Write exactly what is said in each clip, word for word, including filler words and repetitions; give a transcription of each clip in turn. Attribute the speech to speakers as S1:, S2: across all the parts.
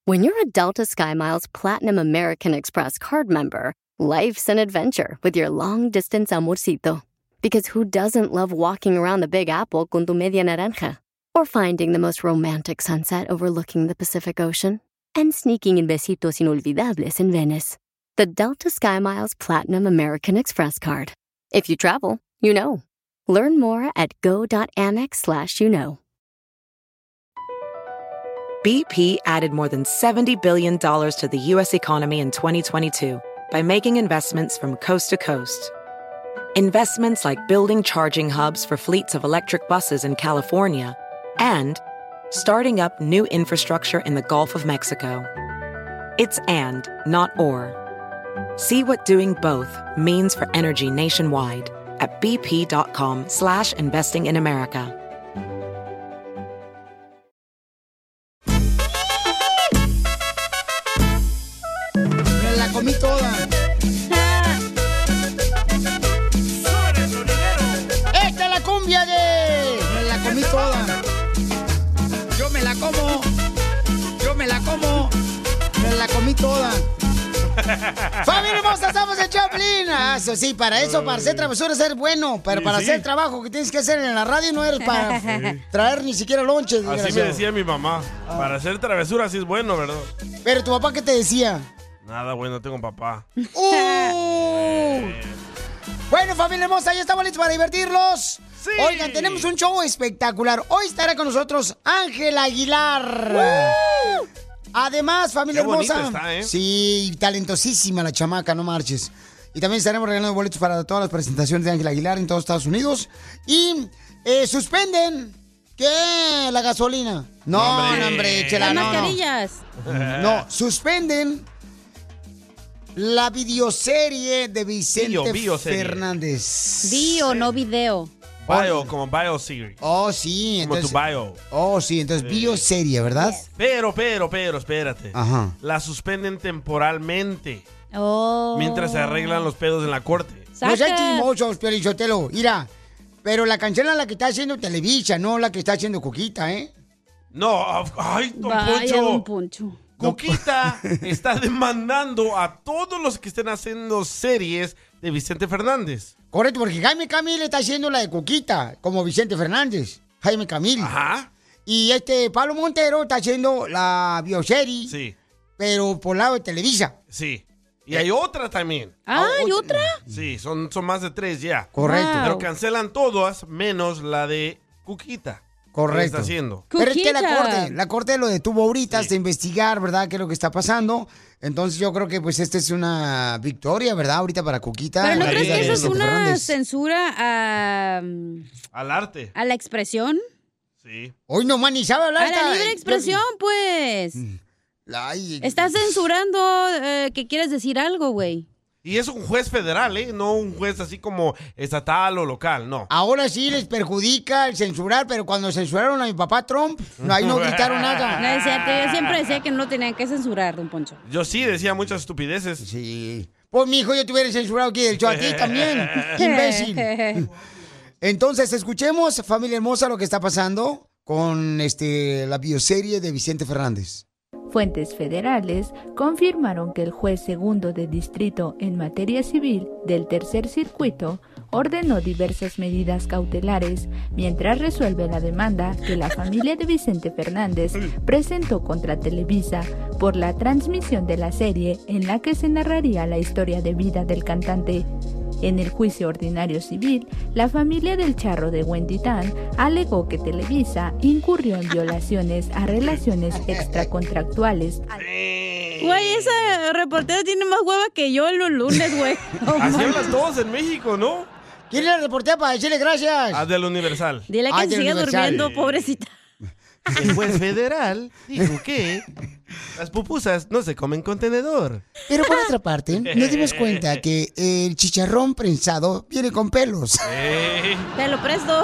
S1: When you're a Delta SkyMiles Platinum American Express card member, life's an adventure with your long-distance amorcito. Because who doesn't love walking around the Big Apple con tu media naranja? Or finding the most romantic sunset overlooking the Pacific Ocean? And sneaking in besitos inolvidables in Venice. The Delta SkyMiles Platinum American Express card. If you travel, you know. Learn more at go.amex slash you know.
S2: B P added more than seventy billion dollars to the U S economy in twenty twenty-two by making investments from coast to coast. Investments like building charging hubs for fleets of electric buses in California and starting up new infrastructure in the Gulf of Mexico. It's and, not or. See what doing both means for energy nationwide at bp.com slash investing in America.
S3: Me la comí toda. Esta es la cumbia de... Me la comí toda. Yo me la como. Yo me la como. Me la comí toda. ¡Familia hermosa! ¡Estamos en Chaplin! Ah, eso sí, para eso, para hacer travesuras, ser bueno. Pero
S4: Sí,
S3: para
S4: sí.
S3: hacer el trabajo que tienes que hacer en la radio no eres para
S4: Sí.
S3: traer ni siquiera lonche.
S4: Así me
S3: desgraciado.
S4: decía mi mamá. Para hacer travesuras sí es bueno, ¿verdad?
S3: Pero tu papá, ¿qué te decía?
S4: Nada, bueno, tengo papá.
S3: ¡Uh! Bueno, familia hermosa, ya estamos listos para divertirlos.
S4: Sí.
S3: Oigan, tenemos un show espectacular. Hoy estará con nosotros Ángel Aguilar.
S4: ¡Uh!
S3: Además, familia
S4: Qué bonita
S3: hermosa.
S4: está, ¿eh?
S3: Sí, talentosísima la chamaca, no marches. Y también estaremos regalando boletos para todas las presentaciones de Ángel Aguilar en todos Estados Unidos. Y eh, suspenden. ¿Qué? La gasolina. No,
S4: No, hombre.
S3: no, hombre, chela,
S5: Las
S3: no, no.
S5: mascarillas.
S3: No, suspenden la videoserie de Vicente
S4: Bio, bioserie.
S3: Fernández.
S5: Bio, no video.
S4: Bio, como bio series.
S3: Oh, sí,
S4: Como
S3: entonces.
S4: tu bio.
S3: Oh, sí, entonces bioserie, ¿verdad?
S4: Pero, pero, pero, espérate.
S3: Ajá.
S4: La suspenden temporalmente
S5: Oh.
S4: mientras se arreglan los pedos en la corte.
S3: No sean
S5: Saca.
S3: chismosos, Piolichotelo. Mira, pero la cancelan la que está haciendo Televisa, no la que está haciendo Cuquita, ¿eh?
S4: No, ay, don
S5: Vaya, don
S4: Poncho.
S5: Poncho.
S4: Cuquita está demandando a todos los que estén haciendo series de Vicente Fernández.
S3: Correcto, porque Jaime Camil está haciendo la de Cuquita, como Vicente Fernández. Jaime Camil.
S4: Ajá.
S3: Y este Pablo Montero está haciendo la bioserie,
S4: Sí,
S3: pero por lado de Televisa.
S4: sí. Y hay otra también.
S5: Ah, ¿y otra?
S4: Sí, son, son más de tres ya.
S3: Correcto.
S5: Wow.
S4: Pero cancelan todas menos la de Cuquita.
S3: Correcto.
S4: ¿Qué está haciendo?
S3: Pero es que la
S5: Cuquita.
S3: corte, la corte lo detuvo ahorita
S4: Sí.
S3: hasta investigar, ¿verdad? ¿Qué es lo que está pasando? Entonces yo creo que pues esta es una victoria, ¿verdad? Ahorita para Cuquita.
S5: Pero ¿no
S3: la
S5: crees
S3: vida
S5: que
S3: de
S5: eso es
S3: Vicente
S5: una
S3: Fernández.
S5: censura a,
S4: Al arte.
S5: a la expresión?
S4: Sí.
S3: Hoy no man, ni sabe hablar.
S5: A la
S3: esta-
S5: libre expresión, pues.
S3: Ay,
S5: Estás censurando eh, que quieres decir algo, güey.
S4: Y es un juez federal, ¿eh? No un juez así como estatal o local, no.
S3: Ahora sí les perjudica el censurar, pero cuando censuraron a mi papá Trump, no, ahí no gritaron
S5: No
S3: nada.
S5: es cierto, yo siempre decía que no tenían que censurar, don Poncho.
S4: Yo sí decía muchas estupideces.
S3: Sí. Pues mi hijo yo te hubiera censurado aquí del show a ti también, imbécil. Entonces, escuchemos, familia hermosa, lo que está pasando con este la bioserie de Vicente Fernández.
S6: Fuentes federales confirmaron que el juez segundo de distrito en materia civil del Tercer Circuito ordenó diversas medidas cautelares mientras resuelve la demanda que la familia de Vicente Fernández presentó contra Televisa por la transmisión de la serie en la que se narraría la historia de vida del cantante. En el juicio ordinario civil, la familia del charro de Wendy Tan alegó que Televisa incurrió en violaciones a relaciones extracontractuales.
S5: Güey, esa reportera tiene más hueva que yo los lunes, güey. No
S4: Así
S5: manches.
S4: hablan todos en México, ¿no?
S3: ¿Quién es la reportera para decirle gracias?
S4: Ah, del Universal.
S5: Dile que
S3: Ay,
S5: se
S3: del
S5: siga
S3: Universal.
S5: durmiendo, pobrecita.
S4: El juez federal dijo que las pupusas no se comen con tenedor.
S3: Pero por otra parte, nos dimos cuenta que el chicharrón prensado viene con pelos.
S4: Eh,
S5: Te lo presto.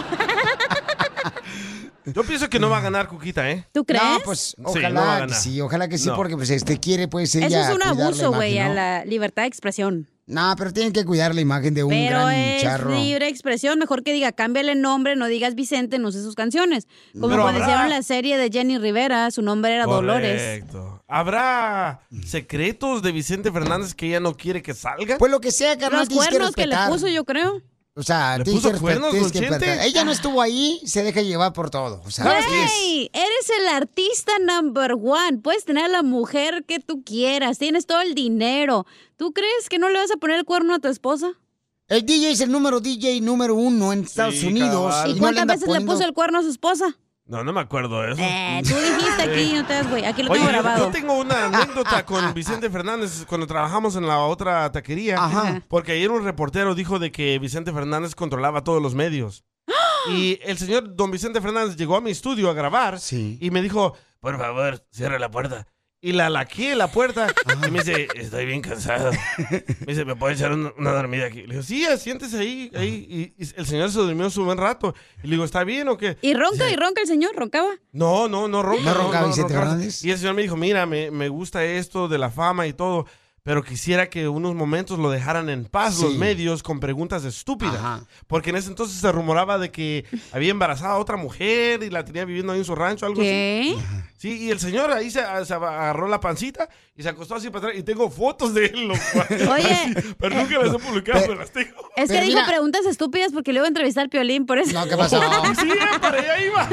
S4: yo pienso que no va a ganar Cuquita, ¿eh?
S5: ¿Tú crees?
S3: No, pues
S4: Sí, no va a
S3: ojalá que
S4: ganar.
S3: sí, ojalá que sí,
S4: No.
S3: porque pues este quiere pues ella
S5: Eso es un
S3: cuidar la
S5: abuso, güey,
S3: imagen,
S5: a
S3: ¿no?
S5: la libertad de expresión.
S3: No, pero tienen que cuidar la imagen de un
S5: Pero
S3: gran
S5: es
S3: charro.
S5: libre expresión. Mejor que diga, cámbiale el nombre, no digas Vicente, no sé sus canciones. Como
S4: Pero
S5: cuando
S4: habrá-
S5: hicieron la serie de Jenny Rivera, su nombre era Dolores.
S4: Correcto. ¿Habrá secretos de Vicente Fernández que ella no quiere que salgan?
S3: Pues lo que sea, carnal,
S5: Los
S3: tienes que
S5: cuernos que, le
S3: respetar.
S5: puso, yo creo.
S3: O sea,
S4: ¿Le
S3: tienes
S4: puso
S3: que respetar,
S4: cuernos,
S3: tienes
S4: don
S3: que
S4: Chente?
S3: respetar. Ella no estuvo ahí, se deja llevar por todo. O sea,
S5: Güey, eres el artista number one. Puedes tener a la mujer que tú quieras. Tienes todo el dinero. ¿Tú crees que no le vas a poner el cuerno a tu esposa?
S3: el D J es el número D J número uno en Estados
S4: Sí,
S3: Unidos.
S4: cabal.
S5: ¿Y
S3: no
S5: cuántas
S3: anda
S5: veces
S3: poniendo-
S5: le puso el cuerno a su esposa?
S4: No, no me acuerdo de eso.
S5: Eh, tú dijiste aquí, no te das, güey. Aquí lo
S4: Oye,
S5: tengo
S4: yo,
S5: grabado.
S4: yo tengo una anécdota con Vicente Fernández cuando trabajamos en la otra taquería.
S3: Ajá.
S4: Porque ayer un reportero dijo de que Vicente Fernández controlaba todos los medios. Y el señor don Vicente Fernández llegó a mi estudio a grabar
S3: Sí.
S4: y me dijo, por favor, cierre la puerta. Y la laqué la puerta y me dice, estoy bien cansado. Me dice, ¿me puede echar una, una dormida aquí? Le digo, sí, siéntese ahí. ahí. Y, y el señor se durmió su buen rato. Y le digo, ¿está bien o qué?
S5: ¿Y ronca y ronca el señor? ¿Roncaba?
S4: No, no, no ronca.
S3: ¿No ronca Vicente
S4: ronca.
S3: Fernández?
S4: Y el señor me dijo, mira, me, me gusta esto de la fama y todo, pero quisiera que unos momentos lo dejaran en paz
S3: Sí.
S4: los medios con preguntas estúpidas.
S3: Ajá.
S4: Porque en ese entonces se rumoraba de que había embarazado a otra mujer y la tenía viviendo ahí en su rancho, algo así.
S5: ¿Qué?
S4: Sí, y el señor ahí se, se agarró la pancita y se acostó así para atrás. Y tengo fotos de él, loco.
S5: Oye.
S4: Así, pero nunca las he publicado,
S3: Pe-
S4: pero las tengo.
S5: Es que
S3: Pero
S5: dijo
S3: mira-
S5: preguntas estúpidas porque le iba a entrevistar al Piolín, por eso.
S3: No, ¿qué pasó?
S4: Sí, para allá iba.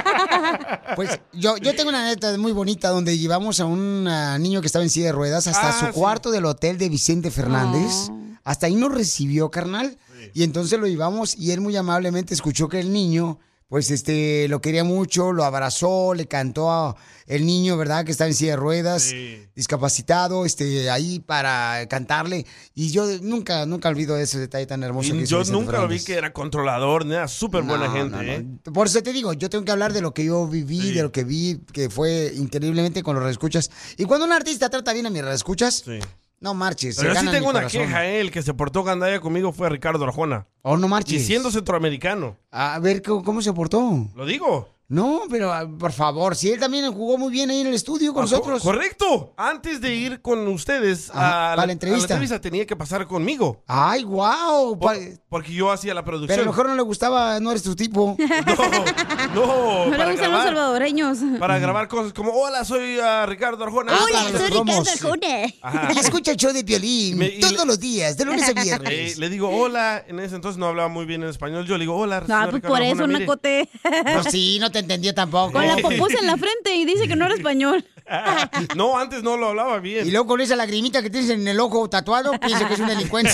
S3: Pues yo, yo tengo una anécdota muy bonita donde llevamos a un ah, niño que estaba en silla de ruedas hasta
S4: Ah,
S3: su
S4: sí.
S3: cuarto del hotel de Vicente Fernández.
S5: Oh.
S3: Hasta ahí nos recibió, carnal. Y entonces lo llevamos y él muy amablemente escuchó que el niño, pues este, lo quería mucho, lo abrazó, le cantó a el niño, ¿verdad? Que está en silla de ruedas,
S4: Sí.
S3: discapacitado, este, ahí para cantarle. Y yo nunca, nunca olvido ese detalle tan hermoso que
S4: Y
S3: hizo
S4: yo
S3: Vicente
S4: nunca lo vi
S3: Fernández.
S4: que era controlador, ni era súper buena
S3: No,
S4: gente,
S3: no, no.
S4: ¿eh?
S3: Por eso te digo, yo tengo que hablar de lo que yo viví,
S4: Sí.
S3: de lo que vi, que fue increíblemente con los reescuchas. Y cuando un artista trata bien a mis reescuchas,
S4: Sí.
S3: no marches.
S4: Pero
S3: se
S4: yo sí
S3: gana
S4: tengo
S3: mi
S4: una
S3: corazón.
S4: queja, ¿eh? El que se portó gandalla conmigo fue Ricardo Arjona.
S3: Oh, no
S4: Y
S3: marches.
S4: siendo centroamericano.
S3: A ver, ¿cómo, cómo se portó?
S4: ¿Lo digo?
S3: No, pero ah, por favor, si él también jugó muy bien ahí en el estudio con
S4: Ah,
S3: nosotros.
S4: co- Correcto. Antes de ir con ustedes
S3: Ajá,
S4: a,
S3: para la entrevista.
S4: a la entrevista tenía que pasar conmigo.
S3: Ay, wow.
S4: Por- porque yo hacía la
S3: Pero a
S4: producción.
S3: lo mejor no le gustaba, no eres tu tipo.
S4: No, no.
S5: No le
S4: para
S5: gustan los
S4: grabar,
S5: salvadoreños.
S4: para grabar cosas como, hola, soy ah, Ricardo Arjona.
S3: Ah,
S5: Hola,
S3: para los
S5: soy
S3: promos.
S5: Ricardo Arjona.
S4: Ajá.
S3: Escucha el show de Piolín
S4: Me- y
S3: todos
S4: le-
S3: los días, de lunes a
S4: Eh,
S3: viernes.
S4: le digo hola, en ese entonces no hablaba muy bien en español. Yo le digo, hola,
S5: No,
S4: soy
S5: pues
S4: Ricardo
S5: por
S4: Arjona,
S5: eso,
S4: mire".
S5: una cote.
S3: No, sí, no te entendió tampoco.
S5: Con la popusa en la frente y dice que no era español.
S4: No, antes no lo hablaba bien.
S3: Y luego con esa lagrimita que tienes en el ojo tatuado, piensa que es un delincuente.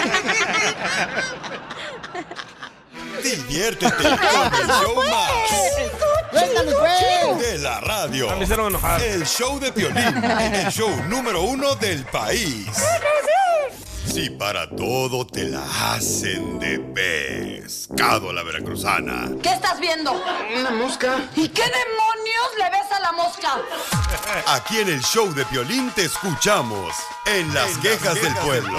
S7: Diviértete con el show más
S3: ¡Cuéntame, pues!
S7: de la radio.
S4: Me hicieron enojar.
S7: El show de Piolín, el show número uno del país. Si para todo te la hacen de pescado a la veracruzana.
S8: ¿Qué estás viendo?
S3: Una mosca.
S8: ¿Y qué demonios le ves a la mosca?
S7: Aquí en el show de Piolín te escuchamos en las quejas del pueblo.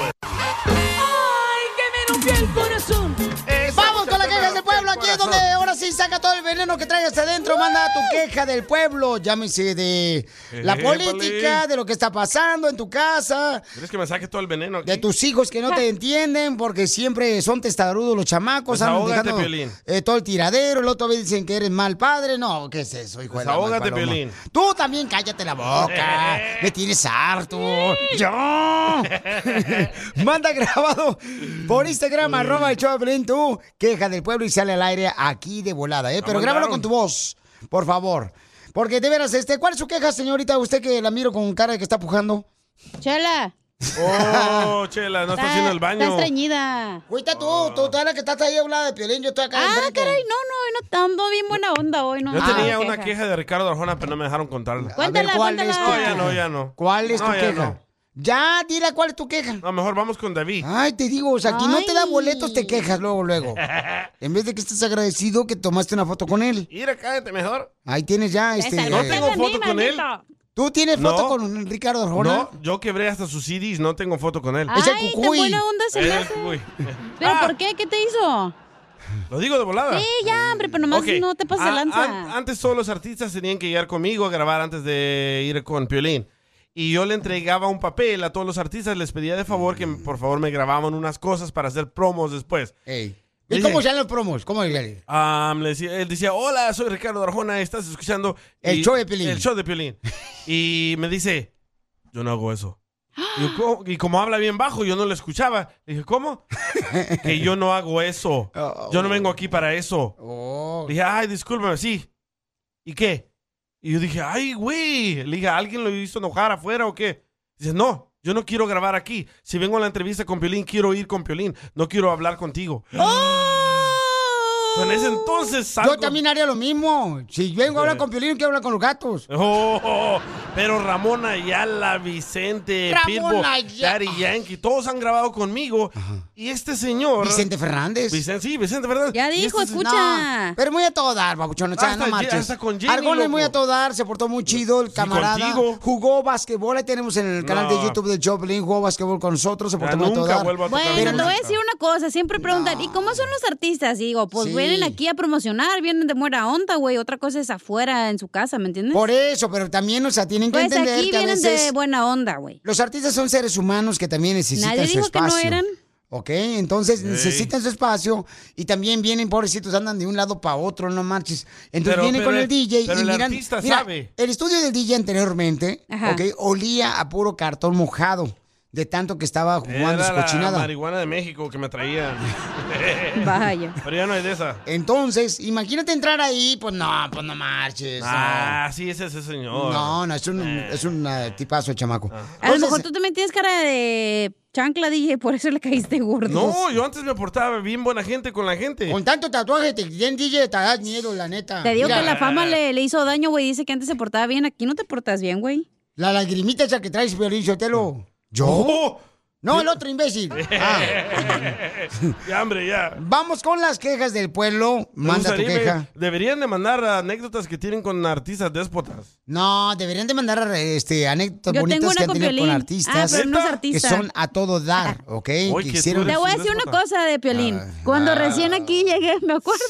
S8: ¡Ay, que me rompió el corazón!
S3: Vamos con las quejas del pueblo. Aquí es donde ahora sí saca todo el veneno que traigas adentro. Manda tu queja del pueblo. Llámese de la
S4: Épale.
S3: política, de lo que está pasando en tu casa,
S4: ¿Quieres que me saque todo el veneno aquí?
S3: de tus hijos que no te entienden porque siempre son testarudos los chamacos. andan
S4: Desahógate,
S3: dejando,
S4: Piolín.
S3: eh, todo el tiradero. El otro vez dicen que eres mal padre. No, ¿qué es eso, hijo de la
S4: Desahógate,
S3: mal paloma?
S4: Piolín.
S3: Tú también cállate la boca. Me tienes harto. ¡Yo! Manda grabado por Instagram, arroba el show de Piolín, tú, queja del pueblo y sale al aire aquí de volada, ¿eh? Pero
S4: mandaron.
S3: grábalo con tu voz, por favor. Porque de veras, este, ¿cuál es su queja, señorita? Usted que la miro con cara de que está pujando.
S5: Chela.
S4: Oh, Chela, no está haciendo el baño.
S5: Está estreñida.
S3: Cuita tú, tú, tú eres la que estás ahí a un lado de Piolín, yo estoy acá
S5: Ah,
S3: enfrente.
S5: caray, no, no, no, ando bien buena onda hoy, no.
S4: Yo
S5: Ah,
S4: tenía una queja de Ricardo Arjona, pero no me dejaron contarla.
S5: Cuéntala,
S3: A ver, ¿cuál es
S5: cuéntala.
S3: tu
S4: No, ya
S3: queja?
S4: no, ya no.
S3: ¿Cuál es
S4: No,
S3: tu
S4: ya
S3: queja?
S4: no.
S3: Ya, dile cuál es tu queja.
S4: No, mejor vamos con David.
S3: Ay, te digo, o sea, aquí no te da
S5: Ay.
S3: boletos, te quejas luego, luego. En vez de que estés agradecido que tomaste una foto con él.
S4: Mira, cállate mejor.
S3: Ahí tienes ya, este...
S5: Esa,
S4: No
S3: eh,
S4: tengo
S5: de mí,
S4: foto con él.
S5: maldito.
S3: ¿Tú tienes foto
S4: No.
S3: con Ricardo Arjona?
S4: No, yo quebré hasta sus C Ds, no tengo foto con él.
S3: Es el
S5: Ay, tan
S3: cucuy.
S5: buena onda se me
S4: Eh,
S5: hace.
S4: uy.
S5: ¿Pero
S4: Ah,
S5: por qué? ¿Qué te hizo?
S4: Lo digo de volada.
S5: Sí, ya, hombre, pero nomás
S4: Ok.
S5: no te pases de
S4: Ah,
S5: lanza.
S4: an- antes todos los artistas tenían que llegar conmigo a grabar antes de ir con Piolín. Y yo le entregaba un papel a todos los artistas, les pedía de favor que por favor me grababan unas cosas para hacer promos después.
S3: Ey. ¿Y
S4: Dije,
S3: cómo salen los promos? ¿Cómo salen?
S4: Um, le decía, él decía, hola, soy Ricardo Arjona, estás escuchando...
S3: El
S4: y-
S3: show de Piolín.
S4: El show de Piolín. Y me dice, yo no hago eso. Y, yo, "¿Cómo?". Y como habla bien bajo, yo no lo escuchaba. Le dije, ¿cómo? Que yo no hago eso. Yo no vengo aquí para eso.
S3: Oh.
S4: Le dije, ay, discúlpame, sí. ¿Y qué? Y yo dije, ay, güey. Le dije, ¿alguien lo hizo enojar afuera o qué? Dice, no, yo no quiero grabar aquí. Si vengo a la entrevista con Piolín, quiero ir con Piolín. No quiero hablar contigo. En ese entonces salgo...
S3: Yo también haría lo mismo. Si vengo a hablar con Piolín, quiero hablar con los gatos.
S4: Oh, oh, pero Ramón Ayala, Vicente,
S3: Ramón
S4: Pitbull,
S3: Ayala.
S4: Daddy Yankee, todos han grabado conmigo. Y este señor...
S3: Vicente Fernández.
S4: Vicente, sí, Vicente Fernández.
S5: Ya
S4: Y
S5: dijo,
S4: este se-
S5: escucha.
S3: No, pero muy a todo dar, babuchón. O sea,
S4: Hasta
S3: no
S4: Ye-
S3: marches.
S4: hasta con Jenny,
S3: Arjona es
S4: loco.
S3: muy a todo dar, se portó muy chido el
S4: Sí,
S3: camarada.
S4: contigo.
S3: Jugó basquetbol, ahí tenemos en el canal
S4: No.
S3: de YouTube de Joplin, jugó basquetbol con nosotros, se
S4: Ya
S3: portó muy a todo
S4: nunca
S3: dar.
S4: vuelvo a tocar
S5: Bueno,
S4: música.
S5: te voy a decir una cosa. Siempre preguntan, ¿y cómo son los artistas? Y digo, pues
S3: Sí.
S5: vienen aquí a promocionar, vienen de buena onda, güey. Otra cosa es afuera, en su casa, ¿me entiendes?
S3: Por eso, pero también, o sea, tienen que
S5: Pues
S3: entender
S5: aquí
S3: que a
S5: vienen
S3: veces
S5: de buena onda, güey.
S3: los artistas son seres humanos que también necesitan
S5: Nadie
S3: su
S5: dijo que no
S3: espacio.
S5: eran.
S3: ¿Ok? Entonces
S4: Ey.
S3: necesitan su espacio y también vienen, pobrecitos, andan de un lado para otro, no marches. Entonces
S4: Pero-
S3: vienen
S4: pero
S3: con el
S4: el-
S3: D J
S4: pero
S3: y
S4: el
S3: miran.
S4: artista
S3: mira,
S4: sabe.
S3: el estudio del D J anteriormente,
S5: Ajá.
S3: ¿ok? Olía a puro cartón mojado de tanto que estaba jugando
S4: Era
S3: su
S4: la
S3: cochinada.
S4: marihuana de México que me traían.
S5: Vaya.
S4: Pero ya no hay de esa.
S3: Entonces, imagínate entrar ahí, pues no, pues no marches. no.
S4: Ah, sí, es ese señor.
S3: No, no, es un, es un eh, tipazo el chamaco.
S5: A lo
S3: Entonces,
S5: mejor tú también tienes cara de chancla, D J, por eso le caíste gordo.
S4: No, yo antes me portaba bien buena gente con la gente.
S3: con tanto tatuaje te den D J, te das miedo, la neta.
S5: Te digo
S3: Mira,
S5: que la fama le, le hizo daño, güey. Dice que antes se portaba bien. Aquí no te portas bien, güey.
S3: La lagrimita esa que traes, Piolín Sotelo. ¿Yo?
S4: Oh,
S3: No, el otro imbécil. Ah.
S4: ya, hombre, ya.
S3: Vamos con las quejas del pueblo.
S4: Me
S3: Manda tu
S4: gustaría-
S3: queja.
S4: Deberían de mandar anécdotas que tienen con artistas déspotas.
S3: No, deberían de mandar este, anécdotas
S5: Yo tengo
S3: bonitas
S5: una
S3: que han
S5: con
S3: tenido con
S5: Piolín.
S3: artistas.
S5: Ah, pero no es
S4: ¿Neta?
S3: que
S5: artista.
S3: son a todo dar, ¿ok?
S4: Oye,
S3: que
S4: que
S3: hicieron...
S4: tú
S5: Te
S4: eres-
S5: voy a
S4: un
S5: decir una
S4: déspota.
S5: cosa de Piolín.
S3: Ah.
S5: Cuando
S3: Ah.
S5: recién aquí llegué, me acuerdo.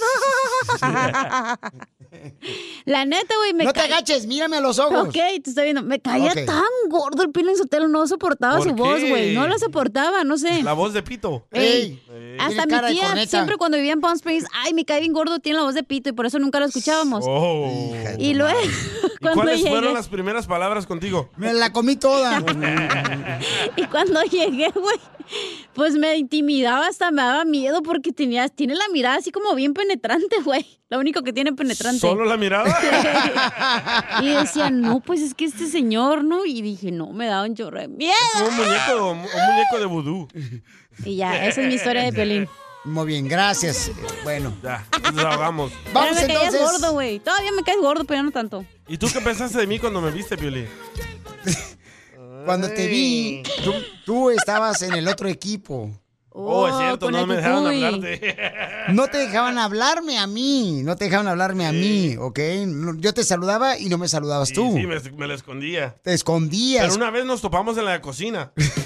S5: La neta, güey, me
S3: No te
S5: ca-
S3: agaches, mírame a los ojos.
S5: Ok, te estoy viendo. Me caía
S3: Ok.
S5: tan gordo el Piolín Sotelo, no soportaba
S4: ¿Por
S5: su voz,
S4: qué?
S5: güey. No lo soportaba, no sé.
S4: La voz de Pito.
S3: Ey,
S5: Hasta
S3: tiene
S5: mi
S3: cara de
S5: tía,
S3: corneta.
S5: siempre cuando vivía en Palm Springs, ay, me cae bien gordo, tiene la voz de pito y por eso nunca lo escuchábamos.
S4: Oh.
S3: Hija de
S5: Y
S3: tu
S5: luego,
S3: madre.
S4: ¿Y
S5: cuando
S4: cuáles
S5: llegué,
S4: fueron las primeras palabras contigo?
S3: Me la comí toda.
S5: y cuando llegué, güey, pues me intimidaba, hasta me daba miedo porque tenía, tiene la mirada así como bien penetrante, güey. Lo único que tiene penetrante.
S4: ¿Solo la mirada?
S5: Y decía, no, pues es que este señor, ¿no? Y dije, no, me da un chorro de miedo.
S4: Como un muñeco, un muñeco de vudú.
S5: Y ya, esa es mi historia de Piolín.
S3: Muy bien, gracias. Eh, Bueno,
S4: Ya, nos ahogamos.
S3: vamos
S5: Pero me caías
S3: entonces.
S5: gordo, güey. Todavía me caes gordo, pero ya no tanto.
S4: ¿Y tú qué pensaste de mí cuando me viste, Piolín?
S3: Cuando te vi, tú, tú estabas en el otro equipo.
S4: Oh, es cierto,
S5: con
S4: no
S5: el
S4: me dejaron
S5: cucuy.
S4: hablarte.
S3: No te dejaban hablarme a mí, no te dejaban hablarme a mí, ¿ok? No, yo te saludaba y no me saludabas
S4: Sí,
S3: tú.
S4: sí, me, me la escondía.
S3: Te escondías.
S4: Pero una vez nos topamos en la cocina.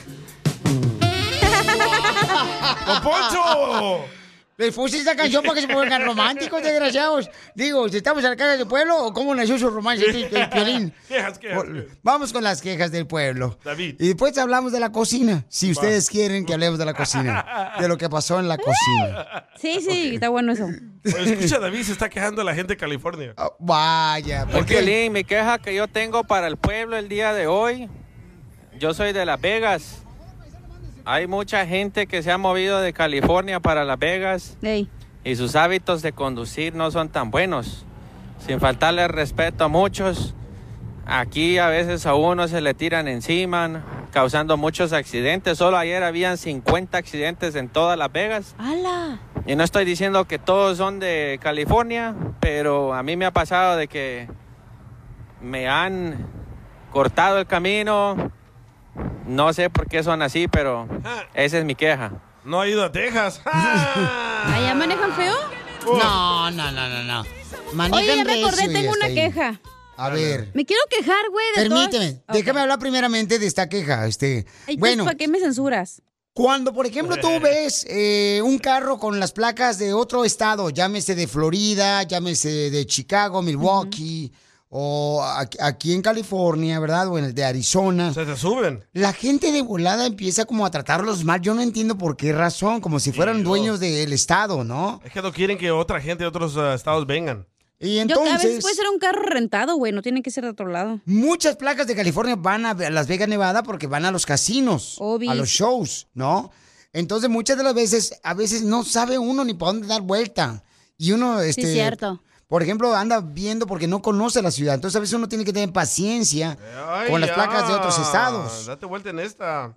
S4: ¡Don Poncho!
S3: Les puse esta canción para que se pongan románticos, desgraciados. Digo, si estamos en la calle del pueblo, ¿o cómo nació su romance este, el Piolín?
S4: Quejas, quejas.
S3: Vamos con las quejas del pueblo.
S4: David.
S3: Y después hablamos de la cocina. Si ustedes quieren que hablemos de la cocina. De lo que pasó en la cocina.
S5: Sí, sí, está bueno eso.
S4: Oye, escucha, David se está quejando de la gente de California.
S3: Oh, vaya, ¿por qué?
S9: Piolín, mi queja que yo tengo para el pueblo el día de hoy. Yo soy de Las Vegas. Hay mucha gente que se ha movido de California para Las Vegas
S5: Ey.
S9: y sus hábitos de conducir no son tan buenos. Sin faltarle respeto a muchos, aquí a veces a uno se le tiran encima, causando muchos accidentes. Solo ayer habían cincuenta accidentes en todas Las Vegas.
S5: ¡Hala!
S9: Y no estoy diciendo que todos son de California, pero a mí me ha pasado de que me han cortado el camino. No sé por qué son así, pero esa es mi queja.
S4: No ha ido a Texas.
S5: ¿Allá manejan feo?
S3: No, no, no, no, no. Manejan
S5: Oye, ya me
S3: recio
S5: acordé,
S3: y
S5: tengo
S3: hasta
S5: una
S3: ahí.
S5: queja.
S3: A ver.
S5: Me quiero quejar, güey, de
S3: Permíteme,
S5: todo.
S3: déjame hablar primeramente de esta queja. Este,
S5: Ay,
S3: bueno,
S5: ¿para qué me censuras?
S3: cuando, por ejemplo, tú ves eh, un carro con las placas de otro estado, llámese de Florida, llámese de Chicago, Milwaukee, o aquí, aquí en California, ¿verdad? O en el de Arizona.
S4: Se te suben.
S3: La gente de volada empieza como a tratarlos mal. Yo no entiendo por qué razón, como si fueran
S4: Sí, yo-
S3: dueños del estado, ¿no?
S4: Es que no quieren que otra gente de otros uh, estados vengan.
S3: Y
S5: Yo, a
S3: entonces,
S5: veces puede ser un carro rentado, güey, no tiene que ser de otro lado.
S3: muchas placas de California van a Las Vegas, Nevada, porque van a los casinos,
S5: Obis.
S3: a los shows, ¿no? Entonces, muchas de las veces, a veces no sabe uno ni para dónde dar vuelta. Y uno, este...
S5: Sí, cierto.
S3: Por ejemplo, anda viendo porque no conoce la ciudad. Entonces, a veces uno tiene que tener paciencia
S4: Ay,
S3: con las
S4: ya.
S3: placas de otros estados.
S4: Date vuelta en esta.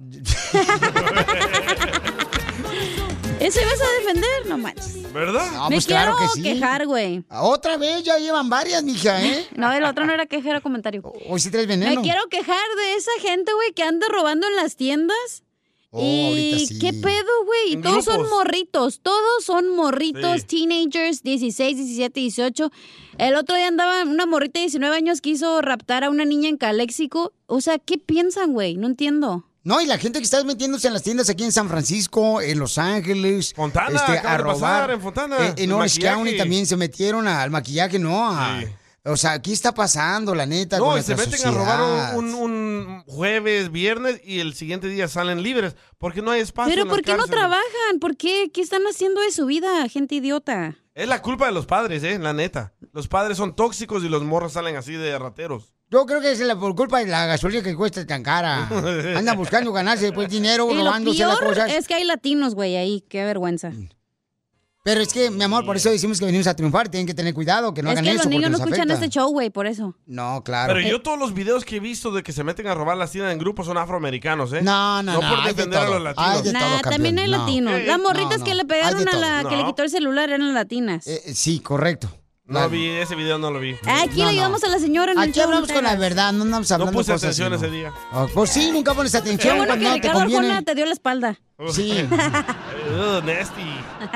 S5: ¿Eso ibas a defender? No manches.
S4: ¿Verdad?
S3: No,
S5: Me
S3: pues claro
S5: quiero
S3: que sí.
S5: quejar, güey.
S3: Otra vez, ya llevan varias, mija, ¿eh?
S5: No, el otro no era queja, era comentario.
S3: Hoy sí traes veneno.
S5: Me quiero quejar de esa gente, güey, que anda robando en las tiendas.
S3: Oh,
S5: y
S3: ahorita sí.
S5: qué pedo, güey. Y
S4: En
S5: todos son
S4: grupos.
S5: morritos. Todos son morritos,
S4: Sí.
S5: teenagers, dieciséis, diecisiete, dieciocho. El otro día andaba una morrita de diecinueve años que hizo raptar a una niña en Caléxico. O sea, ¿qué piensan, güey? No entiendo.
S3: No, y la gente que está metiéndose en las tiendas aquí en San Francisco, en Los Ángeles.
S4: Fontana,
S3: este,
S4: acaba
S3: a
S4: de pasar
S3: robar.
S4: en Fontana,
S3: Eh, en
S4: el
S3: Orange
S4: maquillaje.
S3: County también se metieron al maquillaje, ¿no? A-
S4: Sí.
S3: O sea, aquí está pasando, la neta,
S4: No,
S3: con
S4: y se
S3: nuestra
S4: meten a robar
S3: sociedad.
S4: un, un- un jueves, viernes y el siguiente día salen libres porque no hay espacio.
S5: Pero
S4: en las
S5: ¿por qué no
S4: cárceles.
S5: trabajan? ¿Por qué? ¿Qué están haciendo de su vida, gente idiota?
S4: Es la culpa de los padres, eh, la neta. Los padres son tóxicos y los morros salen así de rateros.
S3: Yo creo que es la, por culpa de la gasolina que cuesta tan cara. Andan buscando ganarse después dinero,
S5: Y lo
S3: robándose las
S5: peor
S3: cosas.
S5: es que hay latinos, güey, ahí. Qué vergüenza.
S3: Pero es que, mi amor, por eso decimos que venimos a triunfar. Tienen que tener cuidado, que no
S5: es
S3: hagan
S5: que
S3: eso.
S5: los niños
S3: porque
S5: no
S3: nos
S5: escuchan
S3: afecta.
S5: este show, güey, por eso.
S3: No, claro.
S4: Pero yo todos los videos que he visto de que se meten a robar las tiendas en grupo son afroamericanos, ¿eh?
S3: No, no, no,
S4: por
S3: hay de
S4: defender a
S3: todo.
S4: los latinos.
S3: Hay de
S5: Nah,
S3: todo, campeón.
S5: también hay
S3: No.
S5: latinos.
S4: Eh,
S5: Las morritas
S3: no,
S5: que
S3: no.
S5: le
S3: Hay
S5: pegaron
S3: de
S5: a la
S4: todo.
S5: que le
S4: No.
S5: quitó el celular eran latinas.
S3: Eh, eh, sí, correcto.
S4: No vi, ese video no lo vi.
S5: Aquí
S3: no,
S5: le
S3: no.
S5: ayudamos a la señora en el
S3: Aquí
S5: show,
S3: hablamos
S5: no
S3: con la
S5: te hagas.
S3: verdad, no andamos
S4: No
S3: hablando
S4: puse
S3: cosas
S4: atención
S3: así,
S4: ese
S3: ¿no?
S4: día.
S3: Oh, pues sí, nunca pones
S5: Qué
S3: atención
S5: bueno
S3: cuando
S5: que
S3: no te
S5: Ricardo
S3: conviene.
S5: Arjona te dio la espalda.
S3: Sí.
S4: Ugh, nasty.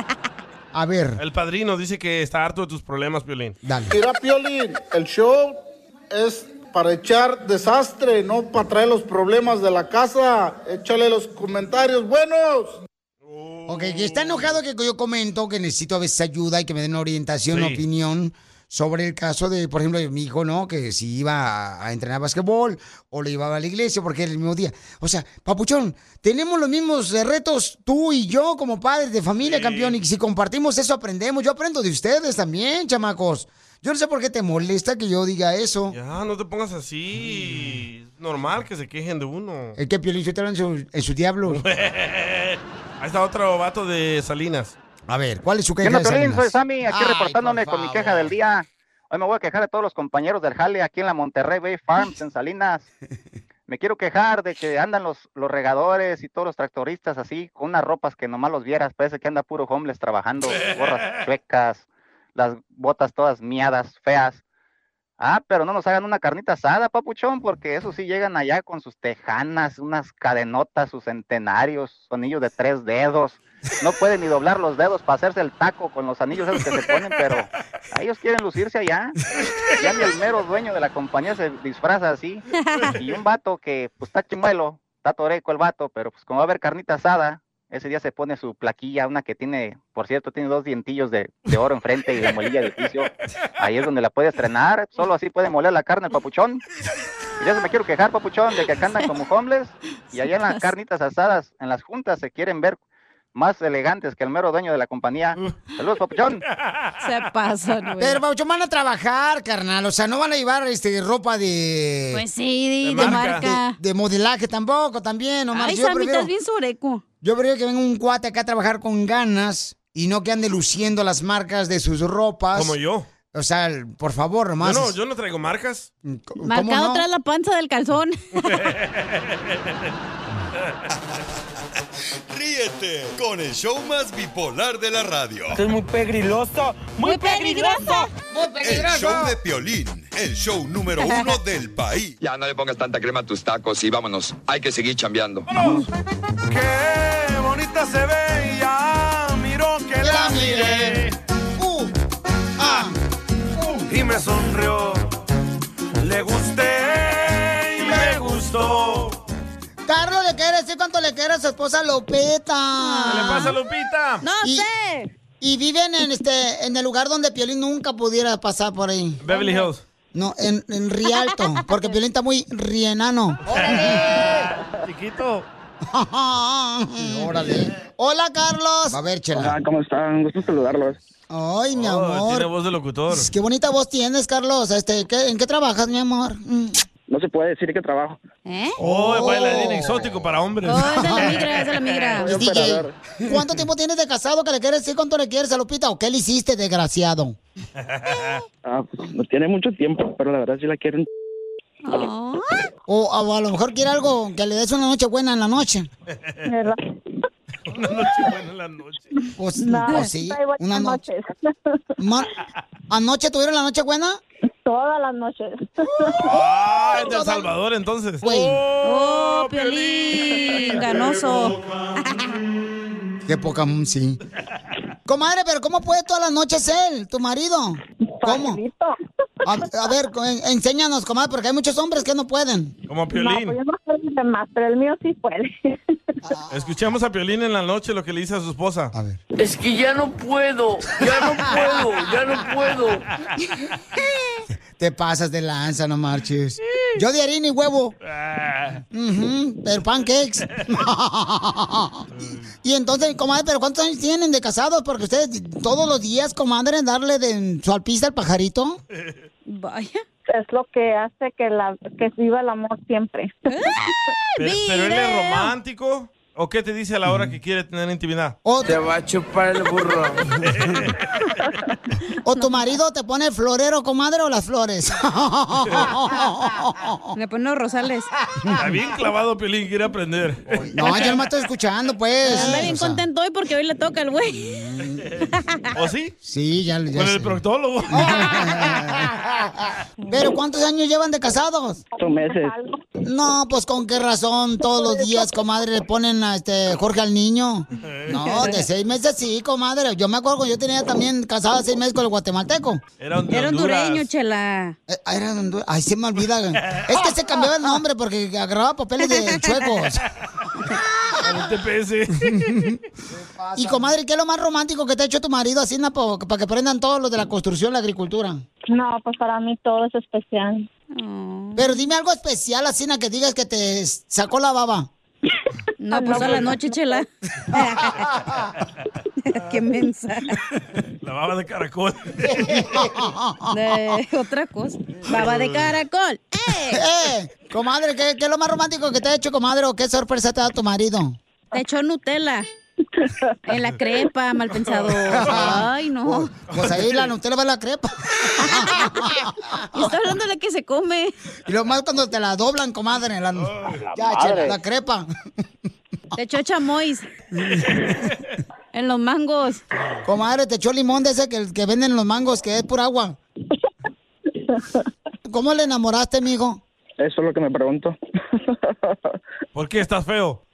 S3: A ver,
S4: El padrino dice que está harto de tus problemas, Piolín.
S3: dale.
S10: Mira, Piolín, el show es para echar desastre, no para traer los problemas de la casa. Échale los comentarios buenos.
S3: Ok, que está enojado que yo comento que necesito a veces ayuda y que me den orientación,
S4: Sí.
S3: opinión sobre el caso de, por ejemplo, de mi hijo, ¿no? Que si iba a, a entrenar básquetbol o le llevaba a la iglesia porque era el mismo día. O sea, papuchón, tenemos los mismos eh, retos tú y yo como padres de familia,
S4: Sí.
S3: campeón, y si compartimos eso aprendemos. Yo aprendo de ustedes también, chamacos. Yo no sé por qué te molesta que yo diga eso.
S4: Ya, no te pongas así. Es normal que se quejen de uno.
S3: El que Piolín se te en, su, en sus diablos.
S4: Ahí está otro vato de Salinas.
S3: A ver, ¿cuál es su
S11: ¿Qué
S3: queja
S11: onda,
S3: de
S11: Piolín?
S3: Salinas?
S11: Soy Sammy, aquí
S3: Ay,
S11: reportándome
S3: por
S11: con mi
S3: favor.
S11: queja del día. Hoy me voy a quejar de todos los compañeros del jale aquí en la Monterrey Bay Farms en Salinas. Me quiero quejar de que andan los, los regadores y todos los tractoristas así, con unas ropas que nomás los vieras, parece que anda puro homeless trabajando, gorras chuecas, las botas todas miadas, feas. Ah, pero no nos hagan una carnita asada, papuchón, porque eso sí llegan allá con sus tejanas, unas cadenotas, sus centenarios, anillos de tres dedos. No pueden ni doblar los dedos para hacerse el taco con los anillos esos que se ponen, pero ellos quieren lucirse allá. Ya ni el mero dueño de la compañía se disfraza así. Y un vato que, pues, está chimuelo, está toreco el vato, pero pues como va a haber carnita asada, ese día se pone su plaquilla, una que tiene, por cierto, tiene dos dientillos de, de oro enfrente y de molilla de oficio. Ahí es donde la puede estrenar, solo así puede moler la carne el papuchón. Y de eso me quiero quejar, papuchón, de que acá andan como homeless y allá en las carnitas asadas, en las juntas, se quieren ver más elegantes que el mero dueño de la compañía. Saludos, papuchón.
S5: Se pasan, güey.
S3: Pero, papuchón, van a trabajar, carnal. O sea, no van a llevar este, ropa de...
S5: Pues sí, de,
S4: De
S5: de
S4: marca.
S5: marca.
S3: De, de modelaje tampoco, también, Omar.
S5: Ay,
S3: yo,
S5: Sammy,
S3: prefiero,
S5: estás bien sureco.
S3: yo prefiero que venga un cuate acá a trabajar con ganas y no que ande luciendo las marcas de sus ropas.
S4: Como yo.
S3: O sea, por favor,
S4: Yo
S3: nomás.
S4: no, yo no traigo marcas.
S3: ¿Cómo
S5: Marcado
S3: no?
S5: tras la panza del calzón.
S7: Ríete con el show más bipolar de la radio.
S8: Esto es muy pegriloso, muy pegriloso.
S7: El show de Piolín, el show número uno del país.
S12: Ya no le pongas tanta crema a tus tacos y vámonos. Hay que seguir chambeando.
S8: Qué bonita se ve y ya miró que la miré
S3: Uh, ah,
S8: y me sonrió. Le gusté y me gustó.
S3: Carlos le quiere decir cuánto le quiere a su esposa Lupita.
S4: ¿Qué le pasa, Lupita?
S5: No
S3: Y-
S5: sé.
S3: Y viven en este en el lugar donde Piolín nunca pudiera pasar por ahí.
S4: Beverly Hills.
S3: No, en, en Rialto, porque Piolín está muy rienano.
S4: Chiquito.
S3: Órale. Hola, Carlos. A ver, Chela.
S13: Hola, ¿cómo están? Gusto saludarlos.
S3: Ay, mi
S4: Oh,
S3: amor.
S4: tiene voz de locutor.
S3: Qué bonita voz tienes, Carlos. Este, ¿qué- ¿En qué trabajas, mi amor? Mm.
S13: No se puede decir que trabajo.
S5: ¿Eh?
S4: Oh, es bailarín exótico para hombres.
S5: Oh, esa es la migra, esa es la migra.
S3: D J, ¿cuánto tiempo tienes de casado que le quieres decir cuánto le quieres a Lupita? ¿O qué le hiciste, desgraciado?
S13: Ah, pues, no tiene mucho tiempo, pero la verdad sí la quiero. un-
S5: Oh.
S3: O, o a lo mejor quiere algo que le des una noche buena en la noche.
S4: Una noche buena en la noche.
S3: Pues,
S14: No,
S3: pues sí,
S14: hay buenas
S3: una noche.
S14: noches.
S3: Ma- ¿Anoche tuvieron la noche buena?
S14: Todas las noches.
S4: Ah, es de El Salvador entonces.
S5: Oh, Piolín, ganoso.
S3: Qué poca, mm, sí. Comadre, pero ¿cómo puede todas las noches él, tu marido? ¿Cómo? A, a ver, co- en- enséñanos, comadre, porque hay muchos hombres que no pueden.
S4: Como
S14: No,
S4: Piolín.
S14: pues yo no sé de más, pero el mío sí puede.
S4: Escuchamos a Piolín en la noche lo que le dice a su esposa. A ver.
S15: Es que ya no puedo, ya no puedo, ya no puedo.
S3: Te pasas de lanza, no marches. Yo de harina y huevo. Ujú, pero pancakes. Y entonces, comadre, ¿pero cuántos años tienen de casados? Porque ustedes todos los días, comadre, darle de su alpista al pajarito.
S5: Vaya.
S14: Es lo que hace que la que viva el amor siempre.
S4: Pero, pero él es romántico. ¿O qué te dice a la hora que quiere tener intimidad?
S15: Te va a chupar el burro.
S3: ¿O tu marido te pone el florero, comadre, o las flores?
S5: Le pone los rosales.
S4: Está bien clavado Piolín, quiere aprender.
S3: No, yo no me estoy escuchando, pues.
S5: Anda bien
S3: O sea,
S5: contento hoy porque hoy le toca al güey.
S4: ¿O sí?
S3: Sí, ya, ya
S4: Con
S3: sé.
S4: el proctólogo.
S3: ¿Pero cuántos años llevan de casados?
S13: Ocho meses.
S3: No, pues con qué razón todos los días, comadre, le ponen a este Jorge al niño. No, de seis meses sí, comadre. Yo me acuerdo cuando yo tenía también casada seis meses con el guatemalteco.
S4: Era un
S5: Era hondureño, chela.
S3: Eh, Era de Honduras. Ay, se me olvida. Es que se cambiaba el nombre porque agarraba papeles de chuecos.
S4: El T P S.
S3: Y comadre, ¿qué es lo más romántico que te ha hecho tu marido así para que aprendan todos los de la construcción, la agricultura?
S14: No, pues para mí todo es especial.
S3: Pero dime algo especial, así na, que digas que te sacó la baba.
S5: No, pues a la noche, chela. Qué mensa.
S4: La baba de caracol.
S5: De otra cosa. Baba de caracol. ¡Eh!
S3: ¡Eh! Comadre, ¿qué, ¿qué es lo más romántico que te ha hecho, comadre? ¿O qué sorpresa te ha dado tu marido?
S5: Te echó Nutella. En la crepa, mal pensado. Ay, no.
S3: Pues ahí la Nutella va en la crepa.
S5: Y estoy hablando de la que se come.
S3: Y lo más cuando te la doblan, comadre. La, ya, che, la crepa.
S5: Te echó chamois. En los mangos.
S3: Comadre, te echó limón de ese que, que venden en los mangos, que es pura agua. ¿Cómo le enamoraste, mijo?
S13: Eso es lo que me pregunto.
S4: ¿Por qué estás feo?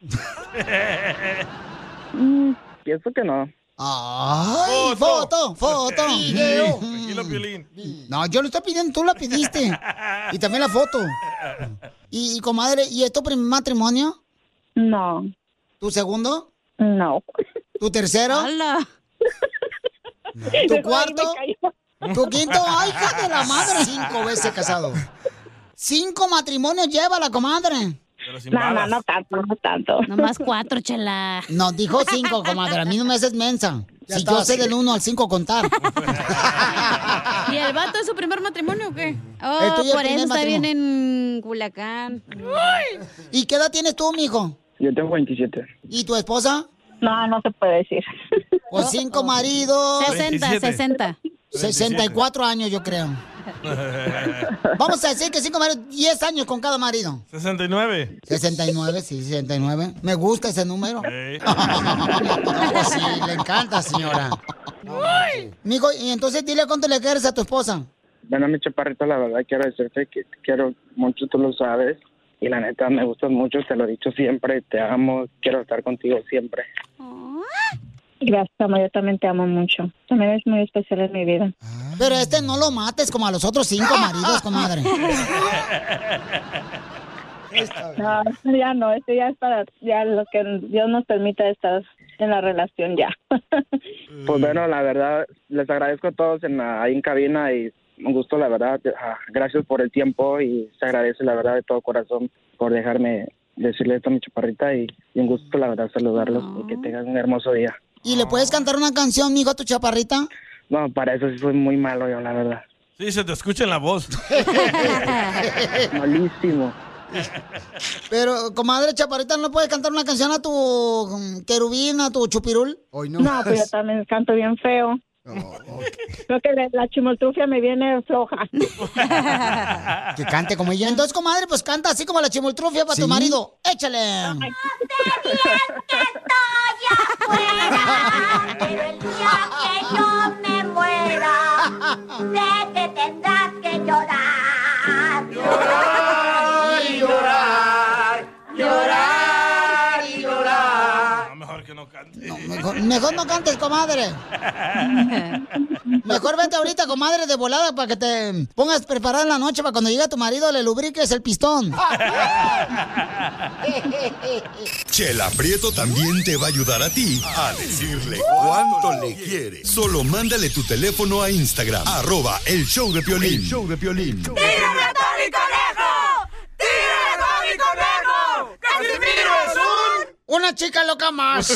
S13: Mm, pienso que no.
S3: ¡Ay! ¡Foto! ¡Foto! ¡Video!
S4: Tranquilo, Piolín.
S3: No, yo lo estoy pidiendo, tú la pidiste. Y también la foto. Y, y, comadre, ¿y es tu primer matrimonio?
S14: No.
S3: ¿Tu segundo?
S14: No.
S3: ¿Tu tercero?
S5: ¡Hala!
S3: ¿Tu cuarto? ¿Tu quinto? ¡Ay, hija de la madre! Cinco veces casado. Cinco matrimonios lleva la comadre.
S4: Pero sin
S14: No, no,
S4: balas.
S14: no tanto, no tanto.
S5: Nomás cuatro, chela.
S3: No, dijo cinco, comadre. A mí no me haces mensa. Si yo sé del uno al cinco contar.
S5: ¿Y el vato es su primer matrimonio o qué? Oh,
S3: El tuyo es
S5: por
S3: el
S5: eso
S3: primer
S5: está
S3: matrimonio.
S5: bien en Culiacán.
S3: ¿Y qué edad tienes tú, mijo?
S13: Yo tengo veintisiete.
S3: ¿Y tu esposa?
S14: No, no se puede decir.
S3: Pues cinco maridos.
S5: sesenta,
S4: veintisiete.
S5: sesenta.
S3: sesenta y cuatro años, yo creo. Vamos a decir que cinco maridos, diez años con cada marido.
S4: sesenta y nueve.
S3: sesenta y nueve, sí, sesenta y nueve. Me gusta ese número.
S4: Ey.
S3: Pues sí, le encanta, señora. Mijo, y entonces dile cuánto le quieres a tu esposa.
S13: Bueno, mi chaparrito, la verdad quiero decirte que te quiero mucho, tú lo sabes. Y la neta, me gustas mucho, te lo he dicho siempre, te amo, quiero estar contigo siempre.
S14: Gracias, amor, yo también te amo mucho. También es muy especial en mi vida.
S3: Pero este no lo mates como a los otros cinco maridos, comadre.
S14: No, este ya no, este ya es para ya lo que Dios nos permita estar en la relación ya.
S13: Pues bueno, la verdad, les agradezco a todos en la- ahí en cabina y un gusto, la verdad. Ah, gracias por el tiempo y se agradece, la verdad, de todo corazón por dejarme decirle esto a mi chaparrita y, y un gusto, la verdad, saludarlos y que tengan un hermoso día.
S3: ¿Y le puedes cantar una canción, mijo, a tu chaparrita?
S13: No, para eso sí soy muy malo yo, la verdad.
S4: Sí, se te escucha en la voz.
S13: Malísimo.
S3: Pero, comadre chaparrita, ¿no puedes cantar una canción a tu um, querubín, a tu chupirul? Hoy no.
S14: No, pues yo también canto bien feo. Creo que la chimoltrufia me viene floja.
S3: Que cante como ella. Entonces, comadre, pues canta así como la chimoltrufia para
S14: ¿Sí?
S3: tu marido. ¡Échale!
S16: Pero el día que yo me muera, sé que tendrás que llorar.
S8: Llorar y llorar, llorar y llorar.
S4: No, mejor que no cante.
S3: No, mejor, mejor no cantes, comadre. Mejor vete ahorita, comadre, de volada para que te pongas preparada en la noche para cuando llegue tu marido le lubriques el pistón.
S7: Chela Prieto también te va a ayudar a ti a decirle cuánto le quiere. Solo mándale tu teléfono a Instagram, arroba el show de Piolín. El show de Piolín.
S8: ¡Tírame a Tony Conejo! ¡Tírame a Tony Conejo! ¡Casimiro es un...
S3: Una chica loca más.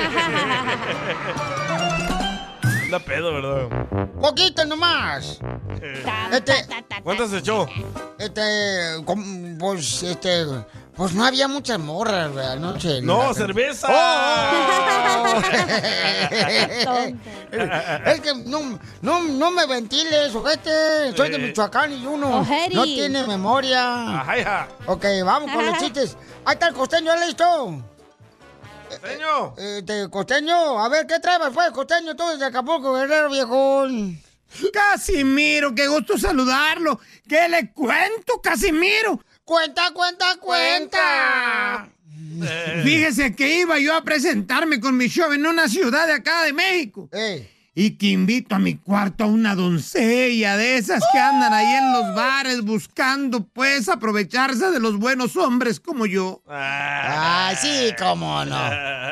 S4: Da pedo, ¿verdad?
S3: Poquito nomás. Este,
S4: ¿Cuántas se echó?
S3: Este, com- pues, este, pues no había muchas morras, güey, anoche.
S4: No,
S3: La-
S4: cerveza.
S3: ¡Oh! Es que no, no, no me ventiles, ojete. Soy de Michoacán y uno
S5: Ojeri.
S3: no tiene memoria.
S4: Ajá, hija.
S3: Ok, vamos con los chistes. Ahí está el costeño, ¿ya listo?
S4: Costeño.
S3: Eh, este, costeño, a ver, ¿qué traes, pues, costeño? Tú desde Acapulco, Guerrero, viejón.
S17: Casimiro, qué gusto saludarlo. ¿Qué le cuento, Casimiro?
S3: Cuenta, cuenta, cuenta.
S17: Fíjese que iba yo a presentarme con mi show en una ciudad de acá de México.
S3: Ey.
S17: Y que invito a mi cuarto a una doncella de esas que andan ahí en los bares buscando, pues, aprovecharse de los buenos hombres como yo.
S3: Ay, sí, cómo no.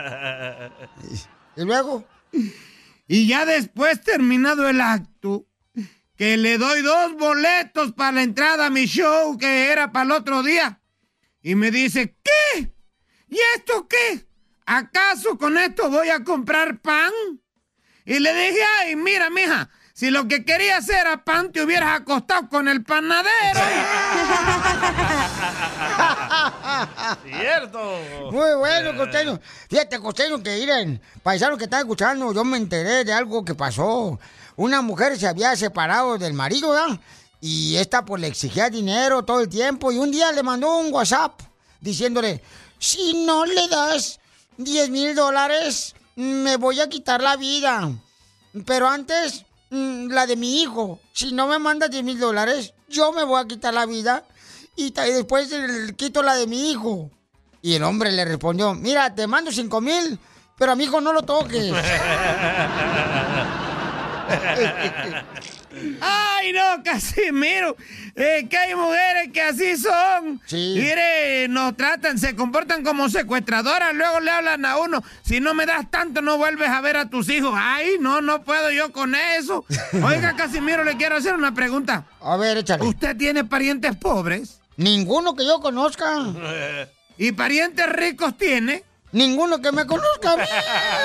S3: ¿Y luego?
S17: Y ya después, terminado el acto, que le doy dos boletos para la entrada a mi show, que era para el otro día. Y me dice, ¿qué? ¿Y esto qué? ¿Acaso con esto voy a comprar pan? Y le dije, ay, mira, mija, si lo que querías era pan, te hubieras acostado con el panadero.
S4: Cierto.
S3: Muy bueno, costeño. Fíjate, costeño, que miren, paisanos que están escuchando, yo me enteré de algo que pasó. Una mujer se había separado del marido, ¿verdad? Y esta pues le exigía dinero todo el tiempo y un día le mandó un WhatsApp diciéndole, si no le das diez mil dólares, me voy a quitar la vida. Pero antes, mm, la de mi hijo. Si no me mandas diez mil dólares, yo me voy a quitar la vida y, ta- y después eh, quito la de mi hijo. Y el hombre le respondió, mira, te mando cinco mil, pero a mi hijo no lo toques.
S17: Ay, no, Casimiro. Eh, que hay mujeres que así son.
S3: Sí.
S17: Mire, nos tratan, se comportan como secuestradoras. Luego le hablan a uno. Si no me das tanto, no vuelves a ver a tus hijos. Ay, no, no puedo yo con eso. Oiga, Casimiro, le quiero hacer una pregunta.
S3: A ver, échale.
S17: ¿Usted tiene parientes pobres?
S3: Ninguno que yo conozca.
S17: ¿Y parientes ricos tiene?
S3: Ninguno que me conozca a mí.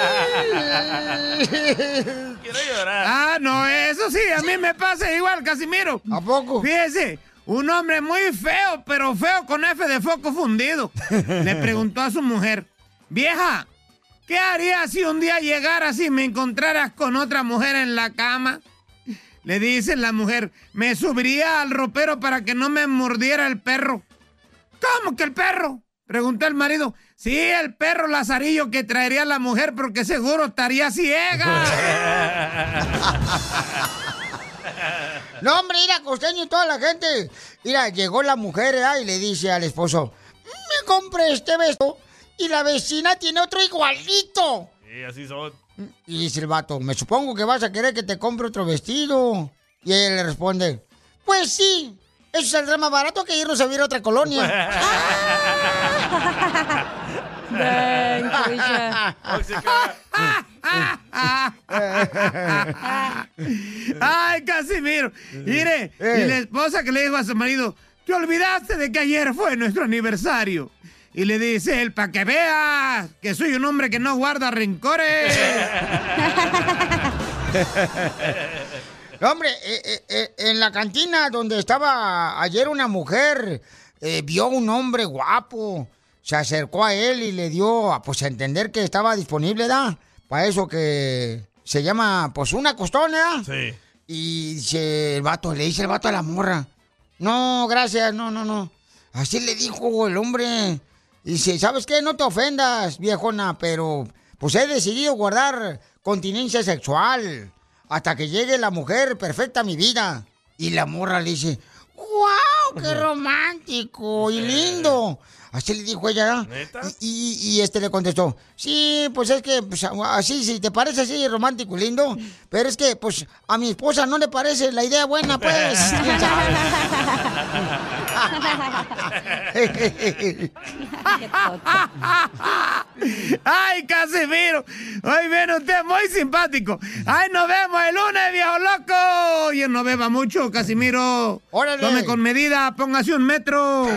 S4: Quiero llorar.
S17: Ah, no, eso sí, a mí me pasa igual, Casimiro.
S3: ¿A poco?
S17: Fíjese, un hombre muy feo, pero feo con F de foco fundido, le preguntó a su mujer, vieja, ¿qué harías si un día llegaras y me encontraras con otra mujer en la cama? Le dice la mujer, me subiría al ropero para que no me mordiera el perro. ¿Cómo que el perro? Preguntó el marido. Sí, el perro lazarillo que traería la mujer porque seguro estaría ciega.
S3: No, hombre, mira, costeño y toda la gente. Mira, llegó la mujer ¿eh? y le dice al esposo, me compré este vestido y la vecina tiene otro igualito.
S4: Sí, así son.
S3: Y dice el vato, me supongo que vas a querer que te compre otro vestido. Y ella le responde, pues sí, eso saldrá más barato que irnos a vivir a otra colonia.
S17: Ay, Casimiro. Mire,
S3: Eh.
S17: y la esposa que le dijo a su marido, te olvidaste de que ayer fue nuestro aniversario. Y le dice él, para que veas que soy un hombre que no guarda rencores.
S3: Hombre, eh, eh, eh, en la cantina donde estaba ayer una mujer, eh, vio a un hombre guapo, se acercó a él y le dio a, pues, a entender que estaba disponible, ¿verdad? Para eso que se llama, pues, una costona.
S4: Sí.
S3: Y dice el vato, le dice el vato a la morra, no, gracias, no, no, no. Así le dijo el hombre. Y dice, ¿sabes qué? No te ofendas, viejona, pero pues he decidido guardar continencia sexual hasta que llegue la mujer perfecta a mi vida. Y la morra le dice, ¡wow! ¡Qué romántico y lindo! Así le dijo ella, ¿no?
S4: ¿Neta?
S3: Y, y- y este le contestó, sí, pues es que pues, así, si te parece así romántico y lindo, pero es que pues a mi esposa no le parece la idea buena, pues.
S17: Ay, Casimiro. Hoy viene usted muy simpático. Ay, nos vemos el lunes, viejo loco. Y no beba mucho, Casimiro.
S3: Órale.
S17: Tome con medida, póngase un metro.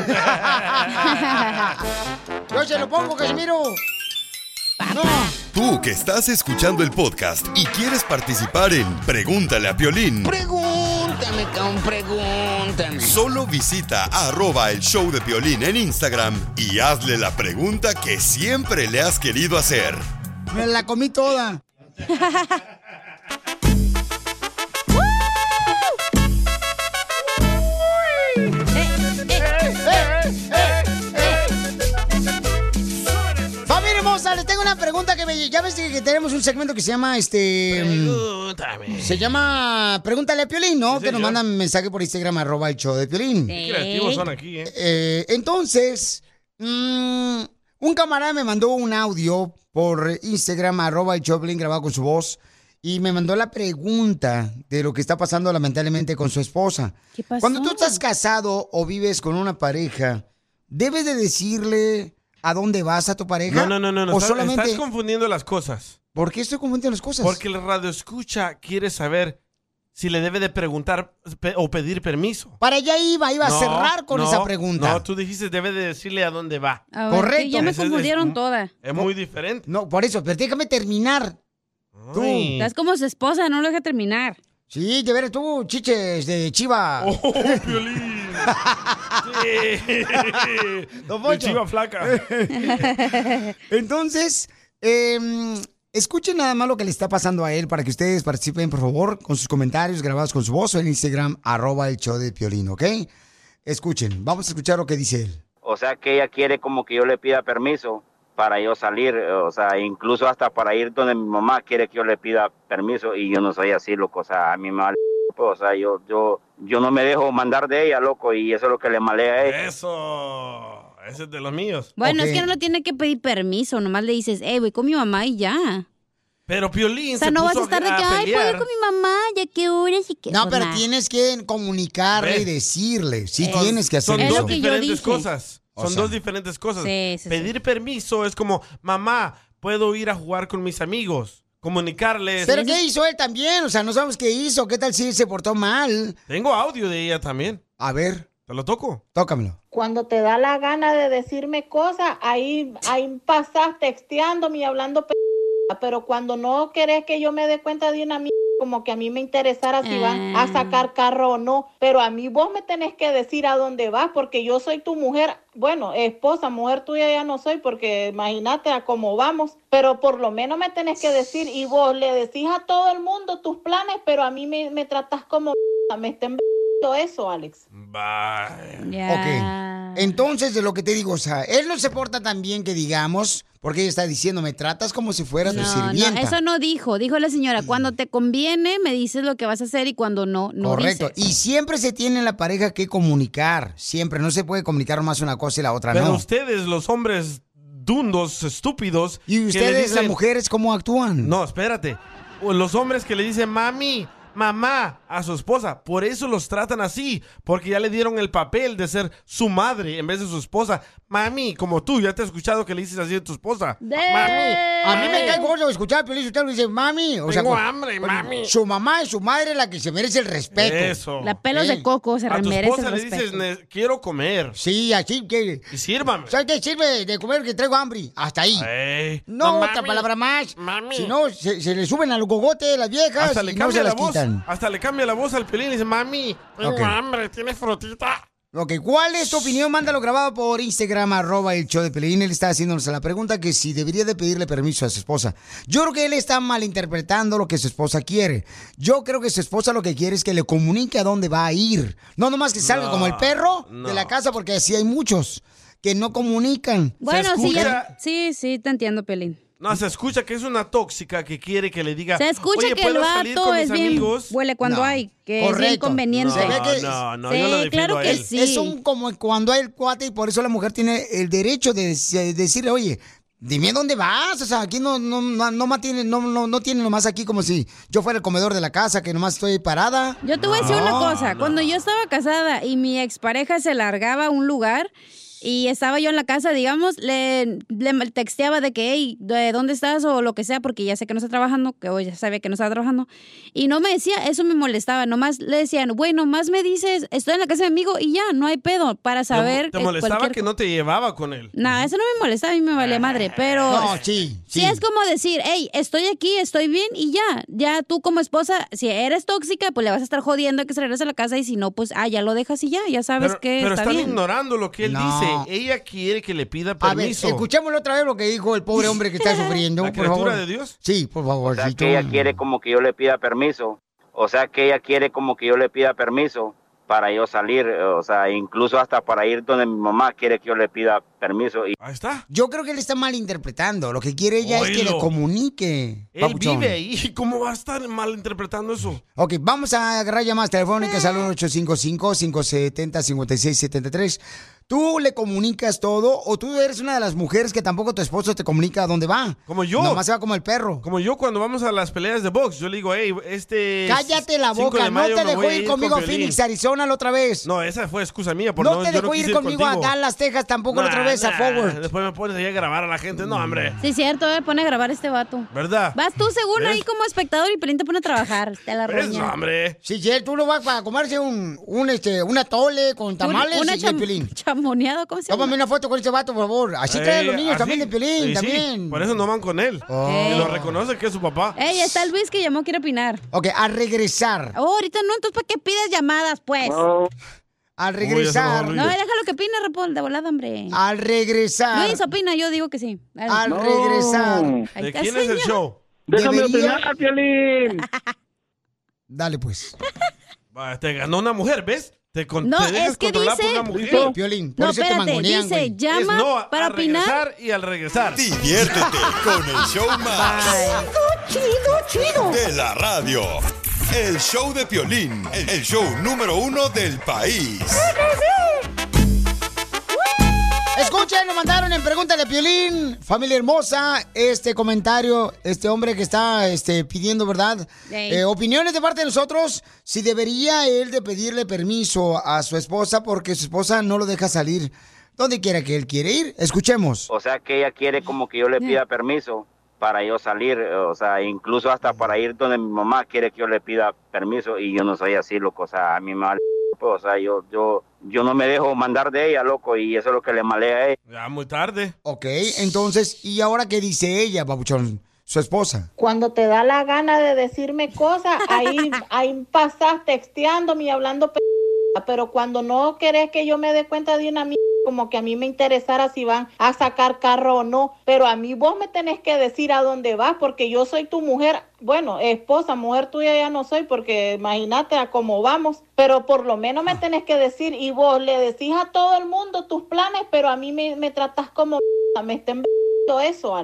S3: Yo se lo pongo, Casimiro. No.
S7: Tú que estás escuchando el podcast y quieres participar en Pregúntale a Piolín,
S3: Pregúntame, cabrón, pregúntame.
S7: solo visita arroba el show de Piolín en Instagram y hazle la pregunta que siempre le has querido hacer.
S3: Me la comí toda. Familia hermosa, les tengo una pregunta que me... Ya ves que tenemos un segmento que se llama, este...
S4: Pregúntame.
S3: Se llama Pregúntale a Piolín, ¿no?
S4: Sí,
S3: que nos
S4: señor.
S3: mandan mensaje por Instagram, arroba el show de Piolín.
S4: Qué creativos son aquí, ¿eh?
S3: Eh, entonces, mm, un camarada me mandó un audio por Instagram, arroba el show de Piolín, grabado con su voz, y me mandó la pregunta de lo que está pasando lamentablemente con su esposa.
S5: ¿Qué pasó?
S3: Cuando tú estás casado o vives con una pareja, ¿debes de decirle a dónde vas a tu pareja?
S4: No, no, no, no. no.
S3: O
S4: Estás,
S3: solamente...
S4: estás confundiendo las cosas.
S3: ¿Por qué estoy confundiendo las cosas?
S4: Porque el radio escucha quiere saber si le debe de preguntar pe- o pedir permiso.
S3: Para allá iba, iba a
S4: No,
S3: cerrar con
S4: no,
S3: esa pregunta.
S4: No, tú dijiste debe de decirle a dónde va.
S5: A ver,
S3: Correcto.
S5: sí, ya me
S4: Ese es-
S5: confundieron
S4: es-
S5: toda.
S4: Es muy diferente.
S3: No, por eso, pero déjame terminar. Tú.
S4: Ay.
S5: Estás como su esposa, no lo deja terminar.
S3: Sí, de veras tú, chiches de chiva.
S4: Oh, Piolín. Sí.
S3: Don
S4: De
S3: Poncho.
S4: chiva flaca.
S3: Entonces, eh, escuchen nada más lo que le está pasando a él para que ustedes participen, por favor, con sus comentarios grabados con su voz o en Instagram, arroba el show de Piolín, ¿ok? Escuchen, vamos a escuchar lo que dice él.
S18: O sea que ella quiere como que yo le pida permiso para yo salir, o sea, incluso hasta para ir donde mi mamá quiere que yo le pida permiso y yo no soy así, loco, o sea, a mí me vale, pues, o sea, yo, yo, yo no me dejo mandar de ella, loco, y eso es lo que le malea a ella.
S4: Eso. Ese es de los míos.
S5: Bueno,
S3: Ok.
S5: es que no le tiene que pedir permiso, nomás le dices, hey, voy con mi mamá y ya.
S4: Pero Piolín
S5: O sea,
S4: se
S5: no vas a
S4: puso
S5: estar de que, ay, puedo ir
S4: pelear.
S5: con mi mamá, ya qué horas y qué.
S3: No,
S5: Pues,
S3: pero
S5: nah.
S3: tienes que comunicarle
S4: Ve.
S3: y decirle. Sí,
S4: Son-
S3: tienes que hacer
S4: Son
S5: Es
S3: eso.
S4: dos
S5: lo que yo
S4: diferentes
S5: dije.
S4: cosas.
S3: O
S4: Son
S3: sea.
S4: dos diferentes cosas.
S5: Sí, sí, sí.
S4: Pedir permiso es como, mamá, puedo ir a jugar con mis amigos. Comunicarles.
S3: ¿Pero qué hizo él también? O sea, no sabemos qué hizo. ¿Qué tal si se portó mal?
S4: Tengo audio de ella también.
S3: A ver,
S4: ¿Te lo toco?
S3: tócamelo.
S14: Cuando te da la gana de decirme cosas, ahí, ahí pasas texteándome y hablando p***, pero cuando no querés que yo me dé cuenta de una mierda, como que a mí me interesara si van a sacar carro o no, pero a mí vos me tenés que decir a dónde vas, porque yo soy tu mujer, bueno, esposa, mujer tuya ya no soy, porque imagínate a cómo vamos, pero por lo menos me tenés que decir, y vos le decís a todo el mundo tus planes, pero a mí me, me tratás como mierda, me estén eso, Alex.
S4: Bye.
S3: Ok. Entonces, de lo que te digo, o sea, él no se porta tan bien que digamos, porque ella está diciendo, me tratas como si fuera tu
S5: No,
S3: sirvienta.
S5: no, eso no dijo. Dijo la señora, cuando te conviene me dices lo que vas a hacer y cuando no, no
S3: Correcto.
S5: dices.
S3: Y siempre se tiene en la pareja que comunicar. Siempre. No se puede comunicar más una cosa y la otra
S4: Pero
S3: no.
S4: ustedes, los hombres dundos, estúpidos.
S3: ¿Y
S4: que
S3: ustedes,
S4: le dicen-
S3: las mujeres, cómo actúan?
S4: No, espérate. O los hombres que le dicen, mami, mamá a su esposa. Por eso los tratan así, porque ya le dieron el papel de ser su madre en vez de su esposa. Mami, como tú, ya te he escuchado que le dices así a tu esposa.
S3: Mami. A mí me cae gordo escuchar a Piolín Sotelo y dice, mami. O sea,
S4: Tengo
S3: cu-
S4: hambre,
S3: cu-
S4: mami.
S3: Su mamá y su madre es la que se merece el respeto.
S4: Eso.
S5: La pelos de coco se
S4: A tu
S5: merece
S4: esposa
S5: el
S4: le
S5: respeto.
S4: dices, "Ne- quiero comer.
S3: Sí, así que...
S4: Y sírvame.
S3: ¿Sabes qué? Sirve de comer que traigo hambre. Hasta ahí.
S4: Ey.
S3: No,
S4: No,
S3: otra
S4: mami.
S3: palabra más.
S4: Mami.
S3: Si no, se, se le suben al gogote las viejas
S4: Hasta le
S3: y no
S4: cambia
S3: se
S4: la
S3: las
S4: voz.
S3: quitan.
S4: Hasta le cambia la voz al Pelín y dice, mami, tengo
S3: Ok.
S4: hambre, ¿tienes frutita?
S3: Ok, ¿cuál es tu opinión? Mándalo grabado por Instagram, arroba el show de Pelín. Él está haciéndonos la pregunta que si debería de pedirle permiso a su esposa. Yo creo que él está malinterpretando lo que su esposa quiere. Yo creo que su esposa lo que quiere es que le comunique a dónde va a ir. No nomás que salga
S4: No,
S3: como el perro
S4: no.
S3: de la casa, porque así hay muchos que no comunican.
S5: Bueno, sí,
S4: escucha-
S5: ya, sí, sí, te entiendo, Pelín.
S4: No, se escucha que es una tóxica que quiere que le diga,
S5: Se escucha
S4: oye,
S5: que el
S4: ¿puedo salir
S5: vato
S4: con mis
S5: es bien
S4: amigos?
S5: huele cuando
S3: No.
S5: hay, que es bien
S3: Correcto.
S5: conveniente.
S3: Se ve que-
S4: No, no,
S5: Sí,
S4: yo lo defiendo
S5: claro
S4: a
S5: que
S4: él.
S5: sí.
S3: Es un como cuando hay el cuate y por eso la mujer tiene el derecho de dec- decirle, oye, dime dónde vas. O sea, aquí no, no, no, no, mantiene- no, no, no tiene nomás aquí como si yo fuera el comedor de la casa, que nomás estoy parada.
S5: Yo te voy a decir una
S3: No,
S5: cosa. Cuando yo estaba casada y mi expareja se largaba a un lugar y estaba yo en la casa, digamos, le, le texteaba de que, hey, ¿de dónde estás? O lo que sea, porque ya sé que no está trabajando, que hoy ya sabía que no estaba trabajando. Y no me decía, eso me molestaba. Nomás le decían, bueno, nomás me dices, estoy en la casa de mi amigo y ya, no hay pedo para saber.
S4: ¿Te
S5: eh,
S4: molestaba
S5: cualquier
S4: que
S5: co-
S4: no te llevaba con él?
S5: No, eso no me molestaba, a mí me valía madre, pero...
S3: No, sí,
S5: Sí,
S3: sí.
S5: es como decir, hey, estoy aquí, estoy bien y ya. Ya tú como esposa, si eres tóxica, pues le vas a estar jodiendo que se regrese a la casa y si no, pues, ah, ya lo dejas y ya, ya sabes
S4: Pero,
S5: que
S4: pero
S5: está
S4: están
S5: bien.
S4: ignorando lo que él
S3: No.
S4: dice. Ella quiere que le pida
S3: A ver,
S4: permiso.
S3: escuchémoslo otra vez lo que dijo el pobre hombre que está sufriendo,
S4: ¿La
S3: por favor.
S4: criatura de Dios?
S3: Sí, por favor.
S18: O sea, que ella quiere como que yo le pida permiso. O sea, que ella quiere como que yo le pida permiso para yo salir. O sea, incluso hasta para ir donde mi mamá quiere que yo le pida permiso. Y...
S4: Ahí está.
S3: Yo creo que él está malinterpretando. Lo que quiere ella es que
S4: Oílo.
S3: le comunique.
S4: Él
S3: papuchón.
S4: vive ahí. ¿Cómo va a estar malinterpretando eso?
S3: Ok, vamos a agarrar llamadas telefónicas al uno ocho cinco cinco, cinco siete cero, cinco seis siete tres. ¿Tú le comunicas todo o tú eres una de las mujeres que tampoco tu esposo te comunica a dónde va?
S4: Como yo.
S3: Nomás se va como el perro.
S4: Como yo cuando vamos a las peleas de box, yo le digo, hey, este...
S3: Cállate la
S4: cinco
S3: boca,
S4: de
S3: no
S4: mayo
S3: te
S4: me
S3: dejó
S4: voy
S3: ir
S4: con
S3: conmigo a
S4: Piolín.
S3: Phoenix, Arizona la otra vez.
S4: No, esa fue excusa mía. Por
S3: No
S4: no,
S3: te
S4: yo
S3: dejó
S4: quise
S3: ir conmigo a
S4: contigo.
S3: Dallas, Texas, tampoco la otra
S4: Nah,
S3: vez a
S4: nah,
S3: Forward.
S4: Después me pones ahí a grabar a la gente. No, hombre.
S5: Sí, cierto, me pone a grabar este vato.
S4: ¿Verdad?
S5: Vas tú según
S4: ¿Ves?
S5: ahí como espectador y Pelín te pone a trabajar. Te la
S4: ¿Ves?
S5: roña.
S4: No, hombre.
S3: Sí, sí, tú lo vas para comerse un, un, este, una tole con tamales
S5: Un- una
S3: y el
S5: cham-
S3: Piolín.
S5: chamoneado, ¿cómo se llama?
S3: Tómame una foto con este vato, por favor. Así
S4: Ey,
S3: traen los niños
S4: así.
S3: también de Piolín,
S4: Sí, sí.
S3: también.
S4: Por eso no van con él.
S3: Oh.
S4: Y lo reconoce que es su papá.
S5: Ey, está el Luis que llamó, quiere opinar.
S3: Ok, a regresar.
S5: Oh, ahorita no, entonces ¿para qué pides llamadas, pues?
S3: Al
S4: Uy, ya se
S3: regresar.
S4: enojó
S5: No, déjalo que opine, Repol, de volada, hombre.
S3: Al regresar.
S5: Luis opina, yo digo que sí.
S3: Al
S5: No.
S3: regresar.
S5: Ahí
S4: ¿De
S5: está,
S4: quién es el
S5: señor.
S4: show?
S13: Déjame
S3: Debería-
S13: opinar, Piolín.
S3: Dale, pues.
S4: Va, Te ganó una mujer, ¿ves? Te, con-
S5: No,
S4: te dejas
S5: es que
S4: controlar
S5: dice-
S4: por una mujer.
S3: Piolín, por
S5: No,
S3: eso te
S5: espérate,
S3: mangonean,
S5: dice,
S3: güey.
S5: llama
S4: Es no
S5: para
S4: al
S5: opinar.
S4: regresar y al regresar.
S7: Diviértete con el show más
S8: Chido, chido.
S7: de la radio. El show de Piolín, el show número uno del país.
S3: Escuchen, nos mandaron en Pregunta de Piolín, familia hermosa, este comentario, este hombre que está este, pidiendo, ¿verdad?
S5: Ey.
S3: Eh, opiniones de parte de nosotros, si debería él de pedirle permiso a su esposa porque su esposa no lo deja salir donde quiera que él quiere ir. Escuchemos.
S18: O sea, que ella quiere como que yo le pida permiso para yo salir. O sea, incluso hasta para ir donde mi mamá quiere que yo le pida permiso. Y yo no soy así, loco. O sea, a mí me vale. O sea, yo, yo, yo no me dejo mandar de ella, loco. Y eso es lo que le malea a ella.
S4: Ya muy tarde.
S3: Ok, entonces, ¿y ahora qué dice ella, babuchón? Su esposa.
S14: Cuando te da la gana de decirme cosas, ahí, ahí pasas texteándome y hablando p***, pero cuando no querés que yo me dé cuenta de una mierda, como que a mí me interesara si van a sacar carro o no, pero a mí vos me tenés que decir a dónde vas, porque yo soy tu mujer, bueno, esposa, mujer tuya ya no soy, porque imagínate a cómo vamos, pero por lo menos me tenés que decir, y vos le decís a todo el mundo tus planes, pero a mí me, me tratás como mierda, me estén eso, Alex.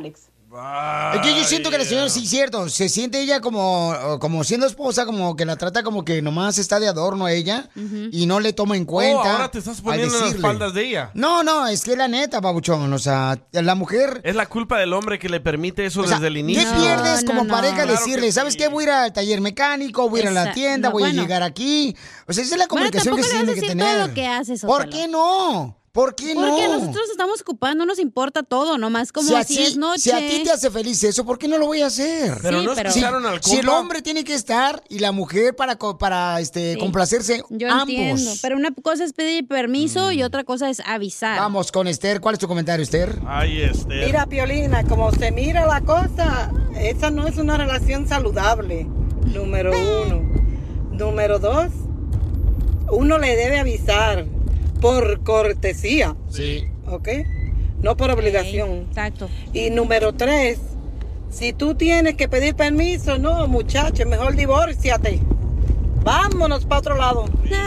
S3: Es que yo siento que la señora sí es cierto, se siente ella como, como siendo esposa, como que la trata como que nomás está de adorno a ella
S4: Ujú.
S3: y no le toma en cuenta.
S4: Oh, ahora te estás
S3: al
S4: poniendo en las
S3: decirle.
S4: faldas de ella.
S3: No, no, es que la neta, babuchón, o sea, la mujer...
S4: Es la culpa del hombre que le permite eso
S3: O sea,
S4: desde el
S3: ¿qué
S4: inicio.
S3: pierdes como
S5: no,
S3: pareja
S4: Claro
S3: decirle,
S4: que
S3: ¿sabes qué? Voy a ir al taller mecánico, voy a ir a la
S5: Esa-
S3: tienda,
S5: no,
S3: voy
S5: bueno.
S3: a llegar aquí. O sea, esa es la
S5: Bueno,
S3: comunicación que
S5: tampoco
S3: se
S5: le
S3: tiene
S5: vas a
S3: que
S5: decir
S3: tener.
S5: todo lo que haces,
S3: ¿Por
S5: Sotelo.
S3: qué no? ¿Por qué no?
S5: Porque nosotros nos estamos ocupando, no nos importa todo, nomás como
S3: si,
S5: si,
S3: así-
S5: es noche.
S3: si a ti te hace feliz eso, ¿por qué no lo voy a hacer?
S4: Pero
S5: Sí,
S4: no
S5: pero-
S4: escucharon al
S3: Si el
S4: compa.
S3: hombre tiene que estar y la mujer para, co- para este,
S5: Sí.
S3: complacerse
S5: Yo
S3: ambos.
S5: entiendo, pero una cosa es pedir permiso y otra cosa es avisar.
S3: Vamos con Esther. ¿Cuál es tu comentario, Esther?
S4: Ay, este.
S19: Mira, Piolina, como se mira la cosa, esa no es una relación saludable, número uno. Número dos, uno le debe avisar por cortesía.
S3: Sí.
S19: ¿Ok? No por obligación.
S5: Exacto.
S19: Y número tres, si tú tienes que pedir permiso, no, muchacho, mejor divórciate. Vámonos para otro lado.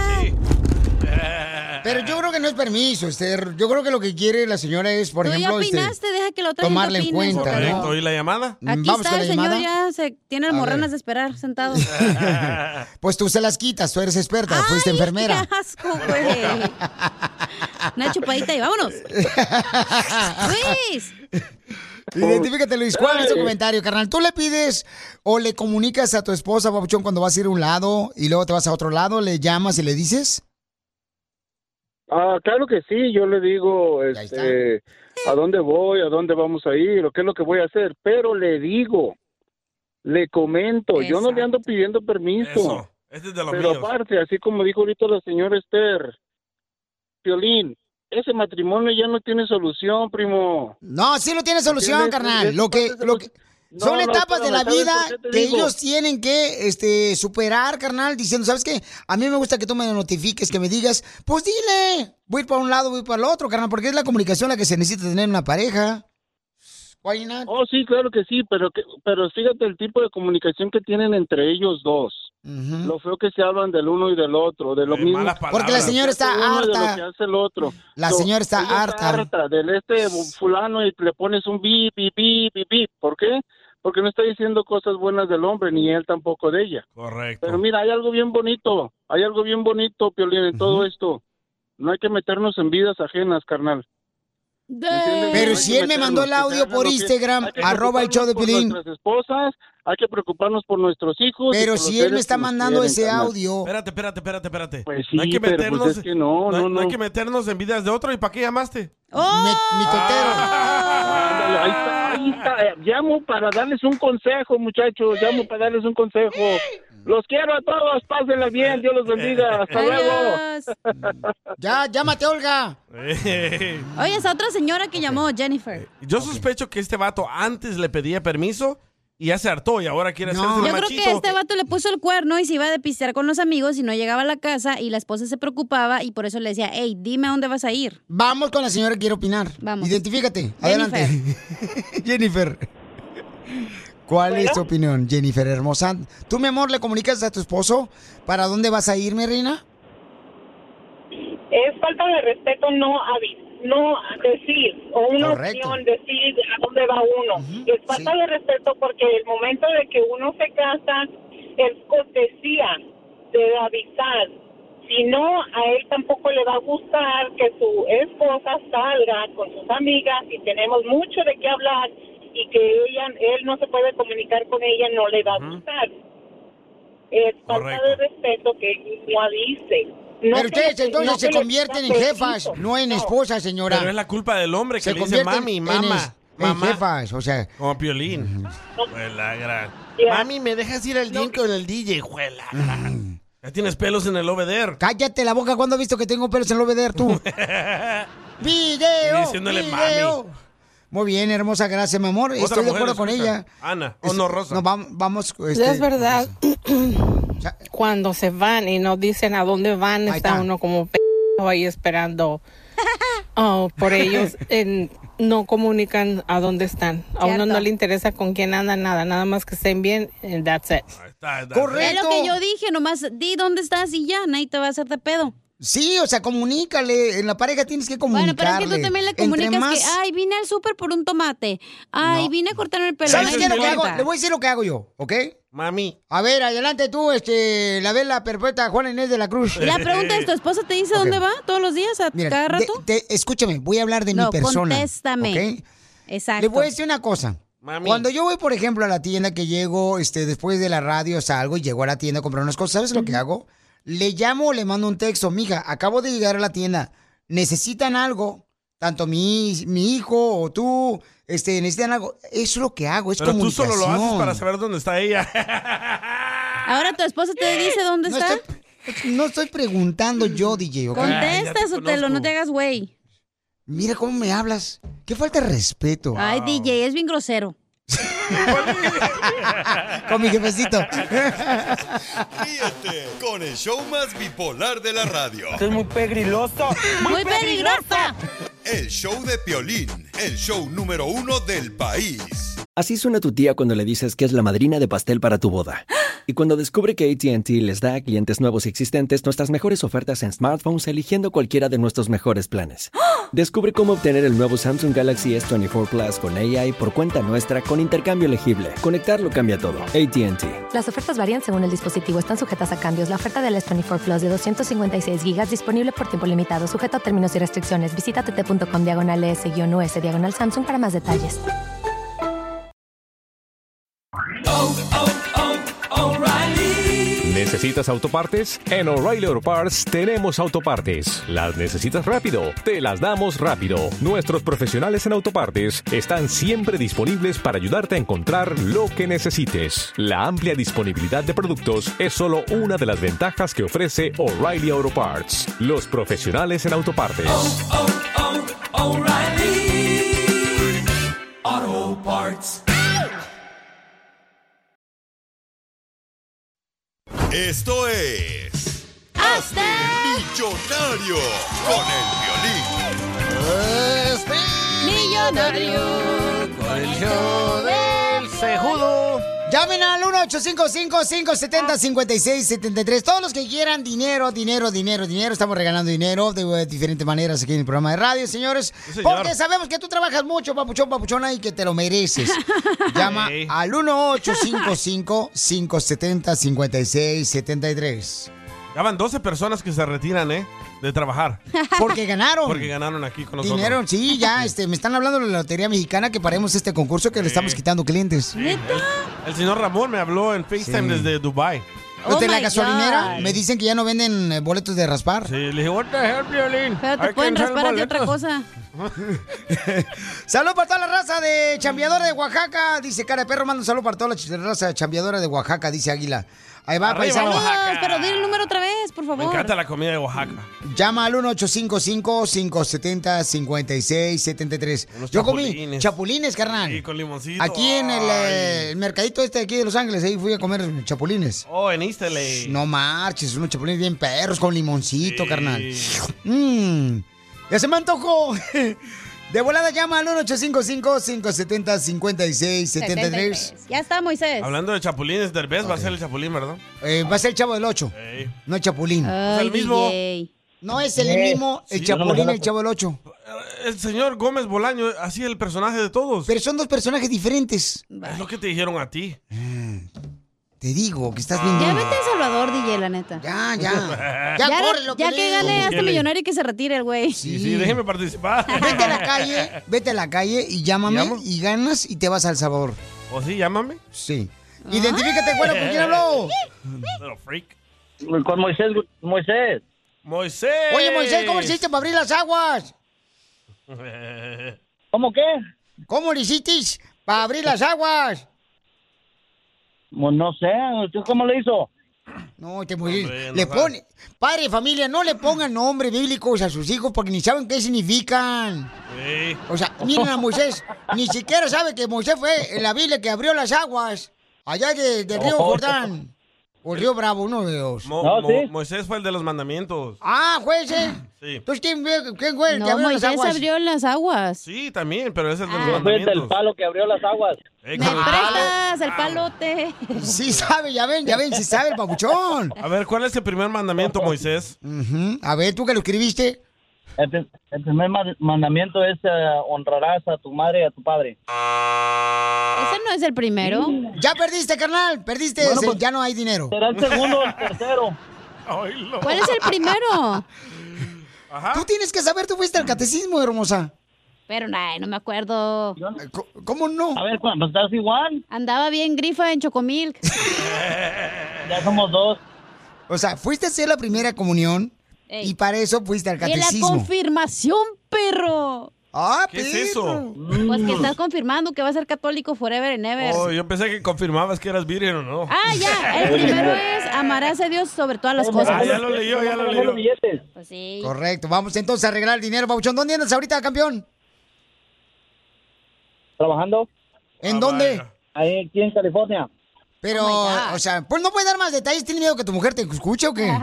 S3: Pero yo creo que no es permiso, Esther. Yo creo que lo que quiere la señora es, por
S5: Tú
S3: ejemplo,
S5: ya
S3: este,
S5: opinaste, deja que la otra
S3: tomarle en
S5: gente opine.
S3: cuenta,
S4: Correcto.
S3: ¿no?
S4: ¿Y la llamada?
S5: Aquí
S3: Vamos
S5: está
S3: con
S5: el
S3: la
S5: señor,
S3: llamada.
S5: ya se tiene
S3: A
S5: almorranas
S3: ver.
S5: de esperar sentado.
S3: Pues tú se las quitas, tú eres experta, fuiste enfermera.
S5: ¡Qué asco, güey! Una chupadita y vámonos. Luis.
S3: Identifícate, Luis. ¿Cuál es tu comentario, carnal? ¿Tú le pides o le comunicas a tu esposa, papuchón, cuando vas a ir a un lado y luego te vas a otro lado, le llamas y le dices?
S20: Ah, claro que sí, yo le digo este, a dónde voy, a dónde vamos a ir, o qué es lo que voy a hacer, pero le digo, le comento, yo no le ando pidiendo permiso.
S4: Eso. Este es de los
S20: Pero
S4: míos.
S20: aparte, así como dijo ahorita la señora Esther, Piolín, ese matrimonio ya no tiene solución, primo.
S3: No, sí lo tiene solución,
S20: ¿Entiendes?
S3: carnal.
S20: Es
S3: Lo que,
S20: parte de
S3: lo
S20: los-
S3: que
S20: No,
S3: son
S20: no,
S3: etapas de la
S20: espérame,
S3: vida
S20: ¿sabes por qué te
S3: que
S20: digo?
S3: ellos tienen que este, superar, carnal, diciendo, ¿sabes qué? A mí me gusta que tú me notifiques, que me digas, pues dile, voy para un lado, voy para el otro, carnal, porque es la comunicación la que se necesita tener en una pareja. Why not?
S20: Oh, sí, claro que sí, pero que, pero fíjate el tipo de comunicación que tienen entre ellos dos. Lo feo que se hablan del uno y del otro, de lo
S4: Eh,
S20: mismo.
S4: malas palabras.
S3: Porque la señora está
S20: Que hace uno y de
S3: harta.
S20: lo que hace el otro.
S3: La
S20: So,
S3: señora está
S20: ella
S3: harta.
S20: del este fulano y le pones un bip, bip, bip, bip, bip. ¿Por qué? Porque no está diciendo cosas buenas del hombre, ni él tampoco de ella.
S4: Correcto.
S20: Pero mira, hay algo bien bonito, hay algo bien bonito, Piolín, en todo esto. No hay que meternos en vidas ajenas, carnal. ¿Entiendes?
S3: Pero
S20: No hay
S3: si
S20: que
S3: él me
S20: meternos,
S3: mandó el
S20: que se
S3: audio
S20: hagan
S3: por
S20: lo que-
S3: Instagram,
S20: hay que
S3: arroba el show de
S20: preocuparnos por
S3: Piolín.
S20: nuestras esposas, hay que preocuparnos por nuestros hijos. y
S3: Pero
S20: por los
S3: si él me
S20: seres
S3: está
S20: que nos
S3: mandando
S20: quieren,
S3: ese
S20: carnal.
S3: audio.
S4: Espérate, espérate, espérate, espérate.
S20: Pues
S4: no hay
S20: sí,
S4: que
S20: pero, pues,
S4: meternos,
S20: es que no, no,
S4: hay-
S20: no.
S4: hay que meternos en vidas de otro. ¿Y para qué llamaste?
S5: ¡Oh!
S3: Mi, mi totero.
S20: Ándale, ahí está, ahí está. Eh, Llamo para darles un consejo, muchachos. Llamo para darles un consejo. Los quiero a todos. Pásenla bien. Dios los bendiga. Hasta luego.
S3: Ya, llámate, Olga.
S5: Oye, esa otra señora que llamó, Jennifer.
S4: Yo sospecho que este vato antes le pedía permiso y ya se hartó y ahora quiere hacerse el
S5: Yo creo
S4: machito.
S5: que este vato le puso el cuerno y se iba a pistear con los amigos y no llegaba a la casa y la esposa se preocupaba y por eso le decía, hey, dime a dónde vas a ir.
S3: Vamos con la señora que quiere opinar.
S5: Vamos.
S3: Identifícate. Adelante. Jennifer. ¿Cuál es tu opinión, Jennifer hermosa? ¿Tú, mi amor, le comunicas a tu esposo para dónde vas a ir, mi reina?
S21: Es falta de respeto no avisar, no decir, o una
S3: Correcto.
S21: opinión, decir a dónde va uno. Es falta de respeto porque el momento de que uno se casa es cortesía de avisar. Si no, a él tampoco le va a gustar que su esposa salga con sus amigas y tenemos mucho de qué hablar y que ella, él no se puede comunicar con ella, no le va a gustar. Es falta de respeto que no avise. No
S3: Pero
S21: que
S3: ustedes
S21: le-
S3: entonces
S21: no
S3: se
S21: que le
S3: convierten en
S21: pida
S3: jefas,
S21: permiso.
S3: no en esposas, señora.
S4: Pero es la culpa del hombre que
S3: Se
S4: le dice
S3: convierten
S4: mami,
S3: en
S4: mamá.
S3: es- en
S4: mamá.
S3: jefas, o sea.
S4: Como Piolín. Pues la gran.
S21: Ya.
S4: Mami, ¿me dejas ir al gym con el D J, juela? Ya tienes pelos en el obeder.
S3: Cállate la boca, ¿cuándo has visto que tengo pelos en el obeder tú? ¡Video!
S4: Diciéndole
S3: ¡Video!
S4: mami.
S3: Muy bien, hermosa, gracias, mi amor.
S4: Otra
S3: Estoy de
S4: mujer
S3: acuerdo con
S4: escucha.
S3: ella.
S4: Ana,
S3: Es-
S4: o no, Rosa.
S3: No, vamos, vamos
S22: Pues
S3: este,
S22: es verdad. Cuando se van y no dicen a dónde van,
S3: Ahí
S22: está,
S3: está.
S22: uno como p ahí esperando oh, por ellos. En- no comunican a dónde están. A uno
S5: Cierto.
S22: no le interesa con quién andan, nada. Nada más que estén bien, and that's it.
S5: Es lo que yo dije, nomás di dónde estás y ya, nadie te va a hacer de pedo.
S3: Sí, o sea, comunícale. En la pareja tienes que
S5: Bueno, pero
S3: comunicarle.
S5: es que tú también le
S3: Entre
S5: comunicas
S3: más-
S5: que, ay, vine al súper por un tomate. Ay,
S3: No.
S5: vine a cortarme el pelo.
S3: ¿Sabes
S5: Ay,
S3: qué es lo
S5: no
S3: que hago?
S5: importa.
S3: Le voy a decir lo que hago yo, ¿ok?
S4: Mami.
S3: A ver, adelante tú, este, la vela perpetua Juana Inés de la Cruz.
S5: La pregunta es, ¿tu esposa te dice dónde va todos los días, a
S3: Mira,
S5: cada
S3: de-
S5: rato?
S3: de- escúchame, voy a hablar de
S5: No,
S3: mi persona.
S5: contéstame.
S3: ¿ok?
S5: Exacto.
S3: Le voy a decir una cosa.
S4: Mami.
S3: Cuando yo voy, por ejemplo, a la tienda que llego, este, después de la radio salgo y llego a la tienda a comprar unas cosas, ¿sabes lo que hago? Le llamo o le mando un texto, mija, acabo de llegar a la tienda, necesitan algo, tanto mi, mi hijo o tú, este, necesitan algo. Eso es lo que hago, es
S4: Pero tú
S3: comunicación.
S4: solo lo haces para saber dónde está ella.
S5: Ahora tu esposa te dice dónde
S3: No
S5: está.
S3: estoy, no estoy preguntando yo, D J, ¿ok?
S5: Contesta, Sotelo, no te hagas güey.
S3: Mira cómo me hablas. Qué falta de respeto.
S5: Ay, D J, es bien grosero.
S3: Con mi jefecito.
S7: Ríete con el show más bipolar de la radio.
S15: Esto es muy pegriloso.
S5: ¡Muy peligrosa!
S7: El show de Piolín, el show número uno del país.
S1: Así suena tu tía cuando le dices que es la madrina de pastel para tu boda. Y cuando descubre que A T and T les da a clientes nuevos y existentes nuestras mejores ofertas en smartphones eligiendo cualquiera de nuestros mejores planes. Descubre cómo obtener el nuevo Samsung Galaxy S veinticuatro Plus con A I por cuenta nuestra con intercambio elegible. Conectarlo cambia todo. A T and T.
S2: Las ofertas varían según el dispositivo. Están sujetas a cambios. La oferta del S veinticuatro Plus de doscientos cincuenta y seis gigas disponible por tiempo limitado. Sujeto a términos y restricciones. Visita tt.com diagonal S-U S diagonal Samsung para más detalles.
S23: ¿Necesitas autopartes? En O'Reilly Auto Parts tenemos autopartes. ¿Las necesitas rápido? Te las damos rápido. Nuestros profesionales en autopartes están siempre disponibles para ayudarte a encontrar lo que necesites. La amplia disponibilidad de productos es solo una de las ventajas que ofrece O'Reilly Auto Parts. Los profesionales en autopartes.
S8: O'Reilly Auto Parts.
S7: Esto es... ¡Hazte millonario con el Piolín!
S5: Millonario
S4: con el show del cejudo.
S3: Llamen al uno ocho cinco cinco, cinco siete cero, cinco seis siete tres. Todos los que quieran dinero, dinero, dinero, dinero. Estamos regalando dinero de diferentes maneras aquí en el programa de radio, señores.
S8: Sí, señor.
S3: Porque sabemos que tú trabajas mucho, papuchón, papuchona, y que te lo mereces. Llama
S4: Sí.
S3: al uno ocho cinco cinco, cinco siete cero, cinco seis siete tres.
S4: Ya van doce personas que se retiran, ¿eh? De trabajar.
S3: Porque ganaron.
S4: Porque ganaron aquí con nosotros.
S3: Dinero, sí, ya, este, me están hablando de la Lotería Mexicana que paremos este concurso que le estamos quitando clientes.
S4: El, el señor Ramón me habló en FaceTime
S3: Sí.
S4: desde Dubai.
S3: Los
S5: Oh
S3: de la
S5: my
S3: gasolinera
S5: God.
S3: me dicen que ya no venden eh, boletos de raspar.
S4: Sí, le dije, what the hell, Piolín?
S5: Pero te
S4: I
S5: pueden
S4: can sell
S5: raspar a ti otra
S4: boletos.
S5: cosa.
S3: Saludos para toda la raza de chambeadora de Oaxaca. Dice Cara de Perro, manda un saludo para toda la ch- raza de chambeadora de Oaxaca, dice Águila. Ahí va,
S4: Arriba,
S3: paisano.
S4: Oaxaca.
S5: Pero di el número otra vez, por
S4: Me
S5: favor.
S4: encanta la comida de Oaxaca.
S3: Llama al uno ocho cinco cinco, cinco siete cero, cinco seis siete tres.
S4: Unos
S3: Yo comí
S4: chapulines.
S3: chapulines, carnal.
S4: Y con limoncito.
S3: Aquí en el, eh,
S4: Ay.
S3: el mercadito este de aquí de Los Ángeles, ahí fui a comer chapulines.
S4: Oh, en East L A.
S3: No marches, unos chapulines bien perros con limoncito,
S4: Sí.
S3: carnal. Mmm, ya se me antojó. De volada llama al uno ocho cinco cinco, cinco siete cero, cinco seis siete tres.
S5: Ya está, Moisés.
S4: Hablando de chapulines, Derbez va a ser el chapulín, ¿verdad?
S3: Eh, va a ser el Chavo del ocho,
S4: Ey.
S3: no el Chapulín.
S5: Ay,
S4: Es el mismo.
S5: D J.
S3: No es el
S4: Eh,
S3: mismo, el
S4: sí,
S3: Chapulín
S4: no,
S3: y el Chavo del ocho.
S4: El señor Gómez Bolaño hacía el personaje de todos.
S3: Pero son dos personajes diferentes.
S4: Es lo que te dijeron a ti.
S3: Te digo que estás bien.
S5: Ya vete a El Salvador, D J, la neta.
S3: Ya, ya.
S5: Ya,
S3: Ya, córrelo,
S5: ya que
S3: Piolín.
S5: gane
S4: Como
S5: hasta
S4: que le-
S5: millonario y que se retire el güey.
S4: Sí, sí, déjeme participar.
S3: Vete a la calle, vete a la calle y llámame
S4: ¿Llamo?
S3: y ganas y te vas a El Salvador.
S4: ¿O sí? Llámame.
S3: Sí. Identifícate, bueno, ¿con quién habló?
S4: Little freak.
S13: Con Moisés, Moisés.
S4: Moisés.
S3: Oye, Moisés, ¿cómo le hiciste para abrir las aguas?
S13: ¿Cómo qué?
S3: ¿Cómo le hiciste para abrir las aguas?
S13: Pues no sé, ¿usted cómo le hizo?
S3: No, te Moisés,
S4: Hombre, no
S3: le
S4: sabe.
S3: pone, padre de familia, no le pongan nombres bíblicos a sus hijos porque ni saben qué significan.
S4: Sí.
S3: O sea, miren a Moisés, ni siquiera sabe que Moisés fue en la Biblia que abrió las aguas allá de- del río
S13: Oh.
S3: Jordán. O Río Bravo, uno de dos.
S4: Mo-
S3: No,
S4: Mo-
S3: sí.
S4: Moisés fue el de los mandamientos.
S3: Ah, ¿fue ese?
S4: Sí.
S3: Entonces, ¿quién, fue- quién fue el que
S5: No,
S3: abrió las
S5: Moisés
S3: aguas?
S5: abrió las aguas.
S4: Sí, también, pero ese es de los
S5: Ah.
S6: Fue el
S4: mandamientos.
S6: del palo que abrió las aguas.
S4: Eh,
S5: ¿Me
S4: con el palo.
S5: prestas el palote?
S3: Sí sabe, ya ven, ya ven, sí sabe el papuchón.
S4: A ver, ¿cuál es el primer mandamiento, Moisés?
S3: Ujú. A ver, ¿tú que lo escribiste?
S6: El, pri- el primer ma- mandamiento es eh, honrarás a tu madre y a tu padre.
S5: Ese no es el primero.
S3: Ya perdiste, carnal, perdiste,
S6: Bueno,
S3: ese,
S6: pues,
S3: ya no hay dinero.
S6: Será el segundo o el tercero.
S5: ¿Cuál es el primero?
S3: Tú tienes que saber, tú fuiste al catecismo, hermosa.
S5: Pero ay, no me acuerdo.
S3: ¿Cómo no?
S6: A ver, ¿cuándo estás igual?
S5: Andaba bien grifa en Chocomilk.
S6: Ya somos dos.
S3: O sea, fuiste a hacer la primera comunión
S5: Ey.
S3: y para eso fuiste al
S5: Y la
S3: catecismo.
S5: confirmación, perro.
S3: Ah,
S4: ¿Qué es eso?
S5: Pues que estás confirmando que va a ser católico forever and ever.
S4: Oh, yo pensé que confirmabas que eras virgen o no.
S5: Ah, ya. El primero es amarás a Dios sobre todas las cosas.
S4: Ah, ya lo leyó, ya lo leyó.
S5: Pues sí.
S3: Correcto, vamos entonces a arreglar el dinero, papuchón. ¿Dónde andas ahorita, campeón?
S6: ¿Trabajando?
S3: ¿En
S4: Ah,
S3: dónde?
S4: vaya.
S6: Ahí, aquí en California.
S3: Pero,
S5: Oh my God.
S3: o sea, pues no puedes dar más detalles. ¿Tienes miedo que tu mujer te escuche o qué?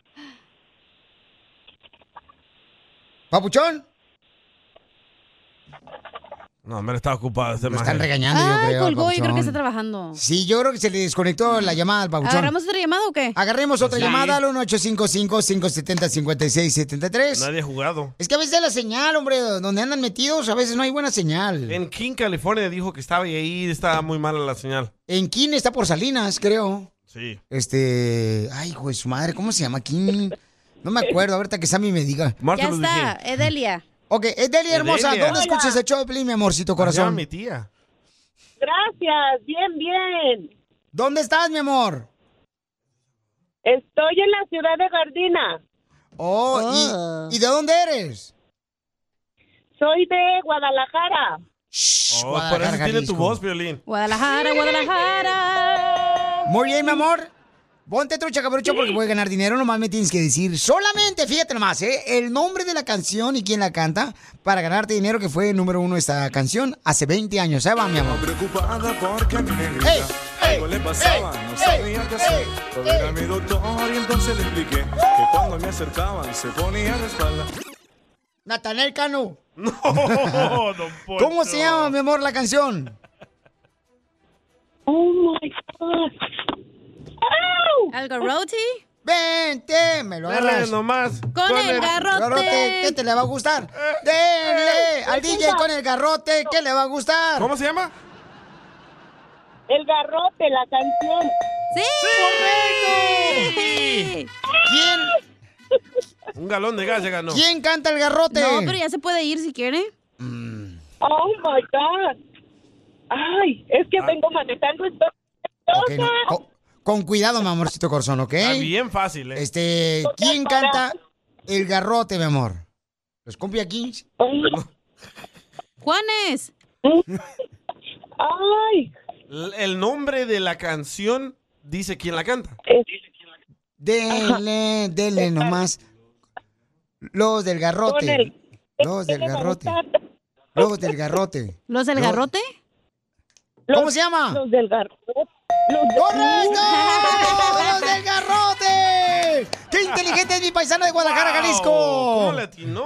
S3: ¿Papuchón?
S4: No, hombre, estaba ocupado este
S3: Lo están
S4: maje.
S3: regañando, yo
S5: Ay,
S3: creo.
S5: colgó, yo creo
S3: papuchón.
S5: que está trabajando.
S3: Sí, yo creo que se le desconectó la llamada al papuchón.
S5: ¿Agarramos otra llamada o qué?
S3: Agarremos otra
S4: Sí.
S3: llamada al uno ocho cinco cinco, cinco siete cero, cinco seis siete tres.
S4: Nadie ha jugado.
S3: Es que a veces la señal, hombre, donde andan metidos, a veces no hay buena señal.
S4: En King, California, dijo que estaba y ahí estaba muy mala la señal.
S3: En King está por Salinas, creo.
S4: Sí.
S3: Este. Ay, hijo de su madre, ¿cómo se llama King? No me acuerdo, ahorita que Sammy me diga.
S4: Martin
S5: Ya
S4: Luther
S5: está,
S4: King.
S5: Edelia.
S3: Ok, Edelia hermosa,
S4: Edelia.
S3: ¿dónde escuchas el show de Pelín, mi amorcito
S4: Allá,
S3: corazón?
S4: mi tía.
S21: Gracias, bien, bien.
S3: ¿Dónde estás, mi amor?
S21: Estoy en la ciudad de Gardina.
S3: Oh,
S5: Oh.
S3: ¿y, ¿y de dónde eres?
S21: Soy de Guadalajara.
S3: Shh,
S4: Oh, por eso
S3: Guadalajara,
S4: tiene tu
S3: Jalisco.
S4: voz, Violín.
S5: Guadalajara, Guadalajara.
S3: Muy bien, mi amor. Ponte trucha, caperucho, porque puedes ganar dinero. Nomás me tienes que decir solamente, fíjate nomás, ¿eh? El nombre de la canción y quién la canta para ganarte dinero, que fue el número uno esta canción hace veinte años. Ahí va, mi amor.
S8: Preocupada porque a mi negrita
S3: ¡Ey!
S8: algo le pasaba, no sabía qué hacer. Fue a ver a mi doctor y entonces le expliqué que cuando me acercaban se ponía de espalda.
S3: Natanael Cano.
S4: No, don Poncho.
S3: ¿Cómo se llama, mi amor, la canción?
S21: Oh my God.
S5: ¿Algo roti?
S3: Vente, me lo
S4: Dale
S3: agarras.
S4: nomás.
S5: Con el garrote.
S3: Garrote, ¿qué te le va a gustar? Denle al D J con el garrote, ¿qué le va a gustar?
S4: ¿Cómo se llama?
S21: El garrote, la canción.
S5: ¡Sí!
S3: ¡Correcto! ¿Quién,
S4: Un galón de gas ya ganó.
S3: ¿Quién canta el garrote?
S5: No, pero ya se puede ir si quiere.
S21: Oh my God. Ay, es que vengo manejando esto.
S3: Ok, no. con, con cuidado, mi amorcito corazón, ¿ok?
S4: Está bien fácil, ¿eh?
S3: Este, ¿quién canta el garrote, mi amor? ¿Los Cumbia Kings?
S5: Juanes.
S21: Ay.
S4: L- El nombre de la canción dice quién la canta.
S3: Denle, denle nomás. Los del
S21: Con
S3: garrote.
S21: el-
S3: Los del garrote. Los del garrote.
S5: ¿Los del
S3: Los-
S5: garrote?
S3: ¿Cómo se llama?
S21: Los del garrote. Los de-
S3: ¡Correcto! ¡Los del garrote! ¡Qué inteligente es mi paisano de Guadalajara,
S4: Wow,
S3: Jalisco!
S4: ¿Cómo le atinó?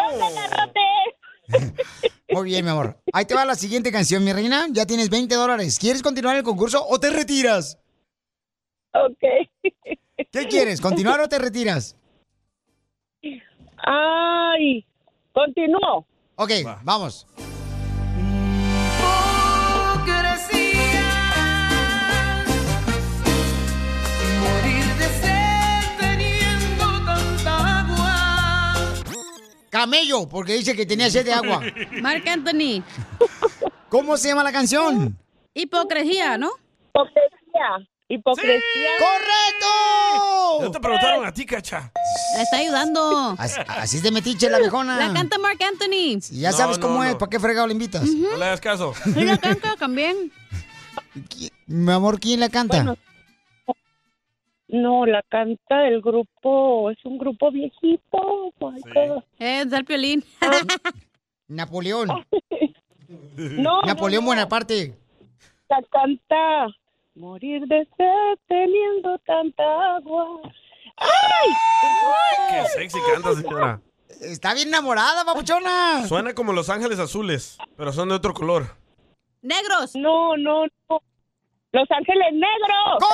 S3: Muy bien, mi amor. Ahí te va la siguiente canción, mi reina. Ya tienes veinte dólares. ¿Quieres continuar el concurso o te retiras?
S21: Ok.
S3: ¿Qué quieres? ¿Continuar o te retiras?
S21: Ay. Continúo.
S3: Ok, vamos.
S8: Morir de sed teniendo tanta agua.
S3: Camello, porque dice que tenía sed de agua.
S5: Marc Anthony.
S3: ¿Cómo se llama la canción?
S5: Hipocresía, ¿no?
S21: Hipocresía. Hipocresía.
S3: ¡Correcto!
S4: No te preguntaron a ti, cacha.
S5: La está ayudando.
S3: Así, así es de metiche la viejona.
S5: La canta Marc Anthony.
S3: Y ya
S4: No,
S3: sabes
S4: no,
S3: cómo es,
S4: no.
S3: ¿para qué fregado le invitas?
S4: No le hagas caso.
S5: Y la canta también.
S3: Mi amor, ¿quién la canta?
S21: Bueno. No, la canta el grupo, es un grupo viejito. Oh my God.
S5: Eh, del Piolín.
S3: Napoleón.
S21: No,
S3: Napoleón
S21: no, no.
S3: Bonaparte.
S21: La canta morir de sed teniendo tanta agua. ¡Ay!
S4: Qué sexy canta, señora.
S3: Está bien enamorada, papuchona.
S4: Suena como Los Ángeles Azules, pero son de otro color.
S5: ¡Negros!
S21: No, no, no. ¡Los Ángeles Negros!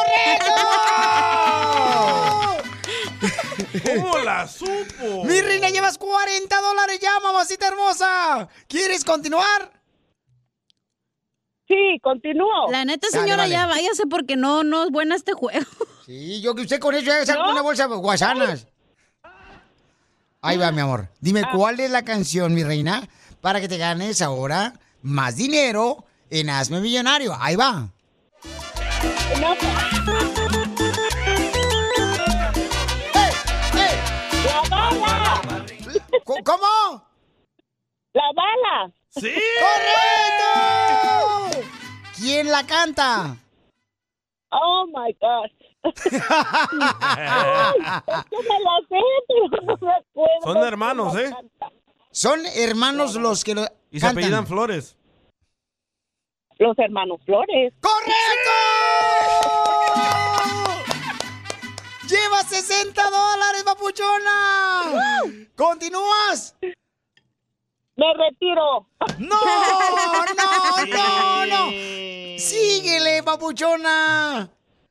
S3: ¡Correcto!
S4: ¿Cómo la supo?
S3: Mi reina, llevas cuarenta dólares ya, mamacita hermosa. ¿Quieres continuar?
S21: Sí, continúo.
S5: La neta,
S3: Dale,
S5: señora,
S3: dale.
S5: ya váyase porque no, no es buena este juego.
S3: Sí, yo que usted con eso ya saca
S21: ¿No?
S3: una bolsa de guasanas. Ahí va, mi amor. Dime, ¿cuál es la canción, mi reina, para que te ganes ahora más dinero en Hazme Millonario? Ahí va.
S21: No. ¡La bala!
S3: ¿Cómo?
S21: ¡La bala!
S4: ¡Sí!
S3: ¡Correcto! ¿Quién la canta?
S21: Oh my gosh. Ay, es que me la sé, pero no me acuerdo.
S4: Son hermanos, ¿eh?
S3: Son hermanos los que lo
S4: Y se
S3: cantan.
S4: apellidan Flores.
S21: Los hermanos Flores.
S3: ¡Correcto! ¡Lleva sesenta dólares, papuchona! ¿Continúas?
S21: Me retiro.
S3: ¡No! ¡No, no, no! ¡Síguele, papuchona!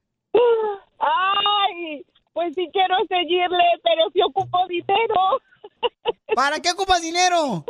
S21: Ay, pues sí quiero seguirle, pero sí ocupo dinero.
S3: ¿Para qué ocupas dinero?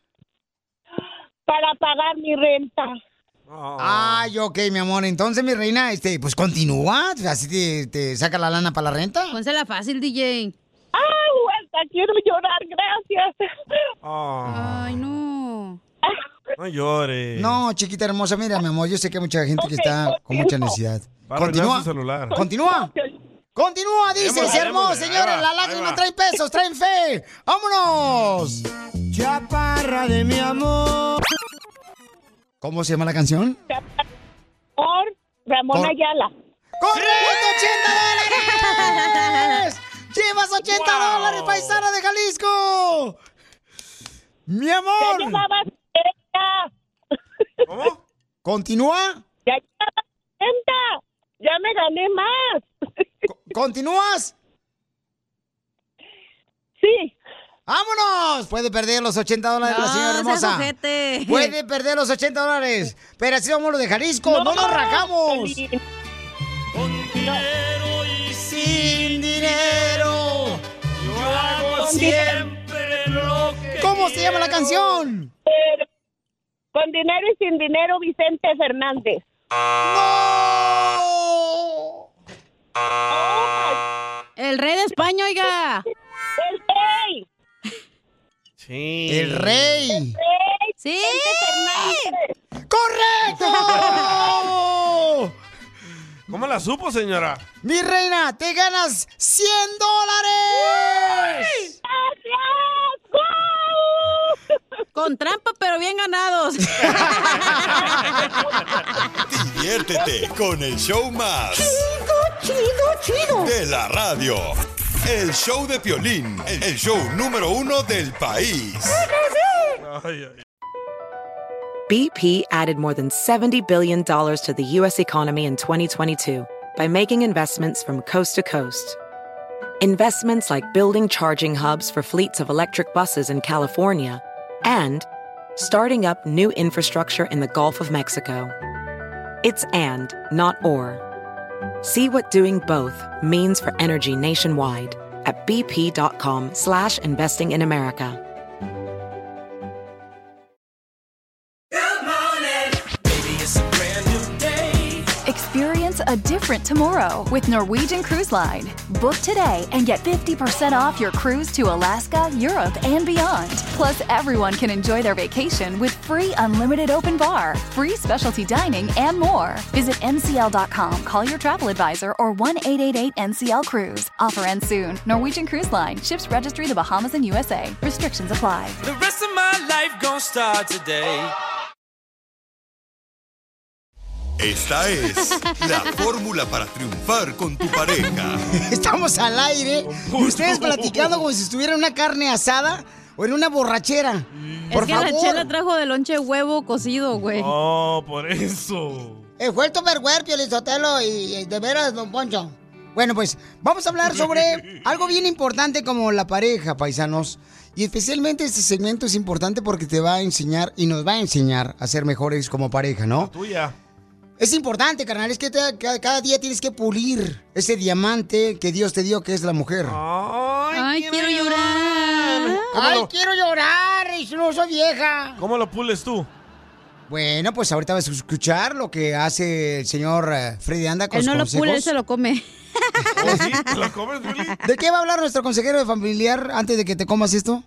S21: Para pagar mi renta.
S4: Oh.
S3: Ay, ok, mi amor. Entonces, mi reina, este, pues continúa. Así te, te saca la lana para la renta.
S5: Pónsela fácil, D J.
S21: Ay, hasta quiero llorar, gracias.
S4: Oh.
S5: Ay, no.
S4: No llores.
S3: No, chiquita hermosa, mira, mi amor, yo sé que hay mucha gente que está con mucha necesidad.
S4: Va a arruinar
S3: Continúa.
S4: su celular.
S3: Continúa. Continúa, dice,
S4: Démosle,
S3: se hermoso,
S4: démosle.
S3: señores.
S4: Ahí va,
S3: Las
S4: ahí
S3: lágrimas
S4: va.
S3: traen pesos, traen fe. ¡Vámonos! Chaparra de mi amor. ¿Cómo se llama la canción?
S21: Por Ramón
S3: Por-
S21: Ayala.
S3: ¡Correcto! ¡ochenta dólares! ¡Llevas ochenta
S21: Wow.
S3: dólares, paisana de Jalisco! ¡Mi
S21: Ya
S3: amor!
S21: llevaba sesenta.
S4: ¿Cómo?
S3: ¿Continúa?
S21: Ya llevaba sesenta. Ya me gané más.
S3: ¿Continúas?
S21: Sí.
S3: ¡Vámonos! Puede perder los ochenta dólares la señora
S5: No,
S3: hermosa.
S5: seas ojete.
S3: Puede perder los ochenta dólares. Pero así vamos los de Jalisco. ¡No, nos rajamos!
S21: Con dinero
S3: y sin dinero, yo hago siempre lo que ¿Cómo se llama la canción?
S21: Con dinero y sin dinero, Vicente Fernández.
S3: ¡No!
S5: El rey de España, oiga.
S21: El rey.
S4: Sí.
S3: El rey.
S5: Sí.
S3: ¡Correcto!
S4: ¿Cómo la supo, señora?
S3: Mi reina, te ganas cien dólares.
S5: Con trampa, pero bien ganados.
S7: Diviértete con el show más
S3: Chido, chido, chido.
S7: de la radio. El show de Piolín, el show número uno del país.
S4: Ay, ay.
S9: B P added more than seventy billion dollars to the U S economy in twenty twenty-two by making investments from coast to coast. Investments like building charging hubs for fleets of electric buses in California and starting up new infrastructure in the Gulf of Mexico. It's and, not or. See what doing both means for energy nationwide at bp.com slash investing in America.
S10: Experience a different tomorrow with Norwegian Cruise Line. Book today and get fifty percent off your cruise to Alaska, Europe, and beyond. Plus, everyone can enjoy their vacation with free unlimited open bar, free specialty dining, and more. Visit N C L dot com, call your travel advisor, or one eight eight eight N C L Cruise. Offer ends soon. Norwegian Cruise Line. Ships registry the Bahamas and U S A. Restrictions apply.
S11: The rest of my life gon' start today.
S7: Esta es la fórmula para triunfar con tu pareja.
S3: Estamos al aire y ustedes platicando como si estuviera en una carne asada o en una borrachera. Por
S5: es que
S3: favor.
S5: la chela trajo de lonche huevo cocido, güey.
S4: Oh, por eso.
S3: Eh, fue el Tupperware, Piolizotelo, y, y de veras, don Poncho. Bueno, pues vamos a hablar sobre algo bien importante como la pareja, paisanos. Y especialmente este segmento es importante porque te va a enseñar y nos va a enseñar a ser mejores como pareja, ¿no?
S4: La tuya.
S3: Es importante, carnal, es que te, cada, cada día tienes que pulir ese diamante que Dios te dio, que es la mujer.
S4: Ay,
S5: Ay quiero llorar.
S3: Ay,
S4: lo...
S3: quiero llorar, y no soy vieja.
S4: ¿Cómo lo pules tú?
S3: Bueno, pues ahorita vas a escuchar lo que hace el señor uh, Freddy Anda con
S5: él
S3: sus
S5: no
S3: consejos.
S5: lo pule, él se lo come.
S4: ¿Oh, sí? ¿Te lo comes, Juli?
S3: ¿De qué va a hablar nuestro consejero de familiar antes de que te comas esto?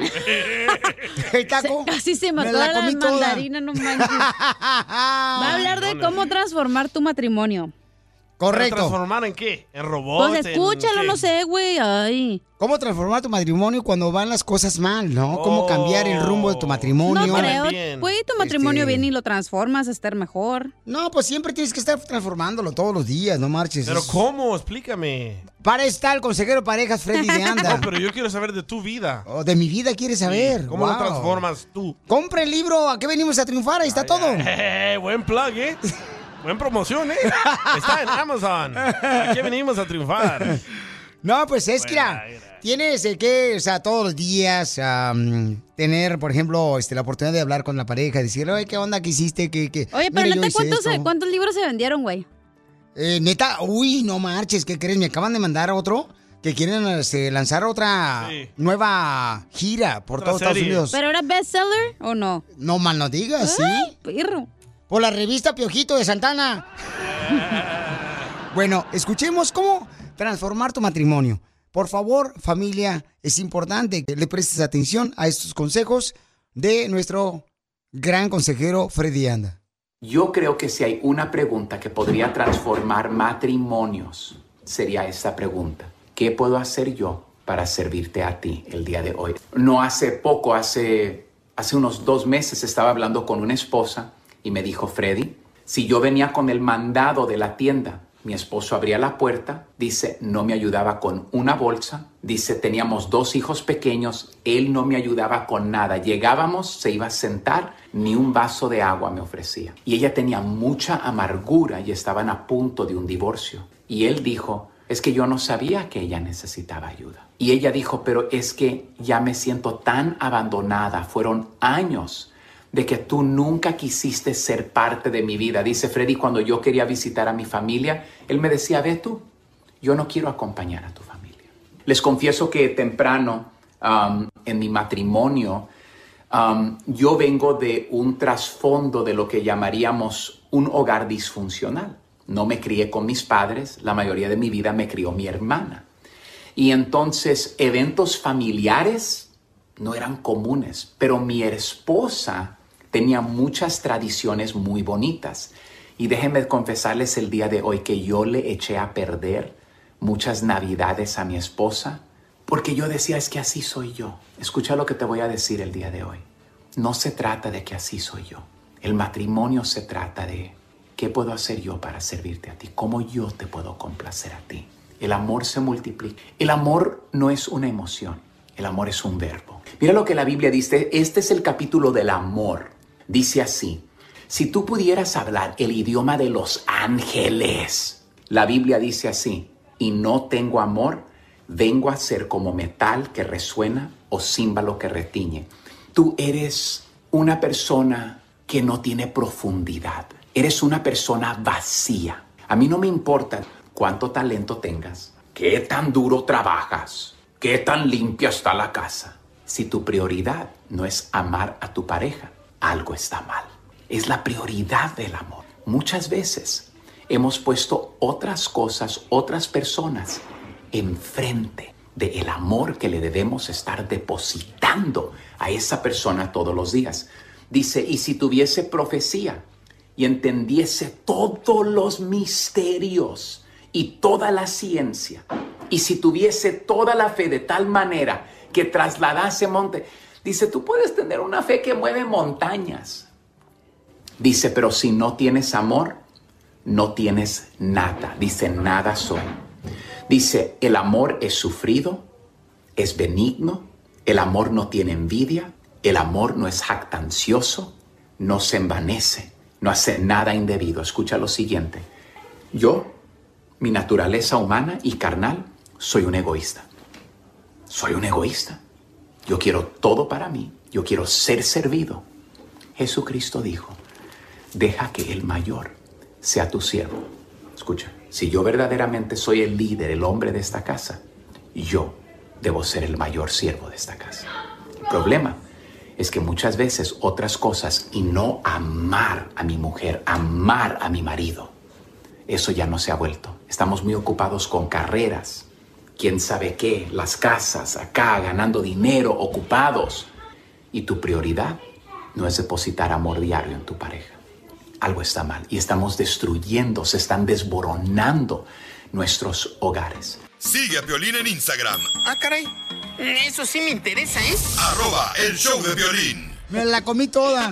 S3: ¿El taco?
S5: Se, casi se mató
S3: la
S5: a la
S3: comí toda.
S5: mandarina, no manches. Va a hablar de cómo transformar tu matrimonio.
S3: Correcto.
S4: ¿Pero transformar en qué? ¿En robots?
S5: Pues escúchalo, no sé, güey. Ay.
S3: ¿Cómo transformar tu matrimonio cuando van las cosas mal, no? ¿Cómo cambiar el rumbo de tu matrimonio?
S5: No creo. Güey, tu matrimonio
S3: Este-
S5: viene y lo transformas a estar mejor.
S3: No, pues siempre tienes que estar transformándolo todos los días, no marches.
S4: ¿Pero
S3: Es-
S4: cómo? Explícame.
S3: Para estar el consejero de parejas, Freddy de Anda.
S4: No, pero yo quiero saber de tu vida.
S3: Oh, de mi vida quieres saber.
S4: ¿Cómo lo
S3: Wow.
S4: transformas tú?
S3: Compre el libro, ¿a qué venimos a triunfar? Ahí está todo.
S4: Eh, buen plug, ¿eh? Buen promoción, ¿eh? Está en Amazon. Aquí venimos a triunfar.
S3: No, pues es que, mira, tienes eh, que, o sea, todos los días am, tener, por ejemplo, este, la oportunidad de hablar con la pareja, decirle, oye, ¿qué onda? ¿Qué hiciste? ¿Qué, qué?
S5: Oye, pero
S3: Mira, yo
S5: neta,
S3: hice
S5: ¿cuántos,
S3: esto.
S5: ¿cuántos libros se vendieron, güey?
S3: Eh, neta, uy, no marches, ¿qué crees? Me acaban de mandar otro que quieren este, lanzar otra
S4: Sí.
S3: nueva gira por
S4: Otra
S3: todos Estados
S4: serie.
S3: Unidos.
S5: ¿Pero era bestseller o no?
S3: No mal no digas,
S5: Ay,
S3: ¿sí?
S5: perro.
S3: Por la revista Piojito de Santana. Bueno, escuchemos cómo transformar tu matrimonio. Por favor, familia, es importante que le prestes atención a estos consejos de nuestro gran consejero Freddy Anda.
S12: Yo creo que si hay una pregunta que podría transformar matrimonios, sería esta pregunta. ¿Qué puedo hacer yo para servirte a ti el día de hoy? No hace poco, hace, hace unos dos meses estaba hablando con una esposa y me dijo, Freddy, si yo venía con el mandado de la tienda, mi esposo abría la puerta, dice, no me ayudaba con una bolsa, dice, teníamos dos hijos pequeños, él no me ayudaba con nada. Llegábamos, se iba a sentar, ni un vaso de agua me ofrecía. Y ella tenía mucha amargura y estaban a punto de un divorcio. Y él dijo, es que yo no sabía que ella necesitaba ayuda. Y ella dijo, pero es que ya me siento tan abandonada, fueron años de que tú nunca quisiste ser parte de mi vida. Dice Freddy, cuando yo quería visitar a mi familia, él me decía, ve tú, yo no quiero acompañar a tu familia. Les confieso que temprano um, en mi matrimonio, um, yo vengo de un trasfondo de lo que llamaríamos un hogar disfuncional. No me crié con mis padres, la mayoría de mi vida me crió mi hermana. Y entonces eventos familiares no eran comunes, pero mi esposa tenía muchas tradiciones muy bonitas. Y déjenme confesarles el día de hoy que yo le eché a perder muchas navidades a mi esposa porque yo decía, es que así soy yo. Escucha lo que te voy a decir el día de hoy. No se trata de que así soy yo. El matrimonio se trata de qué puedo hacer yo para servirte a ti, cómo yo te puedo complacer a ti. El amor se multiplica. El amor no es una emoción, el amor es un verbo. Mira lo que la Biblia dice, este es el capítulo del amor. Dice así, si tú pudieras hablar el idioma de los ángeles, la Biblia dice así, y no tengo amor, vengo a ser como metal que resuena o címbalo que retiñe. Tú eres una persona que no tiene profundidad, eres una persona vacía. A mí no me importa cuánto talento tengas, qué tan duro trabajas, qué tan limpia está la casa. Si tu prioridad no es amar a tu pareja, algo está mal. Es la prioridad del amor. Muchas veces hemos puesto otras cosas, otras personas enfrente del amor que le debemos estar depositando a esa persona todos los días. Dice, y si tuviese profecía y entendiese todos los misterios y toda la ciencia, y si tuviese toda la fe de tal manera que trasladase monte. Dice, tú puedes tener una fe que mueve montañas. Dice, pero si no tienes amor, no tienes nada. Dice, nada soy. Dice, el amor es sufrido, es benigno, el amor no tiene envidia, el amor no es jactancioso, no se envanece, no hace nada indebido. Escucha lo siguiente. Yo, mi naturaleza humana y carnal, soy un egoísta. Soy un egoísta. Yo quiero todo para mí. Yo quiero ser servido. Jesucristo dijo, deja que el mayor sea tu siervo. Escucha, si yo verdaderamente soy el líder, el hombre de esta casa, yo debo ser el mayor siervo de esta casa. El problema es que muchas veces otras cosas y no amar a mi mujer, amar a mi marido, eso ya no se ha vuelto. Estamos muy ocupados con carreras, quién sabe qué, las casas, acá, ganando dinero, ocupados. Y tu prioridad no es depositar amor diario en tu pareja. Algo está mal y estamos destruyendo, se están desboronando nuestros hogares.
S7: Sigue a Piolín en Instagram.
S16: Ah, caray. Eso sí me interesa, ¿eh?
S7: Arroba el show de Piolín.
S3: Me la comí toda.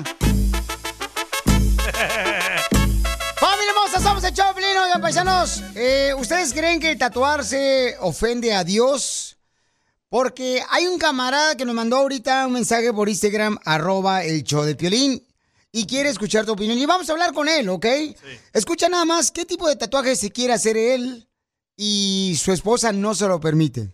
S3: ¡Familia hermosa! Somos el show de Piolín, oigan, paisanos. Eh, ¿Ustedes creen que tatuarse ofende a Dios? Porque hay un camarada que nos mandó ahorita un mensaje por Instagram, arroba el show de Piolín, y quiere escuchar tu opinión. Y vamos a hablar con él, ¿ok? Sí. Escucha nada más qué tipo de tatuaje se quiere hacer él y su esposa no se lo permite.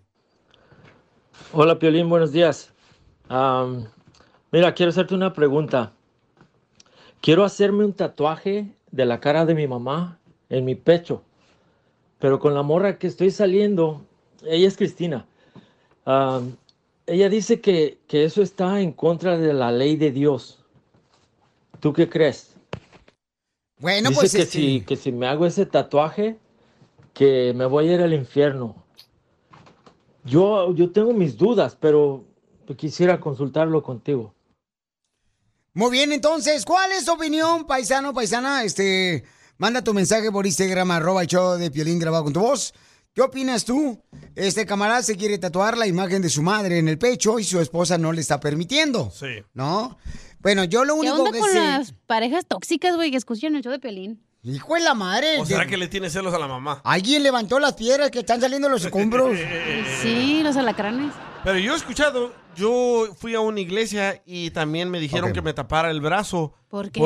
S17: Hola, Piolín, buenos días. Um, mira, quiero hacerte una pregunta. Quiero hacerme un tatuaje de la cara de mi mamá en mi pecho, pero con la morra que estoy saliendo, ella es Cristina. Um, ella dice que, que eso está en contra de la ley de Dios. ¿Tú qué crees?
S3: Bueno,
S17: dice
S3: pues
S17: que,
S3: este...
S17: si, que si me hago ese tatuaje, que me voy a ir al infierno. Yo, yo tengo mis dudas, pero quisiera consultarlo contigo.
S3: Muy bien, entonces, ¿cuál es tu opinión, paisano, paisana? Este, manda tu mensaje por Instagram, arroba el show de Piolín grabado con tu voz. ¿Qué opinas tú? Este camarada se quiere tatuar la imagen de su madre en el pecho y su esposa no le está permitiendo.
S4: Sí.
S3: ¿No? Bueno, yo lo único
S5: ¿Qué onda
S3: que
S5: con
S3: sé...
S5: las parejas tóxicas, güey, que escuchan el show de Piolín?
S3: Hijo de la madre.
S4: ¿O será
S3: de...
S4: que le tiene celos a la mamá?
S3: Alguien levantó las piedras que están saliendo de los escombros.
S5: Sí, los alacranes.
S4: Pero yo he escuchado, yo fui a una iglesia y también me dijeron
S3: Okay.
S4: que me tapara el brazo.
S5: ¿Por qué?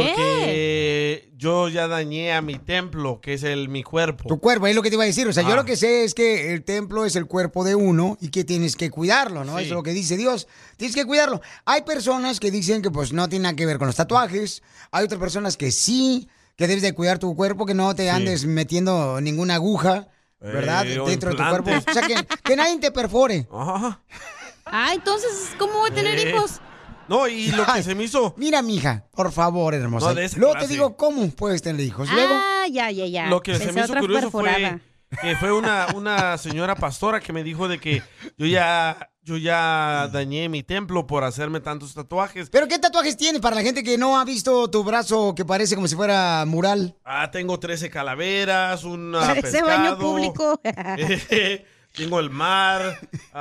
S4: Porque yo ya dañé a mi templo, que es el mi cuerpo.
S3: Tu cuerpo, es lo que te iba a decir. O sea,
S4: Ah.
S3: yo lo que sé es que el templo es el cuerpo de uno y que tienes que cuidarlo, ¿no?
S4: Sí.
S3: Eso es lo que dice Dios. Tienes que cuidarlo. Hay personas que dicen que pues no tiene nada que ver con los tatuajes. Hay otras personas que sí, que debes de cuidar tu cuerpo, que no te
S4: Sí.
S3: andes metiendo ninguna aguja, ¿verdad?
S4: Eh, o
S3: Dentro de tu
S4: implante.
S3: cuerpo. O sea, que, que nadie te perfore.
S4: Ajá.
S5: Ah, entonces, ¿cómo voy a tener
S4: Eh.
S5: hijos?
S4: No, y lo que se me hizo...
S3: Mira, mija, por favor, hermosa.
S4: No, de esa
S3: Luego
S4: clase.
S3: te digo cómo puedes tener hijos. Luego,
S5: Ah, ya, ya, ya.
S4: Lo que se
S5: Pensé
S4: me hizo
S5: otra
S4: curioso
S5: perforada.
S4: fue que fue una, una señora pastora que me dijo de que yo ya, yo ya dañé mi templo por hacerme tantos tatuajes.
S3: ¿pero qué tatuajes tienes para la gente que no ha visto tu brazo que parece como si fuera mural?
S4: Ah, tengo trece calaveras, un ah,
S5: Parece
S4: pescado.
S5: baño público.
S4: eh, tengo el mar,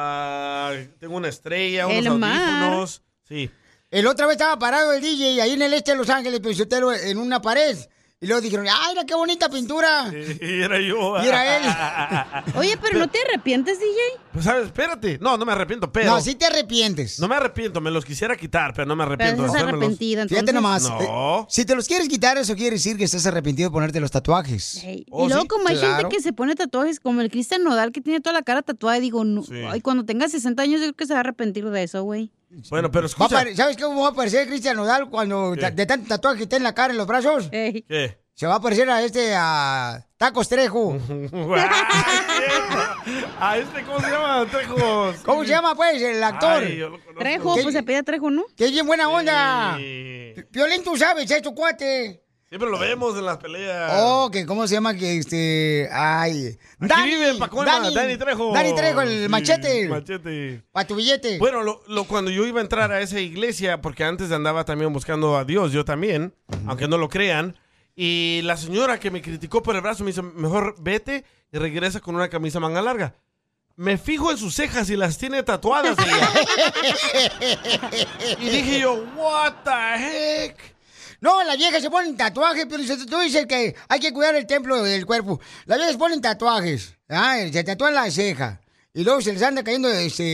S4: ah, tengo una estrella, unos
S5: El mar.
S4: audífonos. Sí.
S3: El otra vez estaba parado el D J ahí en el este de Los Ángeles, Peixotero, en una pared. Y luego dijeron, ¡ay, mira qué bonita pintura!
S4: Y era yo.
S3: Y era él.
S5: Oye, pero ¿no te arrepientes, D J?
S4: Pues, ¿sabes? Espérate. No, no me arrepiento, pero...
S3: No, sí te arrepientes.
S4: No me arrepiento, me los quisiera quitar, pero no me
S5: Pero
S4: arrepiento de
S5: estás
S4: hacérmelos.
S5: arrepentido, entonces.
S3: Fíjate nomás.
S4: No.
S3: eh, si te los quieres quitar, eso quiere decir que estás arrepentido de ponerte los tatuajes.
S5: Ey,
S4: Oh,
S5: y luego
S4: ¿sí?
S5: como hay
S3: Claro.
S5: gente que se pone tatuajes, como el Cristian Nodal, que tiene toda la cara tatuada, digo, no,
S4: Sí.
S5: ay, cuando tenga sesenta años yo creo que se va a arrepentir de eso, güey.
S4: Bueno, pero
S3: Va a
S4: escucha.
S3: pare- ¿Sabes cómo va a parecer Cristian Nodal cuando
S4: ¿Qué?
S3: ta- de tanto tatuaje que está en la cara, en los brazos?
S5: Ey.
S4: ¿Qué?
S3: Se va a parecer a este, a Tacos Trejo.
S4: ¿A este cómo se llama? Trejos.
S3: ¿Cómo se llama, pues, el actor?
S4: Ay, yo lo conozco.
S5: Trejo,
S3: ¿Qué?
S5: pues se pide Trejo, ¿no?
S3: ¡Qué bien buena onda!
S4: Sí.
S3: Violín, tú sabes, es tu cuate.
S4: Siempre lo vemos en las peleas.
S3: Oh, que cómo se llama que este. Ay.
S4: Aquí vive en Pacoima, Dani Trejo.
S3: Dani Trejo, el
S4: Sí,
S3: machete.
S4: Machete.
S3: Para tu billete.
S4: Bueno, lo, lo- cuando yo iba a entrar a esa iglesia, porque antes andaba también buscando a Dios, yo también, aunque no lo crean, y la señora que me criticó por el brazo me dice, mejor vete y regresa con una camisa manga larga. Me fijo en sus cejas y las tiene tatuadas ella. Y dije yo, what the heck?
S3: No, las viejas se ponen tatuajes, pero si tú dices que hay que cuidar el templo del cuerpo. Las viejas ponen tatuajes. Ah, se tatúan la ceja. Y luego se les anda cayendo este,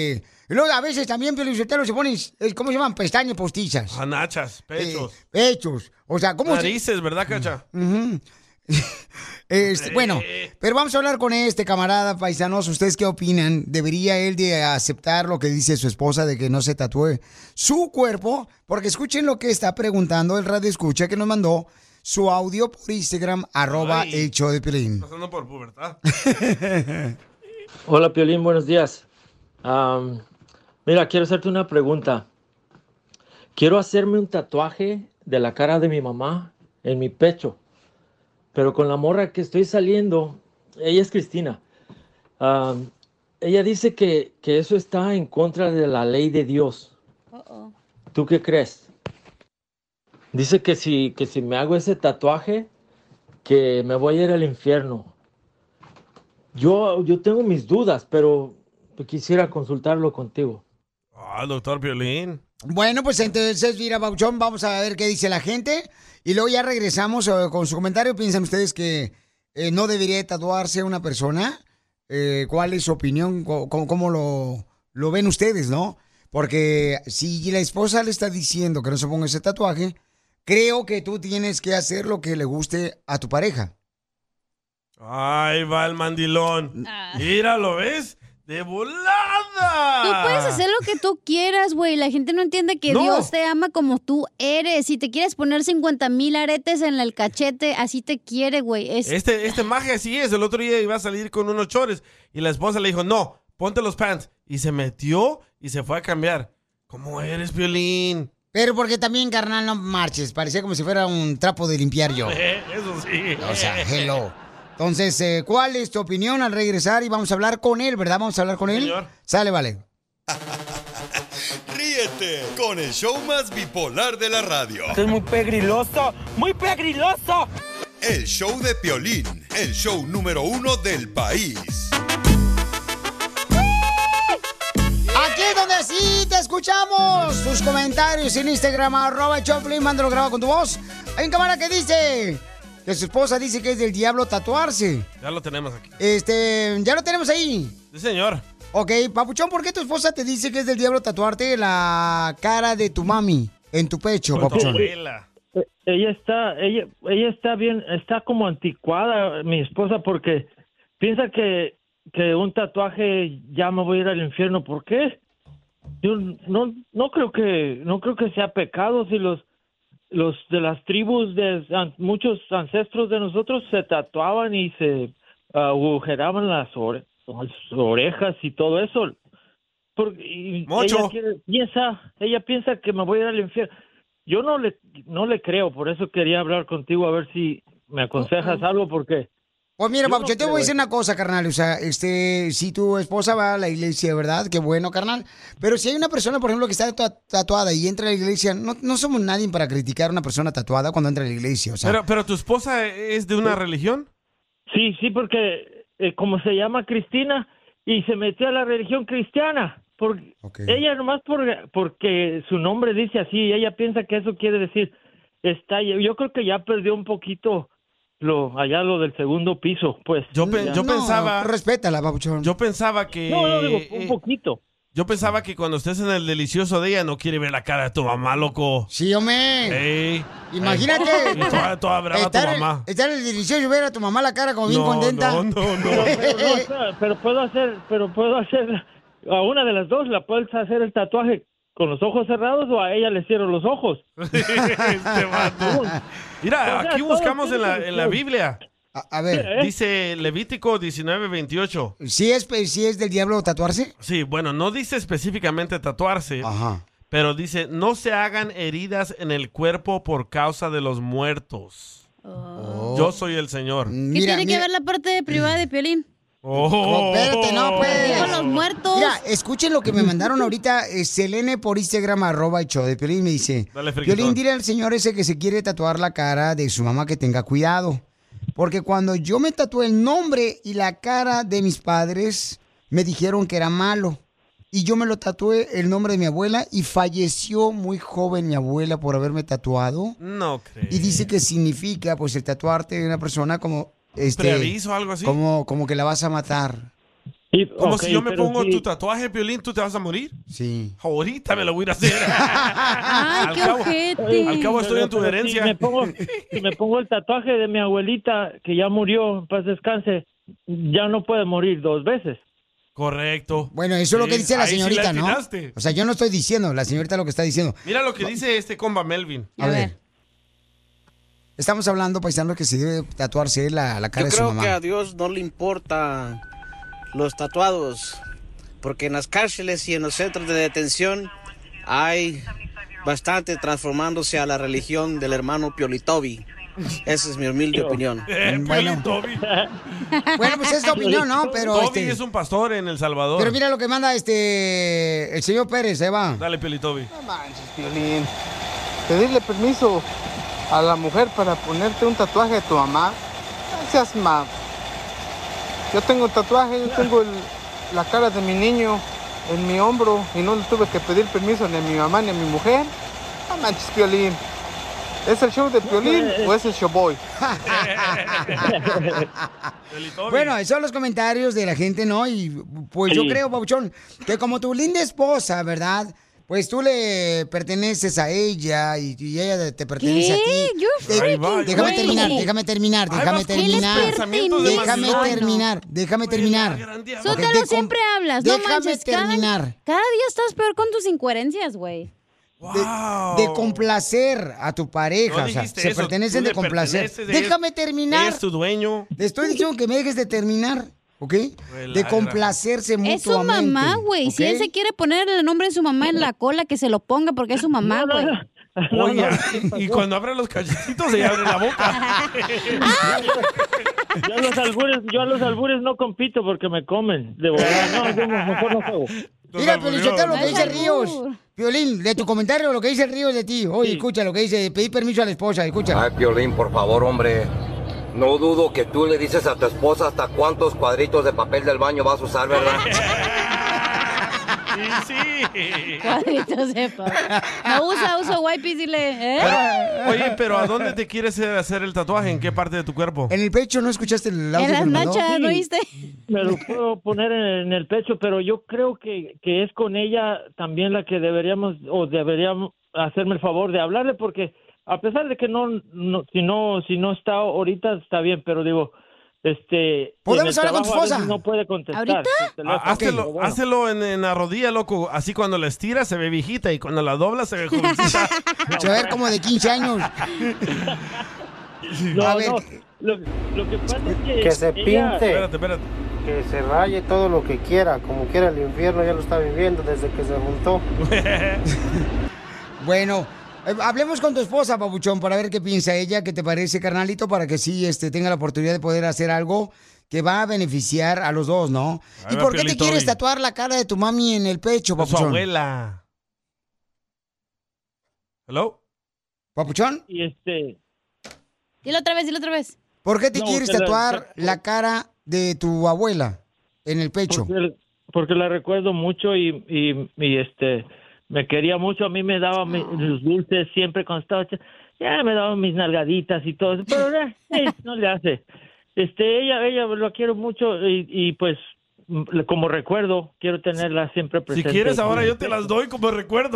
S3: Y luego a veces también, Piolín Sotelo, se ponen, eh, ¿cómo se llaman? Pestañas postizas.
S4: Anachas, pechos.
S3: Eh, pechos. O sea, ¿cómo
S4: Narices,
S3: se...
S4: ¿verdad, Cacha?
S3: Uh-huh. Este, bueno, pero vamos a hablar con este camarada, paisanos. ¿Ustedes qué opinan? ¿Debería él de aceptar lo que dice su esposa de que no se tatúe su cuerpo? Porque escuchen lo que está preguntando el radio escucha que nos mandó su audio por Instagram, arroba
S4: Ay,
S3: el show de Piolín.
S4: Pasando por pubertad.
S17: Hola, Piolín, buenos días. Am, mira, quiero hacerte una pregunta. Quiero hacerme un tatuaje de la cara de mi mamá en mi pecho. Pero con la morra que estoy saliendo, ella es Cristina. Um, ella dice que, que eso está en contra de la ley de Dios.
S5: Uh-oh.
S17: ¿Tú qué crees? Dice que si, que si me hago ese tatuaje, que me voy a ir al infierno. Yo, yo tengo mis dudas, pero quisiera consultarlo contigo.
S4: Ah, doctor Piolín.
S3: Bueno, pues entonces, mira, Bauchón, vamos a ver qué dice la gente. Y luego ya regresamos eh, con su comentario. ¿Piensan ustedes que eh, no debería tatuarse una persona? Eh, ¿Cuál es su opinión? ¿Cómo, cómo lo, lo ven ustedes, no? Porque si la esposa le está diciendo que no se ponga ese tatuaje, creo que tú tienes que hacer lo que le guste a tu pareja.
S4: Ahí va el mandilón.
S5: Ah.
S4: Mira, ¿lo ves? ¡De volada!
S5: Tú puedes hacer lo que tú quieras, güey. La gente no entiende que
S4: No.
S5: Dios te ama como tú eres. Si te quieres poner cincuenta mil aretes en el cachete, así te quiere, güey. Es...
S4: Este, este maje así es. El otro día iba a salir con unos chores y la esposa le dijo, no, ponte los pants. Y se metió y se fue a cambiar. ¿Cómo eres, Piolín?
S3: Pero porque también, carnal, no marches. Parecía como si fuera un trapo de limpiar yo.
S4: Eh, eso sí.
S3: O sea, hello. Entonces, eh, ¿cuál es tu opinión al regresar? Y vamos a hablar con él, ¿verdad? Vamos a hablar con él.
S4: Señor.
S3: Sale, vale.
S7: Ríete con el show más bipolar de la radio.
S15: Esto es muy pegriloso, muy pegriloso.
S7: El show de Piolín, el show número uno del país.
S3: Aquí es donde sí te escuchamos. Tus comentarios en Instagram, arroba el Choplin, mándalo grabado con tu voz. Hay un camarada que dice que su esposa dice que es del diablo tatuarse.
S4: Ya lo tenemos aquí.
S3: Este, ya lo tenemos ahí.
S4: Sí, señor.
S3: Ok, Papuchón, ¿por qué tu esposa te dice que es del diablo tatuarte la cara de tu mami en tu pecho,
S4: Con tu
S3: Papuchón?
S4: abuela.
S17: Eh, Ella está, ella, ella está bien, está como anticuada, mi esposa, porque piensa que, que un tatuaje ya me voy a ir al infierno. ¿Por qué? Yo no, no creo que, no creo que sea pecado si los, los de las tribus de an- muchos ancestros de nosotros se tatuaban y se agujeraban las, ore- las orejas y todo eso. Porque, y
S4: Mocho.
S17: ella quiere- piensa, ella piensa que me voy a ir al infierno. Yo no le, no le creo, por eso quería hablar contigo a ver si me aconsejas algo, porque...
S3: Pues mira,
S17: Yo no
S3: Papuchón, te
S17: creo
S3: voy a decir
S17: eso.
S3: una cosa, carnal. O sea, este, si tu esposa va a la iglesia, ¿verdad? Qué bueno, carnal. Pero si hay una persona, por ejemplo, que está tat- tatuada y entra a la iglesia, no, no somos nadie para criticar a una persona tatuada cuando entra a la iglesia. O sea,
S4: Pero, pero tu esposa es de una religión.
S17: Sí, sí, porque eh, como se llama Cristina y se metió a la religión cristiana. Porque ella nomás por, porque su nombre dice así, ella piensa que eso quiere decir, está, yo creo que ya perdió un poquito lo allá lo del segundo piso, pues.
S4: Yo, pe- yo
S3: no,
S4: pensaba...
S3: respétala, Papuchón.
S4: Yo pensaba que...
S17: No, no, digo, un
S4: eh,
S17: poquito.
S4: Yo pensaba que cuando estés en el delicioso de ella no quiere ver la cara de tu mamá, loco.
S3: Sí, hombre.
S4: Ey.
S3: Imagínate.
S4: Y toda, toda brava tu
S3: estar,
S4: mamá.
S3: estar en el delicioso y ver a tu mamá la cara como bien
S4: No,
S3: contenta.
S4: no, no, no.
S17: Pero, pero, no, espera, pero puedo hacer, pero puedo hacer a una de las dos, la puedes hacer el tatuaje con los ojos cerrados o a ella le cierro los ojos.
S4: Este vato. Mira,
S17: O sea,
S4: aquí
S17: todo
S4: buscamos
S17: tiene
S4: en la, en la
S17: solución.
S4: Biblia.
S3: A, a ver.
S4: Dice Levítico diecinueve veintiocho.
S3: ¿Sí es, ¿Sí es del diablo tatuarse?
S4: Sí, bueno, no dice específicamente tatuarse, pero dice, no se hagan heridas en el cuerpo por causa de los muertos. Yo soy el Señor.
S5: ¿Qué tiene que ver la parte privada de Piolín?
S4: Oh.
S3: Espérate, no, pues.
S5: Con los muertos.
S3: Mira, escuchen lo que me mandaron ahorita. eh, Selene por Instagram, arroba el show de Piolín, me dice:
S4: Dale, friquitón.
S3: Piolín, dile al señor ese que se quiere tatuar la cara de su mamá que tenga cuidado. Porque cuando yo me tatué el nombre y la cara de mis padres, me dijeron que era malo. Y yo me lo tatué el nombre de mi abuela y falleció muy joven mi abuela por haberme tatuado.
S4: No creo.
S3: Y dice que significa, pues, el tatuarte de una persona como... Este,
S4: ¿Preaviso o algo así?
S3: Como, como que la vas a matar.
S14: Y,
S4: Como
S14: ok,
S4: si yo me
S14: pero
S4: pongo
S14: sí.
S4: tu tatuaje, Piolín, ¿tú te vas a morir?
S3: Sí.
S4: Ahorita me lo voy a ir a hacer.
S5: Ay,
S4: al,
S5: qué
S4: cabo,
S5: ojete.
S4: al cabo estoy en tu
S14: Pero
S4: herencia.
S14: Si me, pongo, si me pongo el tatuaje de mi abuelita, que ya murió, en paz descanse, ya no puede morir dos veces.
S4: Correcto.
S3: Bueno, eso es lo que dice la
S4: Ahí sí
S3: señorita,
S4: le
S3: ¿no?
S4: atinaste.
S3: O sea, yo no estoy diciendo, la señorita lo que está diciendo.
S4: Mira lo que dice este comba Melvin.
S3: A, ver. Estamos hablando, paisano, que se debe tatuarse la, la cara
S18: Yo
S3: de su
S18: creo
S3: mamá.
S18: que a Dios no le importa los tatuados, porque en las cárceles y en los centros de detención hay bastante transformándose a la religión del hermano Piolitobi. Esa es mi humilde opinión.
S4: Eh,
S3: Bueno.
S4: Toby.
S3: Bueno, pues es tu opinión, ¿no? Pero,
S4: Toby
S3: este,
S4: es un pastor en El Salvador.
S3: pero mira lo que manda este el señor Pérez, ahí va.
S4: Dale, Piolitobi.
S19: Piolín, pedirle permiso a la mujer para ponerte un tatuaje de tu mamá, no seas ma. Yo tengo un tatuaje, yo tengo el- la cara de mi niño en mi hombro y no le tuve que pedir permiso ni a mi mamá ni a mi mujer. No manches, Piolín. ¿Es el show de Piolín o es el showboy?
S3: Bueno, esos son los comentarios de la gente, ¿no? Y pues yo
S19: Sí.
S3: creo, Pabuchón, que como tu linda esposa, ¿verdad? Pues tú le perteneces a ella y, y ella te pertenece a ti.
S5: ¿Qué? You're
S3: Ahí
S5: freaking
S3: va, déjame
S5: crazy.
S3: terminar, déjame terminar,
S5: Ahí
S3: déjame
S5: vas con tus
S3: terminar.
S5: pensamientos de
S3: Déjame
S5: matrimonio.
S3: terminar, déjame terminar.
S5: Sótelo,
S3: Ok, de com-
S5: siempre hablas, no
S3: Déjame
S5: manches. Cada,
S3: terminar.
S5: cada día estás peor con tus incoherencias, güey.
S3: De, de complacer a tu pareja,
S4: No
S3: o sea,
S4: dijiste
S3: se
S4: eso,
S3: pertenecen
S4: tú
S3: de
S4: le
S3: complacer.
S4: perteneces, ella es-
S3: Déjame terminar.
S4: ella es tu dueño.
S3: Te estoy diciendo que me dejes de terminar, ¿ok? De
S4: Relaja.
S3: complacerse mutuamente.
S5: Es su mamá, güey. Si
S3: ¿ok?
S5: él se quiere poner el nombre de su mamá en la cola, que se lo ponga porque es su mamá, güey.
S4: Oye, y cuando abre los cachetitos se abre la boca.
S14: Yo a los albures, yo a los albures no compito porque me comen. De verdad, no, yo mejor no juego.
S3: Mira, Piolín, yo te lo que
S14: No
S3: dice
S14: es
S3: Ríos. Piolín, de tu comentario, lo que dice Ríos de ti. Oye, escucha lo que dice, pedí permiso a la esposa, escucha.
S24: Ay, Piolín, por favor, hombre. No dudo que tú le dices a tu esposa hasta cuántos cuadritos de papel del baño vas a usar, ¿verdad?
S4: Sí, sí.
S5: Cuadritos de papel. No usa, uso wipes y le... ¿eh?
S4: Pero, oye, pero ¿a dónde te quieres hacer el tatuaje? ¿En qué parte de tu cuerpo?
S3: En el pecho, ¿no escuchaste el audio?
S5: En las
S3: que me mandó?
S5: nachas, ¿no oíste?
S14: Me lo puedo poner en, en el pecho, pero yo creo que, que es con ella también la que deberíamos, o deberíamos hacerme el favor de hablarle, porque a pesar de que no, no si no, si no está ahorita, está bien, pero digo, este...
S3: ¿Podemos
S14: en el
S3: hablar con tu
S14: trabajo a veces
S3: esposa?
S14: No puede contestar.
S5: ¿Ahorita?
S14: su teléfono.
S4: Ah, Hácelo,
S14: Pero bueno.
S4: hácelo en, en la rodilla, loco. Así cuando la estiras se ve viejita y cuando la dobla se ve jovencita.
S3: Se va a ver como de quince años.
S14: No,
S3: A ver.
S14: no, lo, lo que pasa es que...
S19: Que se
S14: ella-
S19: pinte.
S4: Espérate, espérate.
S19: Que se raye todo lo que quiera, como quiera el infierno ya lo está viviendo desde que se juntó.
S3: Bueno, eh, hablemos con tu esposa, Pabuchón, para ver qué piensa ella, qué te parece, carnalito, para que sí este, tenga la oportunidad de poder hacer algo que va a beneficiar a los dos, ¿no?
S4: Ahí
S3: ¿Y
S4: va
S3: por qué te
S4: Piolín
S3: quieres
S4: Toby.
S3: tatuar la cara de tu mami en el pecho,
S4: Su
S3: Papuchón?
S4: abuela. ¿Hello?
S3: ¿Papuchón?
S14: Y este...
S5: Dilo otra vez, dilo otra vez.
S3: ¿Por qué te
S14: No,
S3: quieres
S14: que la-
S3: tatuar la cara de tu abuela en el pecho?
S14: Porque, porque la recuerdo mucho y, y, y, este me quería mucho. A mí me daba mi- los dulces siempre cuando estaba ch- ya me daba mis nalgaditas y todo eso, pero eh, eh, no le hace. Este ella ella lo quiero mucho y, y pues m- como recuerdo quiero tenerla siempre
S4: Si
S14: presente.
S4: quieres, ahora yo te las doy como recuerdo.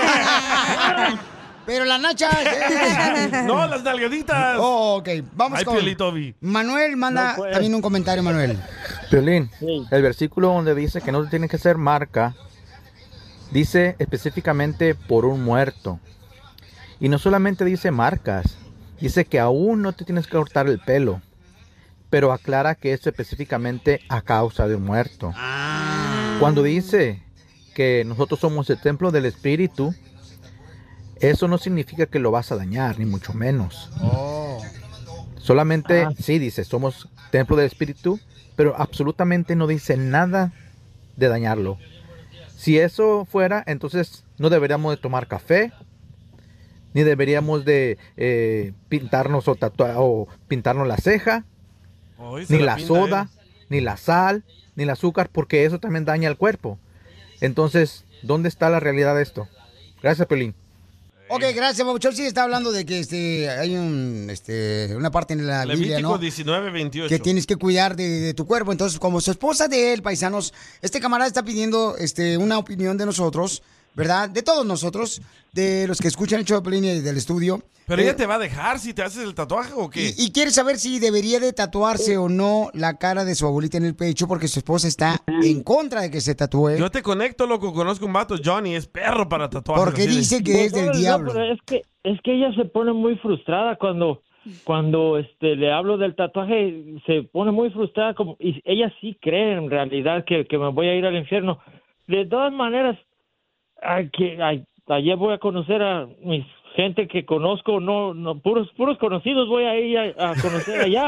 S3: Pero las nachas. eh.
S4: No, las nalgaditas.
S3: Oh, ok. Vamos
S4: Ay,
S3: con
S4: Piolín Toby.
S3: Manuel manda
S14: No, pues.
S3: también un comentario, Manuel.
S25: Piolín, el versículo donde dice que no tiene que ser marca, dice específicamente por un muerto. Y no solamente dice marcas, dice que aún no te tienes que cortar el pelo, pero aclara que es específicamente a causa de un muerto. Cuando dice que nosotros somos el templo del Espíritu, eso no significa que lo vas a dañar, ni mucho menos. Solamente, sí, dice, somos templo del Espíritu, pero absolutamente no dice nada de dañarlo. Si eso fuera, entonces no deberíamos de tomar café, ni deberíamos de eh, pintarnos o tatuar o pintarnos la ceja,
S4: Hoy se
S25: ni la
S4: pinta
S25: soda,
S4: él.
S25: ni la sal, ni el azúcar, porque eso también daña el cuerpo. Entonces, ¿dónde está la realidad de esto? Gracias, Piolín.
S3: Ok, gracias, Papuchón. Sí, está hablando de que este, hay un, este, una parte en la Biblia,
S4: Levítico
S3: ¿no?
S4: diecinueve veintiocho.
S3: Que tienes que cuidar de, de tu cuerpo. Entonces, como su esposa de él, paisanos, este camarada está pidiendo este, una opinión de nosotros, ¿verdad? De todos nosotros, de los que escuchan el show de Pelín y del estudio.
S4: ¿Pero
S3: Eh,
S4: ella te va a dejar si te haces el tatuaje o qué?
S3: Y, y quiere saber si debería de tatuarse o no la cara de su abuelita en el pecho porque su esposa está en contra de que se tatúe.
S4: Yo te conecto, loco. Conozco un vato, Johnny, es perro para tatuajes.
S3: Porque dice que es del
S14: No,
S3: diablo.
S14: pero es que es que ella se pone muy frustrada cuando cuando este le hablo del tatuaje, se pone muy frustrada como y ella sí cree en realidad que, que me voy a ir al infierno. De todas maneras, ay, que ay, ayer voy a conocer a mis gente que conozco, no, no puros puros conocidos voy a ir a, a conocer allá.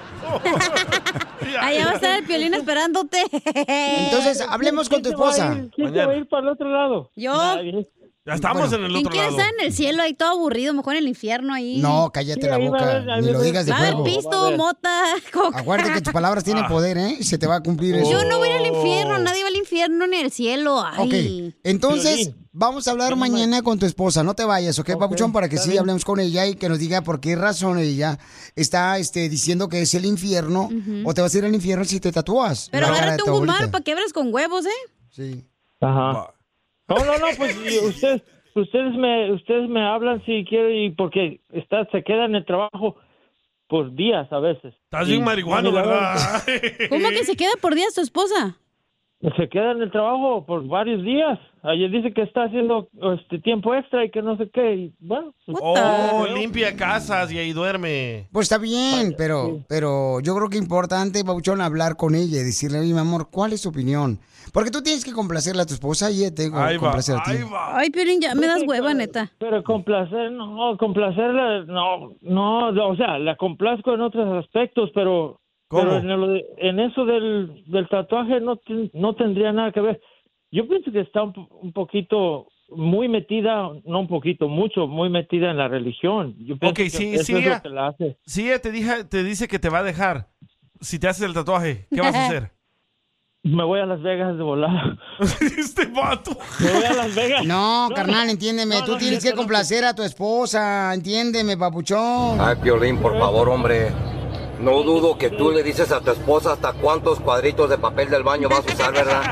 S5: Allá va a estar el Piolín esperándote.
S3: Entonces, hablemos con tu
S14: ¿Quién se va a
S3: esposa.
S14: ir? ¿Quién se va a ir para el otro lado?
S5: Yo.
S14: Nadie.
S4: Ya estamos
S3: Bueno.
S4: en el
S5: ¿Quién
S4: otro
S5: quiere
S4: lado.
S5: estar en el cielo ahí todo aburrido? Mejor en el infierno ahí.
S3: No, cállate
S14: Sí,
S3: la
S14: ahí va a
S3: boca.
S14: haber- ahí
S3: Ni
S14: va
S3: lo
S14: a haber-
S3: digas de
S5: Va a haber
S3: juego.
S5: pisto, mota, coca.
S3: Acuérdate que tus palabras tienen
S4: Ah.
S3: poder, ¿eh? Se te va a cumplir eso.
S5: Yo no voy a ir al infierno, nadie va al infierno ni al cielo. Ay.
S3: Ok, entonces
S14: Piolín.
S3: vamos a hablar
S14: Yo no me-
S3: mañana con tu esposa. No te vayas, ¿ok,
S14: Ok,
S3: Papuchón? Para que
S14: está
S3: sí
S14: bien.
S3: hablemos con ella y que nos diga por qué razón ella está este, diciendo que es el infierno o te vas a ir al infierno si te tatúas.
S5: Pero
S3: la cara de
S5: agárrate
S3: tu
S5: un guzmán
S3: abuelita.
S5: para que abras con huevos, ¿eh?
S3: Sí.
S14: Ajá. No, no, no, pues y ustedes, ustedes me, ustedes me hablan si quieren y porque está, se queda en el trabajo por días a veces.
S4: Estás
S14: Y-
S4: bien marihuano,
S14: y la
S4: ¿verdad?
S5: ¿Cómo que se queda por días tu esposa?
S14: Se queda en el trabajo por varios días. Ayer dice que está haciendo este tiempo extra y que no sé qué. Y bueno, pues,
S4: Oh, limpia casas y ahí duerme.
S3: Pues está bien, pero, pero yo creo que es importante, Papuchón, hablar con ella y decirle, oye, mi amor, ¿cuál es tu opinión? Porque tú tienes que complacerle a tu esposa y ella te tengo
S4: Ahí
S3: que
S4: va,
S3: complacer a ti.
S4: ahí va.
S5: Ay, Piolín, ya me das hueva, neta.
S14: pero complacer, no, complacerla, no, no, o sea, la complazco en otros aspectos, pero,
S4: ¿Cómo?
S14: pero en, lo de- en eso del, del tatuaje no, ten- no tendría nada que ver. Yo pienso que está un, po- un poquito muy metida, no un poquito, mucho, muy metida en la religión. Yo pienso
S4: Ok,
S14: que
S4: sí,
S14: eso
S4: sí,
S14: es
S4: ya.
S14: lo que la hace.
S4: Si ella te, dija- te dice que te va a dejar, si te haces el tatuaje, ¿qué vas a hacer?
S14: Me voy a Las Vegas de volar.
S4: Este vato.
S14: Me voy a Las Vegas.
S3: No, carnal, entiéndeme.
S14: no,
S3: Tú
S14: no,
S3: tienes
S14: no,
S3: que
S14: no, no.
S3: complacer a tu esposa. Entiéndeme, Papuchón.
S24: Ay, Piolín, por favor, hombre. No dudo que tú le dices a tu esposa hasta cuántos cuadritos de papel del baño vas a usar, ¿verdad?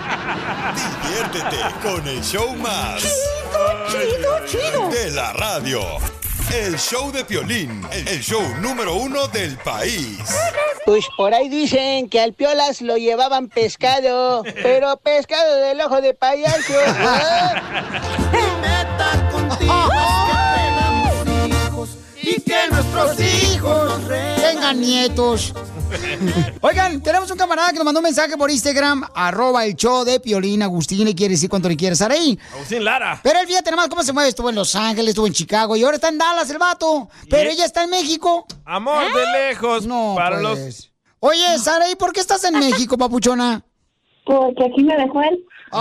S7: Diviértete con el show más
S3: Chido, chido.
S7: de la radio. El show de Piolín, el show número uno del país.
S1: Pues por ahí dicen que al Piolas lo llevaban pescado, pero pescado del ojo de payaso.
S3: Y que nuestros hijos tengan nietos. Oigan, tenemos un camarada que nos mandó un mensaje por Instagram, arroba el show de Piolín. Agustín le quiere decir cuánto le quiere estar ahí.
S4: Agustín Lara.
S3: Pero él, fíjate nomás cómo se mueve. Estuvo en Los Ángeles, estuvo en Chicago y ahora está en Dallas el vato. Pero
S4: ¿Y?
S3: ella está en México.
S4: Amor de lejos.
S3: No,
S4: para
S3: pues.
S4: los.
S3: Oye, Sara, ¿y por qué estás en México, papuchona?
S21: Porque aquí me dejó él.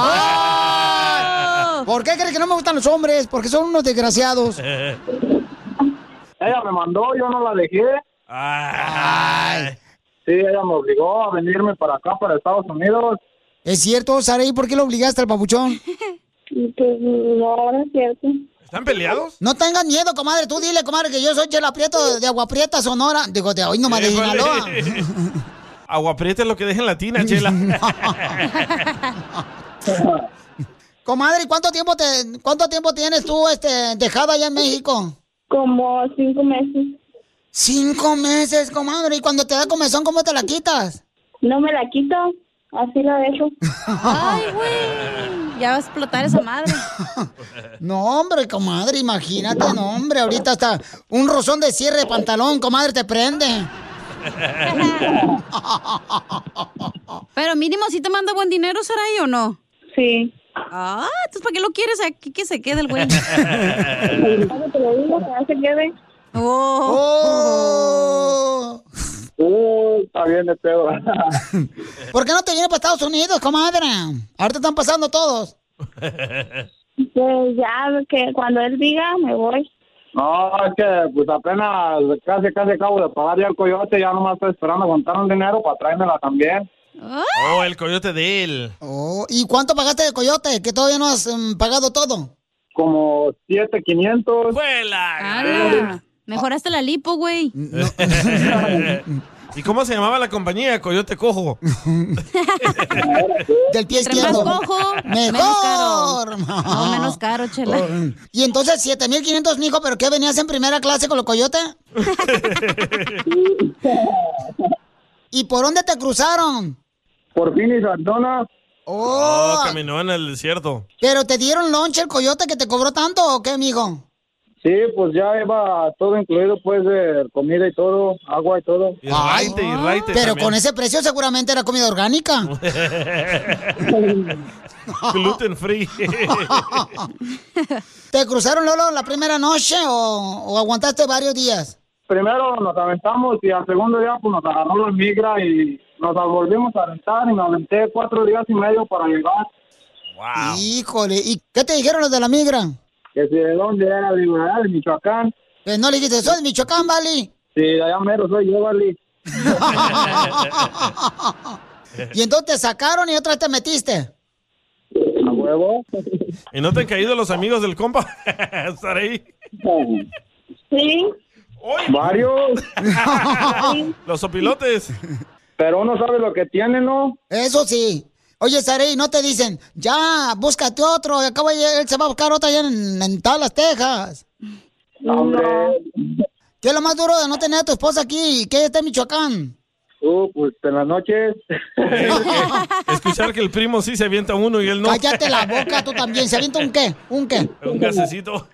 S3: ¡Ay! ¿Por qué crees que no me gustan los hombres? Porque son unos desgraciados.
S6: Ella me mandó, yo no la dejé.
S4: Ay.
S6: Sí, ella me obligó a venirme para acá, para Estados Unidos.
S3: ¿Es cierto, Sara? ¿Y por qué lo obligaste al papuchón?
S21: Pues no, no es cierto.
S4: ¿Están peleados?
S3: No tengas miedo, comadre. Tú dile, comadre, que yo soy Chela Prieto de Agua Prieta, Sonora. Digo, de hoy nomás de Sinaloa.
S4: Agua prieta es lo que deja en la tina, Chela.
S3: Comadre, ¿y cuánto tiempo te, cuánto tiempo tienes tú este, dejada allá en México?
S21: Como cinco meses.
S3: Cinco meses, comadre. ¿Y cuando te da comezón, cómo te la quitas?
S21: No me la quito, así la dejo.
S5: Ay, güey. Ya va a explotar esa madre.
S3: No, hombre, comadre, imagínate, no, hombre. Ahorita hasta un rozón de cierre de pantalón, comadre, te prende.
S5: Pero mínimo, ¿sí te manda buen dinero, Saray, o no?
S21: Sí.
S5: Ah, entonces ¿para qué lo quieres aquí que se quede el güey?
S21: ¿Cuándo te lo digo? Que no se quede.
S3: Oh.
S6: Uh, está bien de pedo.
S3: ¿Por qué no te vienes para Estados Unidos, comadre? Ahorita están pasando todos.
S21: Pues ya, que cuando él diga, me voy.
S6: No, es que pues apenas casi, casi acabo de pagar ya el coyote, ya nomás estoy esperando a contar un dinero para traérmela también.
S4: Oh, el coyote de él.
S3: Oh, ¿y cuánto pagaste de coyote? Que todavía no has um, pagado todo.
S6: como siete quinientos.
S5: ¡Hala! Mejoraste la lipo, güey.
S4: ¿Y cómo se llamaba la compañía? Coyote Cojo.
S3: Del pie
S5: Entre
S3: izquierdo.
S5: más cojo,
S3: ¡Mejor!
S5: menos caro. No, menos caro, chela.
S3: Y entonces, siete mil quinientos, mijo, ¿pero qué, venías en primera clase con los coyotes? ¿Y por dónde te cruzaron?
S6: Por Phoenix, Arizona.
S3: Oh,
S4: Oh, caminó en el desierto.
S3: ¿pero te dieron lonche el coyote que te cobró tanto o qué, mijo?
S6: Sí, pues ya iba todo incluido, pues, de comida y todo, agua y todo.
S4: Y raite, y raite
S3: Pero
S4: también.
S3: con ese precio seguramente era comida orgánica.
S4: Gluten free.
S3: ¿Te cruzaron, Lolo, la primera noche o, o aguantaste varios días?
S6: Primero nos aventamos y al segundo día pues nos agarró la migra y nos volvimos a aventar y me aventé cuatro días y medio para llegar.
S4: Wow.
S3: Híjole, ¿y qué te dijeron los de la migra?
S6: Que si de dónde era, digo, ah, de Michoacán.
S3: Pues no le dijiste, soy de Michoacán, Vali.
S6: Sí, de allá mero soy yo, Vali.
S3: Y entonces te sacaron y otra vez te metiste.
S6: A huevo.
S4: ¿Y no te han caído los amigos del compa? Estar ahí.
S21: Sí.
S6: Varios.
S4: Los opilotes.
S6: Pero uno sabe lo que tiene, ¿no?
S3: Eso sí. Oye, Sarey, no te dicen, ya, búscate otro, y acabo de, él se va a buscar otra allá en, en Dallas, Texas.
S6: Hombre.
S3: ¿Qué es lo más duro de no tener a tu esposa aquí y que ella está en Michoacán?
S6: Uh, pues en las noches.
S4: Escuchar que el primo sí se avienta uno y él no.
S3: Cállate la boca, tú también. ¿Se avienta un qué? ¿Un qué?
S4: Un gasecito.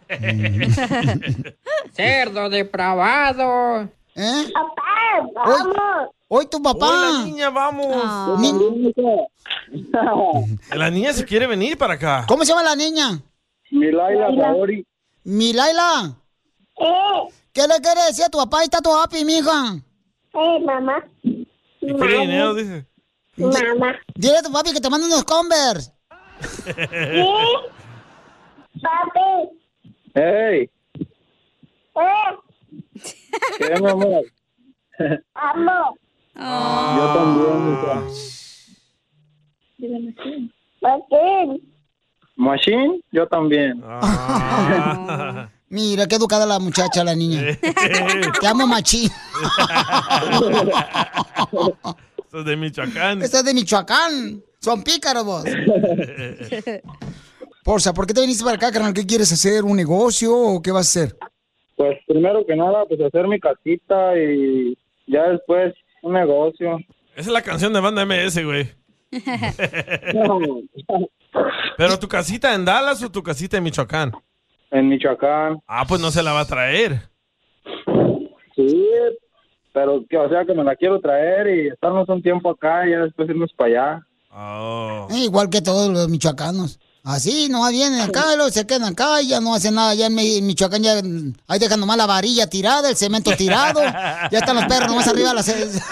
S3: Cerdo depravado. ¿Eh?
S21: Papá, vamos.
S3: Hoy tu papá.
S4: Hoy la niña, vamos.
S3: Ni-
S4: La niña se quiere venir para acá.
S3: ¿Cómo se llama la niña?
S6: Milaila Saori.
S3: Milaila.
S21: Eh,
S3: ¿Qué le quiere decir a tu papá? Ahí está tu papi, mija.
S21: eh, mamá.
S4: ¿Y quiere dinero, dice?
S21: Mamá.
S3: Dile a tu papi que te mande unos Converse.
S21: ¿Sí? Papi.
S6: Hey,
S21: Eh,
S6: ¿qué, mi amor?
S21: amo.
S6: Yo también, mija.
S21: Martín.
S6: Machine, yo también.
S4: Ah.
S3: Mira, qué educada la muchacha, la niña. Te amo, machín.
S4: Esto es de Michoacán.
S3: Estás de Michoacán. Son pícaros vos. Porza, ¿por qué te viniste para acá, carnal? ¿Qué quieres hacer? ¿Un negocio o qué vas a hacer?
S6: Pues primero que nada, pues hacer mi casita y ya después un negocio.
S4: Esa es la canción de Banda M S, güey. ¿Pero tu casita en Dallas o tu casita en Michoacán?
S6: En Michoacán.
S4: Ah, pues no se la va a traer.
S6: Sí, pero que, o sea que me la quiero traer y estarnos un tiempo acá y ya después irnos para allá.
S4: Oh.
S3: Eh, igual que todos los michoacanos. Así, no vienen acá, y luego se quedan acá y ya no hacen nada. Ya en Mi- en Michoacán ya mm, ahí dejan nomás la varilla tirada, el cemento tirado. Ya están los perros nomás arriba de las...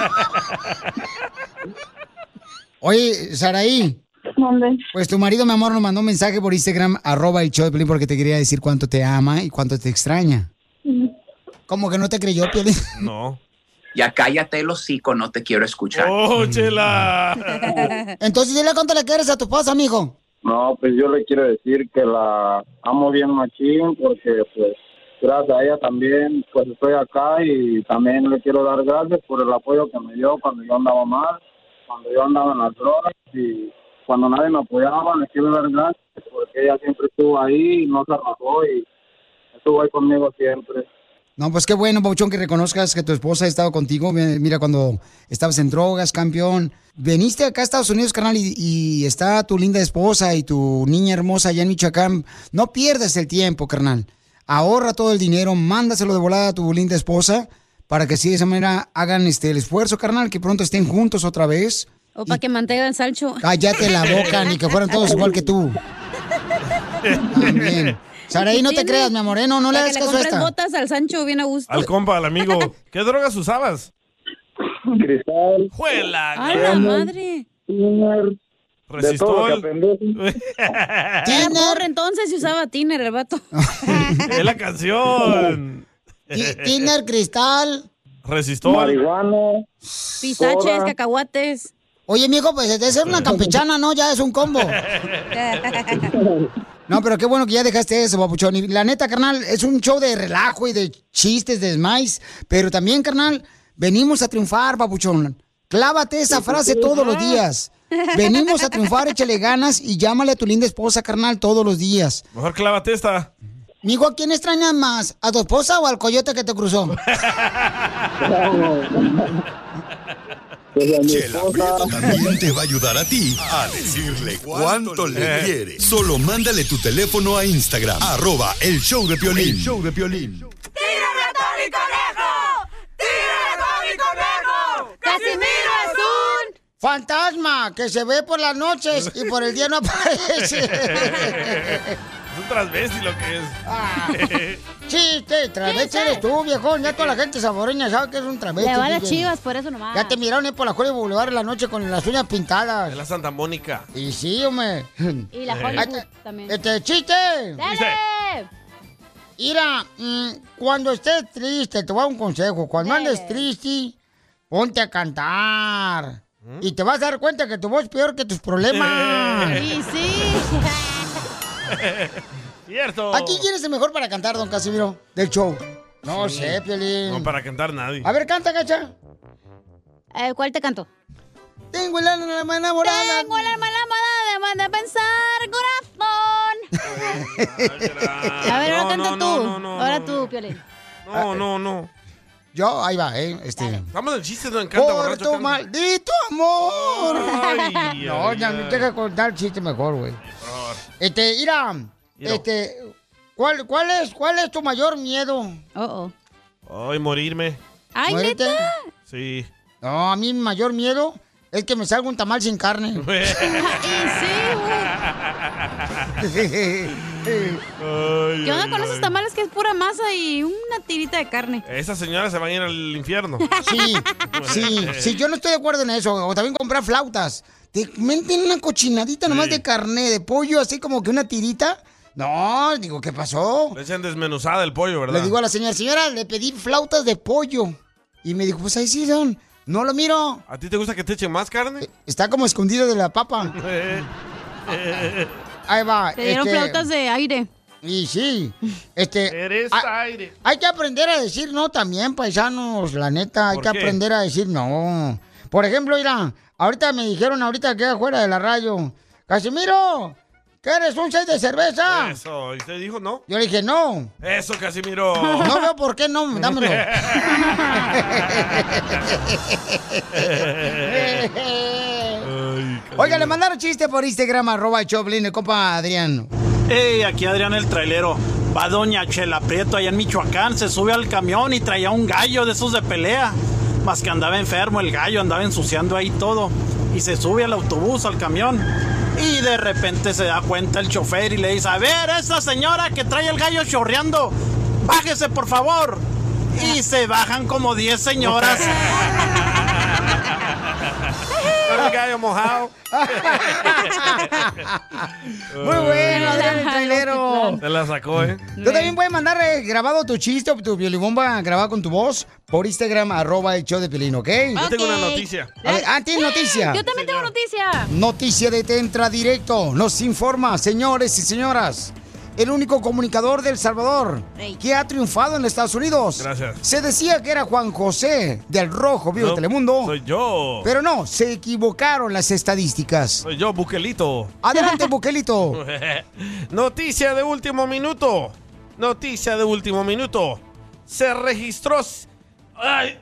S3: Oye, Saraí. Pues tu marido, mi amor, nos mandó un mensaje por Instagram, arroba el show de Piolín, porque te quería decir cuánto te ama y cuánto te extraña. ¿Cómo que no te creyó, Piolín?
S4: No.
S12: Ya cállate el hocico, no te quiero escuchar.
S4: ¡Oh, chela!
S3: Entonces dile cuánto le quieres a tu esposa, amigo.
S6: No, pues yo le quiero decir que la amo bien machín porque pues gracias a ella también pues estoy acá y también le quiero dar gracias por el apoyo que me dio cuando yo andaba mal, cuando yo andaba en las drogas y cuando nadie me apoyaba. Le quiero dar gracias porque ella siempre estuvo ahí y no se arrojó y estuvo ahí conmigo siempre.
S3: No, pues qué bueno, Pauchón, que reconozcas que tu esposa ha estado contigo. Mira, cuando estabas en drogas, campeón. Veniste acá a Estados Unidos, carnal, y, y está tu linda esposa y tu niña hermosa allá en Michoacán. No pierdas el tiempo, carnal. Ahorra todo el dinero, mándaselo de volada a tu linda esposa para que así de esa manera hagan este el esfuerzo, carnal, que pronto estén juntos otra vez.
S5: O para que mantengan el Sancho.
S3: Cállate la boca, ni que fueran todos igual que tú. También. Saraí, no te creas, mi amor, ¿eh? No, no le
S5: Para
S3: hagas
S5: que le
S3: caso a
S5: compres
S3: esta.
S5: botas al Sancho bien a gusto.
S4: Al compa, al amigo. ¿Qué drogas usabas?
S6: Cristal.
S4: ¡Juela!
S5: ¡A la madre!
S4: Resistol.
S5: Era morra entonces y usaba tiner el vato.
S4: Es la canción.
S3: Ti- Tiner, Cristal.
S4: Resistol.
S6: Marihuana.
S5: Pistaches,
S3: Soda.
S5: cacahuates.
S3: Oye, mijo, pues de ser una campechana, ¿no? Ya es un combo. No, pero qué bueno que ya dejaste eso, papuchón. Y la neta, carnal, es un show de relajo y de chistes, de smiles. Pero también, carnal, venimos a triunfar, papuchón. Clávate esa frase todos los días. Venimos a triunfar, échale ganas y llámale a tu linda esposa, carnal, todos los días.
S4: Mejor clávate esta.
S3: Mijo, ¿a quién extrañas más? ¿A tu esposa o al coyote que te cruzó?
S7: Chela Prieto también te va a ayudar a ti a decirle cuánto le quiere. Solo mándale tu teléfono a Instagram, arroba el show de Piolín. El show de Piolín.
S11: ¡Tírame a Tony Conejo! ¡Tírame a Tony Conejo! ¡Casimiro es un...
S3: fantasma que se ve por las noches y por el día no aparece!
S4: Es un transvesti lo que es.
S3: Ah. Chiste, transvesti eres tú, viejón. Ya toda la gente saboreña sabe que es un transvesti.
S5: Le va a las
S3: D J.
S5: Chivas, por eso nomás.
S3: Ya te miraron eh, por la escuela de Boulevard en la noche con las uñas pintadas.
S4: Es la Santa Mónica.
S3: Y sí, hombre.
S5: Y la
S4: Eh.
S5: Hollywood
S3: Este-
S5: también.
S3: Este, chiste.
S5: ¡Dale!
S3: Mira, mm, cuando estés triste, te voy a dar un consejo. Cuando
S5: Dale.
S3: andes triste, ponte a cantar. Y te vas a dar cuenta que tu voz es peor que tus problemas.
S5: Sí, sí.
S4: Cierto.
S3: ¿Aquí quién es el mejor para cantar, don Casimiro? Del show. No
S4: Sí.
S3: sé, Piolín.
S4: No para cantar nadie.
S3: A ver, canta, Cacha.
S5: Eh, ¿Cuál te canto?
S3: Tengo el alma enamorada.
S5: Tengo el alma enamorada de pensar, corazón. A ver, ahora
S4: No,
S5: canta
S4: no,
S5: tú.
S4: no, no, no,
S5: ahora
S4: no,
S5: tú, Piolín.
S4: No, no, no.
S3: Yo, ahí va, ¿eh? Este.
S4: Estamos en chistes, no encanta
S3: Por
S4: borracho.
S3: tu
S4: canta.
S3: maldito amor.
S4: Ay,
S3: no,
S4: ay,
S3: ya
S4: ay.
S3: me deja contar el chiste mejor, güey.
S4: Por favor.
S3: Este, Ira,
S4: Iro.
S3: este, ¿cuál, cuál es, cuál es tu mayor miedo?
S5: Oh, oh.
S4: Ay, morirme.
S5: Ay,
S3: Muérete.
S5: neta.
S4: Sí.
S3: No, a mí mi mayor miedo es que me salga un tamal sin carne.
S5: Y sí,
S4: Ay,
S5: ¿Qué onda
S4: ay,
S5: con esos
S4: ay.
S5: tamales que es pura masa y una tirita de carne?
S4: Esa señora se va a ir al infierno.
S3: Sí, sí, sí, yo no estoy de acuerdo en eso. O también comprar flautas. Te meten una cochinadita nomás
S4: Sí.
S3: de carne, de pollo, así como que una tirita. No, digo, ¿qué pasó?
S4: Le echan desmenuzada el pollo, ¿verdad?
S3: Le digo a la señora, señora, le pedí flautas de pollo. Y me dijo, pues ahí sí son. No lo miro.
S4: ¿A ti te gusta que te echen más carne?
S3: Está como escondido de la papa. Ahí va.
S5: Te dieron
S3: este,
S5: flautas de aire.
S3: Y sí. Este.
S4: Eres
S3: ah,
S4: aire.
S3: Hay que aprender a decir no también, paisanos. La neta, hay
S4: ¿Por
S3: que
S4: qué?
S3: aprender a decir no. Por ejemplo, mira, ahorita me dijeron ahorita que afuera de la radio, Casimiro, ¿quieres un seis de cerveza?
S4: Eso. ¿Y usted dijo no?
S3: Yo le dije, no.
S4: Eso, Casimiro.
S3: No veo por qué no, dámelo.
S4: Ay,
S3: Oiga, le mandaron chiste por Instagram, arroba el Choplin, el compa Adrián.
S2: Hey, aquí Adrián el trailero. Va doña Chela Prieto allá en Michoacán, se sube al camión y traía un gallo de esos de pelea. Más que andaba enfermo el gallo, andaba ensuciando ahí todo. Y se sube al autobús, al camión. Y de repente se da cuenta el chofer y le dice, a ver, esa señora que trae el gallo chorreando, bájese por favor. Y se bajan como diez señoras.
S4: Con el gallo mojado.
S3: Muy bueno, Adrián el trailero.
S4: Se la sacó, ¿eh?
S3: Tú también puedes mandar eh, grabado tu chiste o tu violibomba grabado con tu voz por Instagram, arroba el show de Piolín, ¿ok?
S4: Yo tengo una noticia.
S3: A ver, ah, ¿tienes noticia?
S5: Yo también tengo noticia.
S3: Noticia de Te Entra Directo. Nos informa, señores y señoras, el único comunicador de El Salvador
S5: Ey.
S3: que ha triunfado en Estados Unidos.
S4: Gracias.
S3: Se decía que era Juan José del Rojo Vivo de
S4: No,
S3: Telemundo.
S4: Soy yo.
S3: Pero no, se equivocaron las estadísticas.
S4: Soy yo, Buquelito.
S3: Adelante, Buquelito.
S4: Noticia de último minuto. Noticia de último minuto. Se registró. Ay.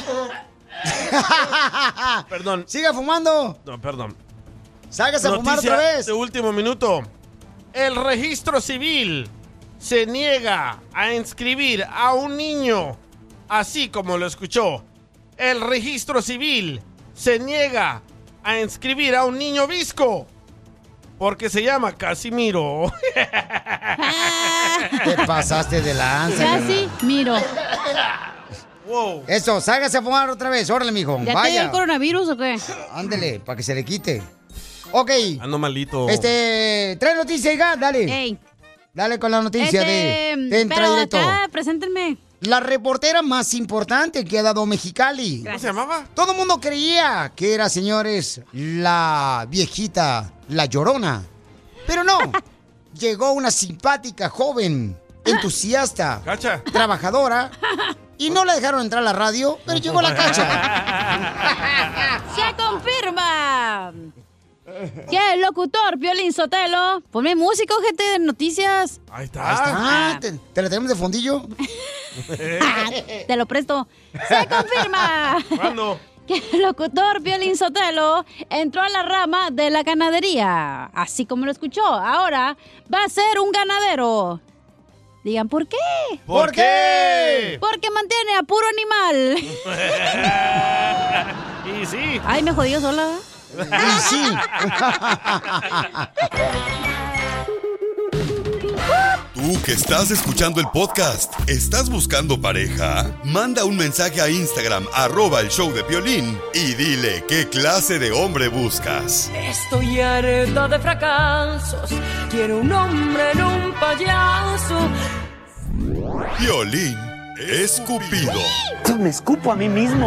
S4: Perdón.
S3: Siga fumando.
S4: No, perdón.
S3: Sáquese a fumar
S4: Noticia
S3: otra vez.
S4: de último minuto. El registro civil se niega a inscribir a un niño, así como lo escuchó. El registro civil se niega a inscribir a un niño visco porque se llama Casimiro.
S3: Te pasaste de lanza.
S5: Casi miro.
S4: Wow.
S3: Eso, sáquese a fumar otra vez. Órale, mijo.
S5: ¿Ya te dio
S3: Vaya.
S5: el coronavirus o qué?
S3: Ándele, para que se le quite. Ok.
S4: Ando malito.
S3: Este, trae noticia, hija, dale.
S5: Ey.
S3: Dale con la noticia
S5: Este,
S3: de Te Entra
S5: pero
S3: Directo.
S5: acá, preséntenme.
S3: La reportera más importante que ha dado Mexicali.
S4: ¿Cómo se llamaba?
S3: Todo el mundo creía que era, señores, la viejita, la Llorona. Pero no. llegó una simpática joven, entusiasta,
S4: Cacha.
S3: trabajadora, y no la dejaron entrar a la radio, pero llegó la Cacha.
S5: ¡Se confirma! ¿Qué el locutor, Piolín Sotelo? Ponme música, gente de noticias.
S4: Ahí está.
S3: Ahí está. ¿Te, te la tenemos de fondillo?
S5: Te lo presto. ¡Se confirma!
S4: ¿Cuándo?
S5: Que el locutor Piolín Sotelo entró a la rama de la ganadería. Así como lo escuchó. Ahora va a ser un ganadero. Digan, ¿por qué?
S4: ¿Por qué?
S5: Porque mantiene a puro animal.
S4: Y sí.
S5: Ay, me jodió sola.
S3: Y sí.
S7: Tú que estás escuchando el podcast, ¿estás buscando pareja? Manda un mensaje a Instagram, arroba el show de Piolín, y dile qué clase de hombre buscas.
S11: Estoy harta de fracasos. Quiero un hombre en un payaso.
S7: Piolín Escupido.
S11: Me escupo a mí mismo.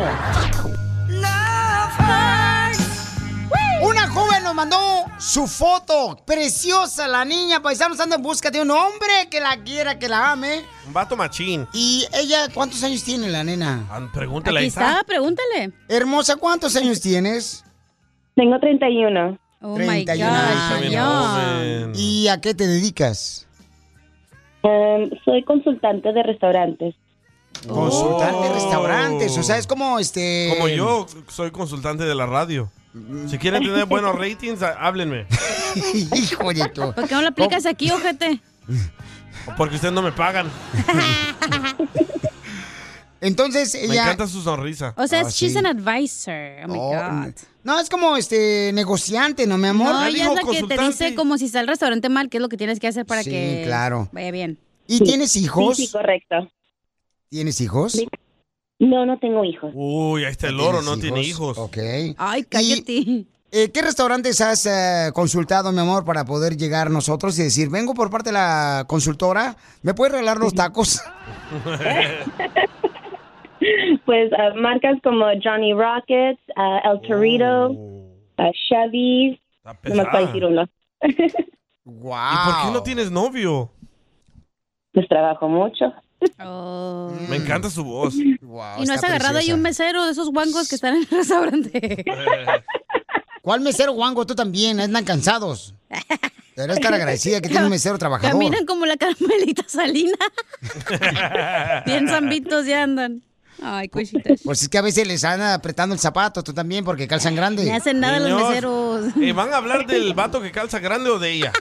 S3: Una joven nos mandó su foto. Preciosa la niña. Paisanos anda en busca de un hombre que la quiera, que la ame.
S4: Un vato machín.
S3: Y ella, ¿cuántos años tiene la nena?
S4: Ah, pregúntale,
S5: Aquí
S4: ahí está.
S5: está, pregúntale.
S3: Hermosa, ¿cuántos años tienes?
S8: Tengo treinta y uno.
S5: Oh
S3: treinta y
S5: my
S3: uno
S5: gosh,
S3: años.
S4: bien
S5: señor.
S4: joven.
S3: ¿Y a qué te dedicas?
S8: Um, soy consultante de restaurantes.
S3: Consultante de
S4: Oh.
S3: restaurantes. O sea, es como este.
S4: Como yo, soy consultante de la radio. Si quieren tener buenos ratings, há- háblenme.
S3: Hijo de tu.
S5: ¿Por qué no lo aplicas aquí, ojete?
S4: Porque ustedes no me pagan.
S3: Entonces
S4: Me
S3: ella.
S4: encanta su sonrisa.
S5: O sea,
S3: Oh,
S5: she's
S3: sí.
S5: an advisor. Oh my
S3: Oh,
S5: God.
S3: No, es como este negociante, ¿no, mi amor?
S5: No,
S4: Ya
S5: ella
S4: dijo
S5: es la que te
S4: consultante.
S5: dice como si está el restaurante mal, qué es lo que tienes que hacer para
S3: Sí,
S5: que
S3: claro.
S5: vaya bien.
S3: ¿Y tienes hijos?
S8: Sí, sí, correcto.
S3: ¿Tienes hijos?
S8: Sí. No, no tengo hijos.
S4: Uy, ahí está el loro, no tiene hijos.
S3: Ok.
S5: Ay, cállate.
S3: Eh, ¿Qué restaurantes has eh, consultado, mi amor, para poder llegar nosotros y decir, vengo por parte de la consultora, ¿me puedes regalar los tacos?
S8: Pues uh, marcas como Johnny Rockets, uh, El Torito, uh, Chevy.
S4: Está
S8: No me puedo decir uno.
S3: Wow.
S4: ¿Y por qué no tienes novio?
S8: Pues trabajo mucho.
S5: Oh.
S4: Me encanta su voz.
S3: Wow,
S5: ¿Y no has
S3: está
S5: agarrado ahí
S3: preciosa.
S5: un mesero de esos guangos que están en el restaurante?
S3: ¿Cuál mesero guango? Tú también, andan cansados. Deberías estar agradecida que tiene un mesero trabajador.
S5: Caminan como la Carmelita Salina. Bien zambitos ya andan. Ay, cositas.
S3: Pues es que a veces les anda apretando el zapato, tú también, porque calzan grande.
S5: No hacen nada los
S4: Niños,
S5: meseros.
S4: eh, ¿Van a hablar del vato que calza grande o de ella?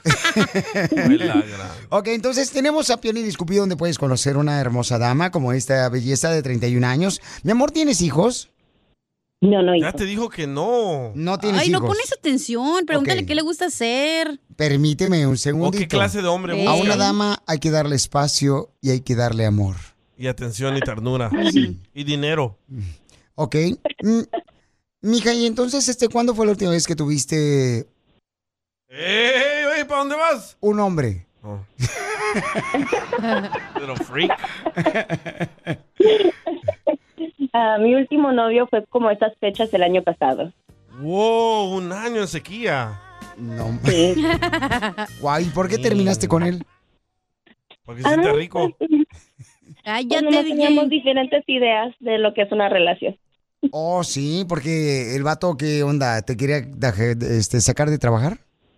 S3: Ok, entonces tenemos a Piolín Escupido, donde puedes conocer una hermosa dama como esta belleza de treinta y un años. Mi amor, ¿tienes hijos?
S8: No, no,
S4: Ya te dijo que no.
S3: No tienes
S5: Ay,
S3: hijos.
S5: no pones atención. Pregúntale
S3: Ok.
S5: qué le gusta hacer.
S3: Permíteme un
S4: ¿O
S3: segundito.
S4: qué clase de hombre
S5: Sí.
S3: A
S4: busca?
S3: una dama hay que darle espacio y hay que darle amor.
S4: Y atención y ternura. Y dinero.
S3: Ok. Mm, mija, y entonces, este, ¿cuándo fue la última vez que tuviste
S4: ¡Ey, ey! ¿Para dónde vas?
S3: un hombre?
S4: Oh. Little freak.
S8: Uh, mi último novio fue como estas fechas del año pasado.
S4: Wow, un año en sequía.
S3: No.
S8: Sí.
S3: Guay, ¿por qué terminaste con él?
S4: Porque se siente rico.
S5: Cállate,
S8: Pues nomás
S5: D J.
S8: teníamos diferentes ideas de lo que es una relación.
S3: Oh, sí, porque el vato, ¿qué onda? ¿Te quería daje- este, sacar de trabajar?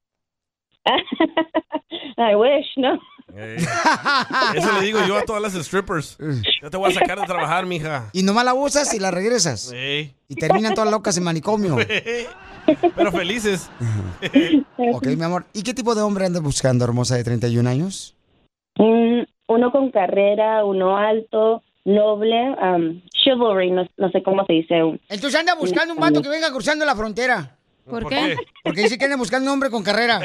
S8: I wish, ¿no?
S4: Ey. Eso le digo yo a todas las strippers. Yo te voy a sacar de trabajar, mija.
S3: Y nomás la usas y la regresas.
S4: Ey.
S3: Y terminan todas locas en manicomio.
S4: Pero felices.
S3: Ok, mi amor. ¿Y qué tipo de hombre andas buscando, hermosa de treinta y un años?
S8: Mm, uno con carrera, uno alto, noble, um, chivalry, no, no sé cómo se dice.
S3: Entonces anda buscando un vato que venga cruzando la frontera.
S5: ¿Por,
S4: ¿Por
S5: qué?
S4: qué?
S3: Porque dice que anda buscando un hombre con carrera.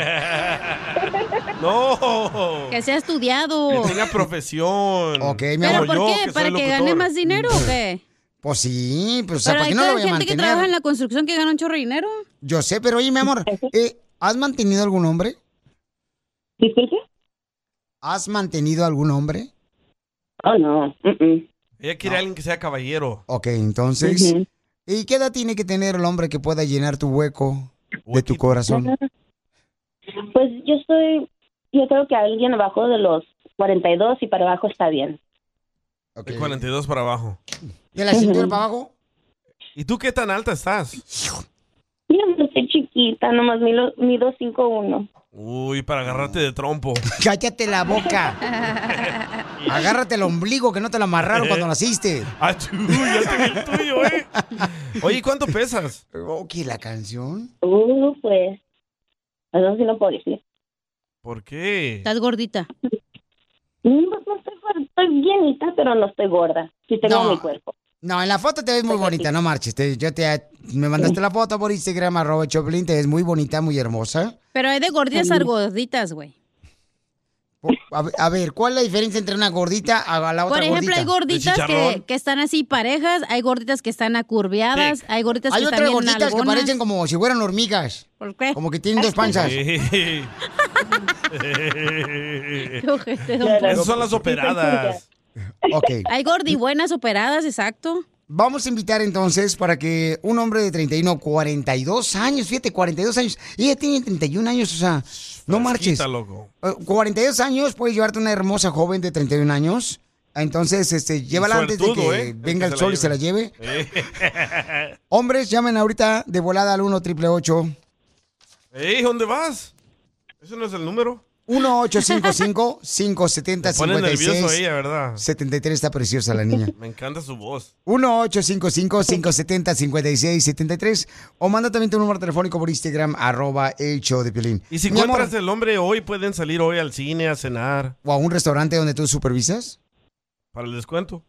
S4: No.
S5: Que sea estudiado.
S4: Que tenga profesión.
S3: Ok, mi
S5: ¿Pero
S3: amor.
S5: por
S4: yo,
S5: qué?
S4: que
S5: ¿Para
S4: soy
S5: que
S4: locutor.
S5: gane más dinero o qué?
S3: Pues sí, pues o sea,
S5: Pero
S3: ¿para
S5: hay
S3: qué no lo voy a
S5: gente que trabaja en
S3: mantener?
S5: la construcción que gana un chorro de dinero.
S3: Yo sé, pero oye, mi amor, eh, ¿has mantenido algún hombre?
S8: ¿Disculpe?
S3: ¿Has mantenido algún hombre?
S8: Oh, no. Mm-mm.
S4: Ella quiere a alguien que sea caballero.
S3: Ok, entonces,
S8: Ujú.
S3: ¿y qué edad tiene que tener el hombre que pueda llenar tu hueco de tu
S4: Huequito.
S3: corazón?
S8: Pues yo estoy yo creo que alguien abajo de los cuarenta y dos y para abajo está bien.
S4: De cuarenta y dos para abajo.
S3: ¿De la cintura para abajo?
S4: ¿Y tú qué tan alta estás?
S8: Yo no estoy chiquita, nomás mido, mido cinco uno.
S4: Uy, para agarrarte de trompo.
S3: Cállate la boca. Agárrate el ombligo que no te lo amarraron cuando naciste.
S4: Ah, tú, ya te vi el tuyo, ¿eh? Oye, ¿cuánto pesas?
S3: Ok, la canción.
S8: Uh, pues, eso sí no puedo decir.
S4: ¿Por qué?
S5: Estás gordita.
S8: No, no estoy gorda, estoy bienita, pero no estoy gorda. Sí tengo
S3: No.
S8: mi cuerpo.
S3: No, en la foto te ves muy bonita, no marches. Te- yo te, me mandaste la foto por Instagram, arroba Choplin, te ves muy bonita, muy hermosa.
S5: Pero hay de gorditas a gorditas, güey.
S3: A, ver- a ver, ¿cuál es la diferencia entre una gordita a la otra
S5: Por ejemplo,
S3: gordita?
S5: hay gorditas que, que están así parejas, hay gorditas que están acurviadas, hay gorditas
S3: Hay
S5: que
S3: otras
S5: están bien
S3: gorditas que
S5: nalgonas.
S3: parecen como si fueran hormigas.
S5: ¿Por qué?
S3: Como que tienen dos panzas.
S5: Qué ojete, don Poncho.
S4: Esas son las operadas.
S3: Ok.
S5: Hay gordibuenas operadas, exacto.
S3: Vamos a invitar entonces para que un hombre de treinta y uno, cuarenta y dos años, fíjate, cuarenta y dos años, y ella tiene treinta y un años, o sea, no marches.
S4: Fresquita, loco.
S3: Eh, cuarenta y dos años, puedes llevarte una hermosa joven de treinta y un años. Entonces, este, llévala antes de
S4: suertudo,
S3: que
S4: ¿eh?
S3: venga
S4: El
S3: el
S4: que
S3: sol
S4: se la
S3: y se la lleve.
S4: Eh.
S3: Hombres, llamen ahorita de volada al uno, ocho ocho ocho.
S4: Ey, ¿dónde vas? ¿Ese no es el número?
S3: uno ocho cinco cinco, cinco siete cero,
S4: Me pone
S3: cinco
S4: nervioso
S3: seis
S4: ella, ¿verdad?
S3: setenta y tres. Está preciosa la niña.
S4: Me encanta su voz.
S3: uno ocho cinco cinco, cinco siete cero, cinco seis siete tres. O manda también tu número telefónico por Instagram, arroba el show de Piolín.
S4: Y si
S3: Mi amor,
S4: encuentras el hombre hoy, pueden salir hoy al cine a cenar.
S3: ¿o a un restaurante donde tú supervisas?
S4: Para el descuento.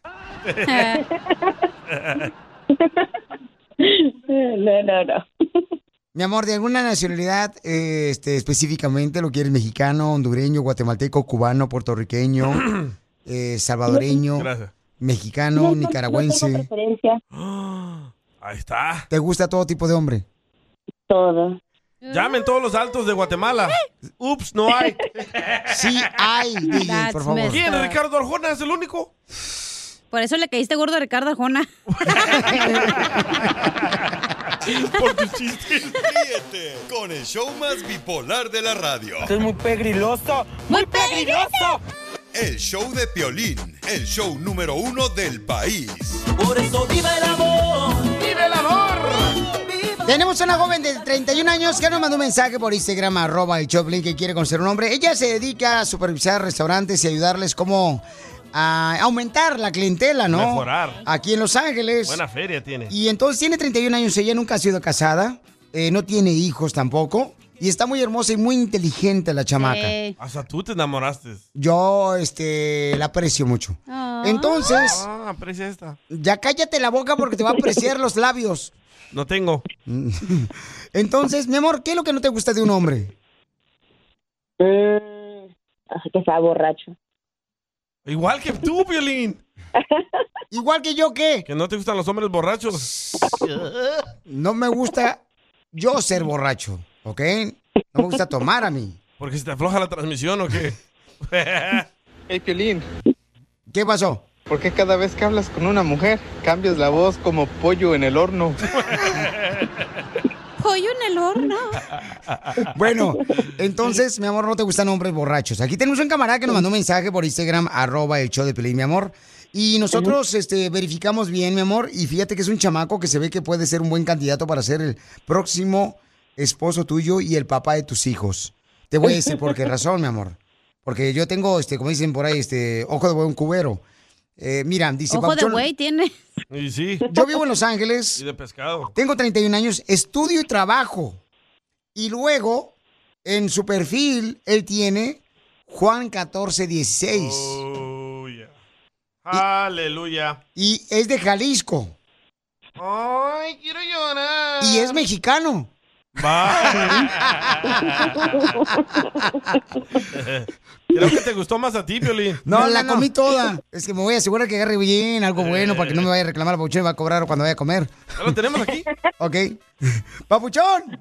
S8: No, no, no.
S3: Mi amor, ¿de alguna nacionalidad eh, este, específicamente? ¿Lo quieres mexicano, hondureño, guatemalteco, cubano, puertorriqueño, eh, salvadoreño,
S4: Gracias.
S3: mexicano,
S8: No, no, no
S3: nicaragüense?
S8: tengo preferencia.
S4: Ahí está.
S3: ¿Te gusta todo tipo de hombre?
S8: Todo.
S4: Llamen todos los altos de Guatemala. Ups, no hay.
S3: Sí hay, D J,
S5: That's
S3: por favor.
S5: messed
S4: ¿Quién?
S5: up.
S4: ¿Ricardo Arjona es el único?
S5: Por eso le caíste gordo a Ricardo Arjona.
S4: Por tus chistes.
S7: Ríete con el show más bipolar de la radio.
S11: Esto es muy pegriloso. ¡Muy pegriloso!
S7: El show de Piolín, el show número uno del país.
S11: Por eso viva el amor. ¡Viva el amor!
S3: Tenemos una joven de treinta y un años que nos mandó un mensaje por Instagram, arroba el Choplin, que quiere conocer un hombre. Ella se dedica a supervisar restaurantes y ayudarles como a aumentar la clientela, ¿no?
S4: Mejorar.
S3: Aquí en Los Ángeles.
S4: Buena feria tiene.
S3: Y entonces tiene treinta y un años, ella nunca ha sido casada, eh, no tiene hijos tampoco, y está muy hermosa y muy inteligente la chamaca.
S5: Eh.
S4: Hasta tú te enamoraste.
S3: Yo, este, la aprecio mucho.
S5: Ah.
S3: Entonces,
S4: Ah, aprecia esta.
S3: ya cállate la boca porque te va a apreciar los labios.
S4: No tengo.
S3: Entonces, mi amor, ¿qué es lo que no te gusta de un hombre?
S8: Mm, que sea borracho.
S4: Igual que tú, Piolín.
S3: Igual que yo, ¿qué?
S4: Que no te gustan los hombres borrachos.
S3: No me gusta yo ser borracho, ¿ok? No me gusta tomar a mí.
S4: Porque se te afloja la transmisión o qué.
S19: Hey, Piolín,
S3: ¿Qué pasó?
S19: ¿por qué cada vez que hablas con una mujer cambias la voz como pollo en el horno?
S5: Pollo en el horno.
S3: Bueno, entonces, mi amor, no te gustan hombres borrachos. Aquí tenemos un camarada que nos mandó un mensaje por Instagram, arroba el show de Piolín, mi amor. Y nosotros este, verificamos bien, mi amor, y fíjate que es un chamaco que se ve que puede ser un buen candidato para ser el próximo esposo tuyo y el papá de tus hijos. Te voy a decir por qué razón, mi amor. Porque yo tengo, este, como dicen por ahí, este, ojo de buen cubero. Eh, mira, dice...
S5: Ojo de
S3: Papuchón,
S5: güey tiene.
S4: Y sí.
S3: yo vivo en Los Ángeles.
S4: Y de pescado.
S3: Tengo treinta y un años, estudio y trabajo. Y luego, en su perfil, él tiene Juan catorce dieciséis.
S4: Oh, yeah. Aleluya.
S3: Y es de Jalisco.
S4: Ay, quiero llorar.
S3: Y es mexicano.
S4: Va. Creo que te gustó más a ti, Piolín.
S3: No, la comí toda. Es que me voy a asegurar que agarre bien, algo bueno, para que no me vaya a reclamar. Papuchón me va a cobrar cuando vaya a comer.
S4: ¿Ya lo tenemos aquí?
S3: Ok. Papuchón.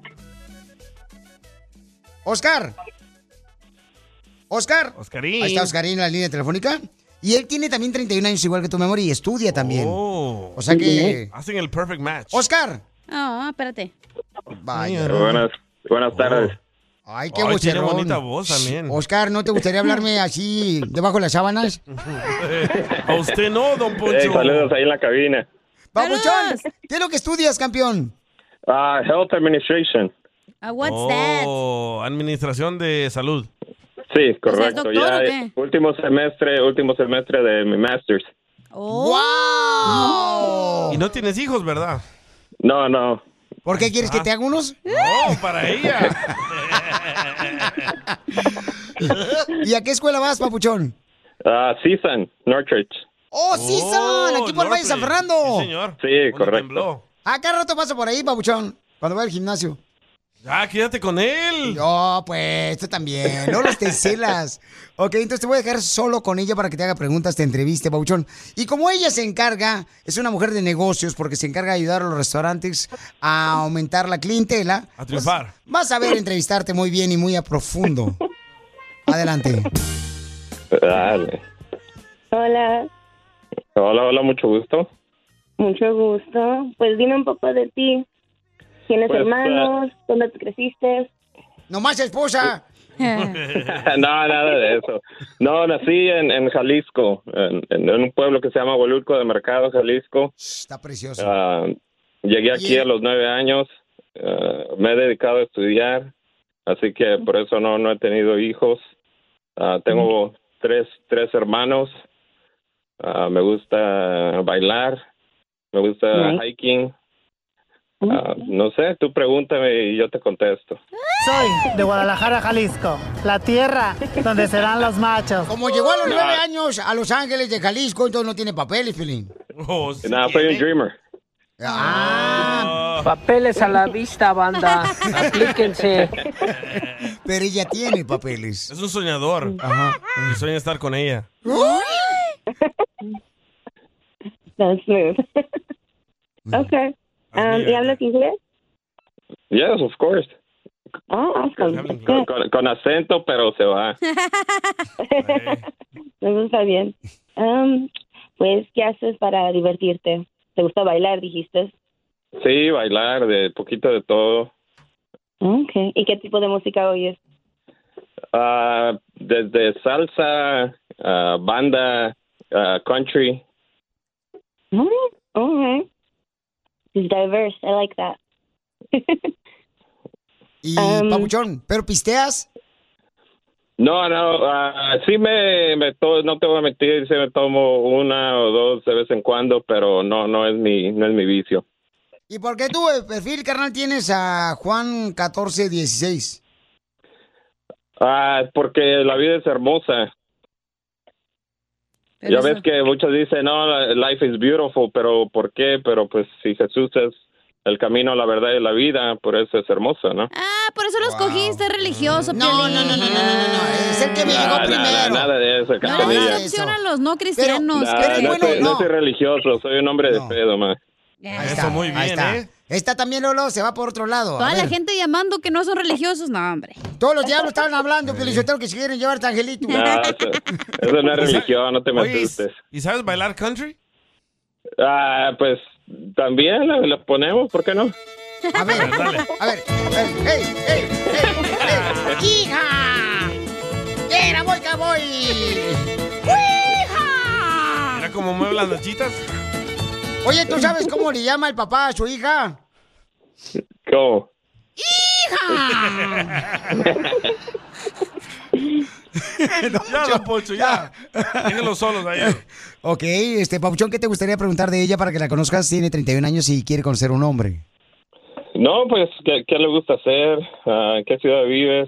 S3: Oscar. Oscar.
S4: Oscarín.
S3: Ahí está Oscarín en la línea telefónica. Y él tiene también treinta y un años igual que tu memoria y estudia también.
S4: Oh.
S3: O sea que...
S4: Hacen el perfect match.
S3: Oscar.
S5: Ah, espérate.
S3: Vaya.
S6: Buenas, buenas tardes.
S3: Ay, qué
S4: Ay, tiene
S3: vocerrón.
S4: bonita voz también.
S3: Oscar, ¿no te gustaría hablarme así debajo de las sábanas?
S4: A usted no, don Poncho.
S9: Hey, saludos ahí en la cabina.
S3: Papuchón, ¿qué es lo que estudias, campeón?
S9: Ah, Health Administration.
S5: Uh, what's
S4: oh, administración de salud.
S9: Sí, correcto.
S5: O sea, ¿es doctor
S9: ya
S5: o qué?
S9: último semestre, último semestre de mi master's.
S3: ¡Wow!
S4: Y no tienes hijos, ¿verdad?
S9: No, no.
S3: ¿Por qué quieres que te haga unos?
S4: No, para ella.
S3: ¿Y a qué escuela vas, papuchón?
S9: Ah, C S U N, Northridge.
S3: ¡Oh, sí son! Aquí por el Valle de San Fernando.
S4: Sí, señor.
S9: Sí, correcto.
S3: Acá rato paso por ahí, papuchón, cuando voy al gimnasio.
S4: Ya, quédate con él.
S3: No, pues, tú también. No los te celas. Ok, entonces te voy a dejar solo con ella para que te haga preguntas, te entreviste, papuchón. Y como ella se encarga, es una mujer de negocios porque se encarga de ayudar a los restaurantes a aumentar la clientela.
S4: A triunfar.
S3: Pues, vas a ver entrevistarte muy bien y muy a profundo. Adelante.
S9: Dale.
S8: Hola,
S9: Hola, hola, mucho gusto.
S8: mucho gusto. Pues dime un poco de ti. ¿Tienes
S9: Pues,
S8: hermanos? ¿Dónde te creciste?
S3: Nomás esposa.
S9: No, nada de eso. No, nací en, en Jalisco, en, en un pueblo que se llama Huelulco de Mercado, Jalisco.
S3: Está precioso.
S9: Ah, llegué aquí a los nueve años. Ah, me he dedicado a estudiar, así que por eso no, no he tenido hijos. Ah, tengo tres, tres hermanos. Ah, me gusta bailar. Me gusta
S8: Nice.
S9: hiking. Ah, no sé, tú pregúntame y yo te contesto.
S13: Soy de Guadalajara, Jalisco, la tierra donde serán los machos.
S3: Como llegó a los nueve años a Los Ángeles de Jalisco, entonces no tiene papeles, Pelín.
S9: No, soy un dreamer.
S3: Ah,
S13: Papeles a la vista, banda. Aplíquense.
S3: pero ella tiene papeles.
S4: Es un soñador.
S3: Ajá.
S4: Y sueña estar con ella.
S8: That's smooth. Okay. Um, ¿Y hablas inglés?
S9: Yes, of course.
S8: Oh, awesome.
S9: Con, con- con acento, pero se va.
S8: Eso está bien. Um, pues, ¿qué haces para divertirte? ¿Te gusta bailar, dijiste?
S9: Sí, bailar, de poquito de todo.
S8: Okay. ¿Y qué tipo de música oyes?
S9: Ah, desde salsa, ah, banda, ah, country.
S8: Oh, okay. It's diverse. I like that.
S3: Y,
S8: Um,
S3: papuchón, ¿pero pisteas?
S9: No, no, ah, sí me, me to- no te voy a mentir, sí me tomo una o dos de vez en cuando, pero no, no es mi, no es mi vicio.
S3: ¿Y por qué tú, el perfil, carnal, tienes a Juan catorce dieciséis?
S9: Ah, porque la vida es hermosa.
S3: Pero
S9: Ya
S3: eso-
S9: ves que muchos dicen, no, la- life is beautiful, pero ¿por qué? Pero pues si Jesús es el camino, la verdad y la vida, por eso es hermoso, ¿no?
S5: Ah, por eso lo escogiste, religioso,
S3: No, no, no, no, no, no, no, es el que me llegó
S9: Nada,
S3: primero.
S9: nada, nada de eso,
S5: No
S9: Cachanilla.
S5: le das opción a los no cristianos.
S9: Nah,
S5: que-
S9: no, soy, no soy religioso, soy un hombre de fe, nomás.
S3: Ahí está, ahí está. Esta también, Lolo, se va por otro lado. A
S5: Toda la
S3: ver.
S5: gente llamando que no son religiosos, no, hombre.
S3: Todos los diablos estaban hablando, Pelizotero, que se quieren llevar a angelito.
S9: No, eso, eso no es religión, no te me
S4: Oye,
S9: asustes.
S4: ¿y sabes bailar country?
S9: Ah, pues también la, la ponemos, ¿por qué no?
S3: A ver, a ver, ey, ey, ey, ey, ey. ¡Hija! ¡Era, voy, que voy! ¡Hija!
S4: Mira cómo mueve las nachitas.
S3: Oye, ¿tú sabes cómo le llama el papá a su hija?
S9: ¿Cómo?
S4: Ya, don Poncho, ya. Déjenlos solos ahí.
S3: Ok, este, Papuchón, ¿qué te gustaría preguntar de ella para que la conozcas? Tiene treinta y un años y quiere conocer un hombre.
S9: No, pues, ¿qué, qué le gusta hacer? Ah, ¿En qué ciudad vives?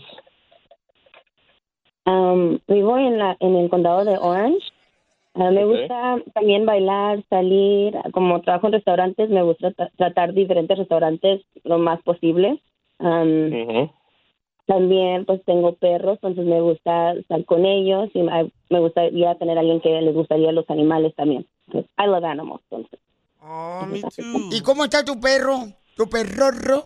S8: Um, vivo en, la, en el condado de Orange. Ah, me
S9: Ok.
S8: gusta también bailar, salir. Como trabajo en restaurantes, me gusta tra- tratar diferentes restaurantes lo más posible. Um, También, pues, tengo perros, entonces me gusta estar con ellos y me me gustaría tener a alguien que les gustaría los animales también. Entonces, I love animals, entonces.
S4: Oh, me too.
S3: ¿Y cómo está tu perro? ¿Tu perrorro?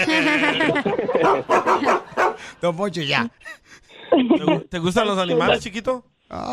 S3: Don Poncho, ya.
S4: ¿Te, gu- te gustan los animales, chiquito?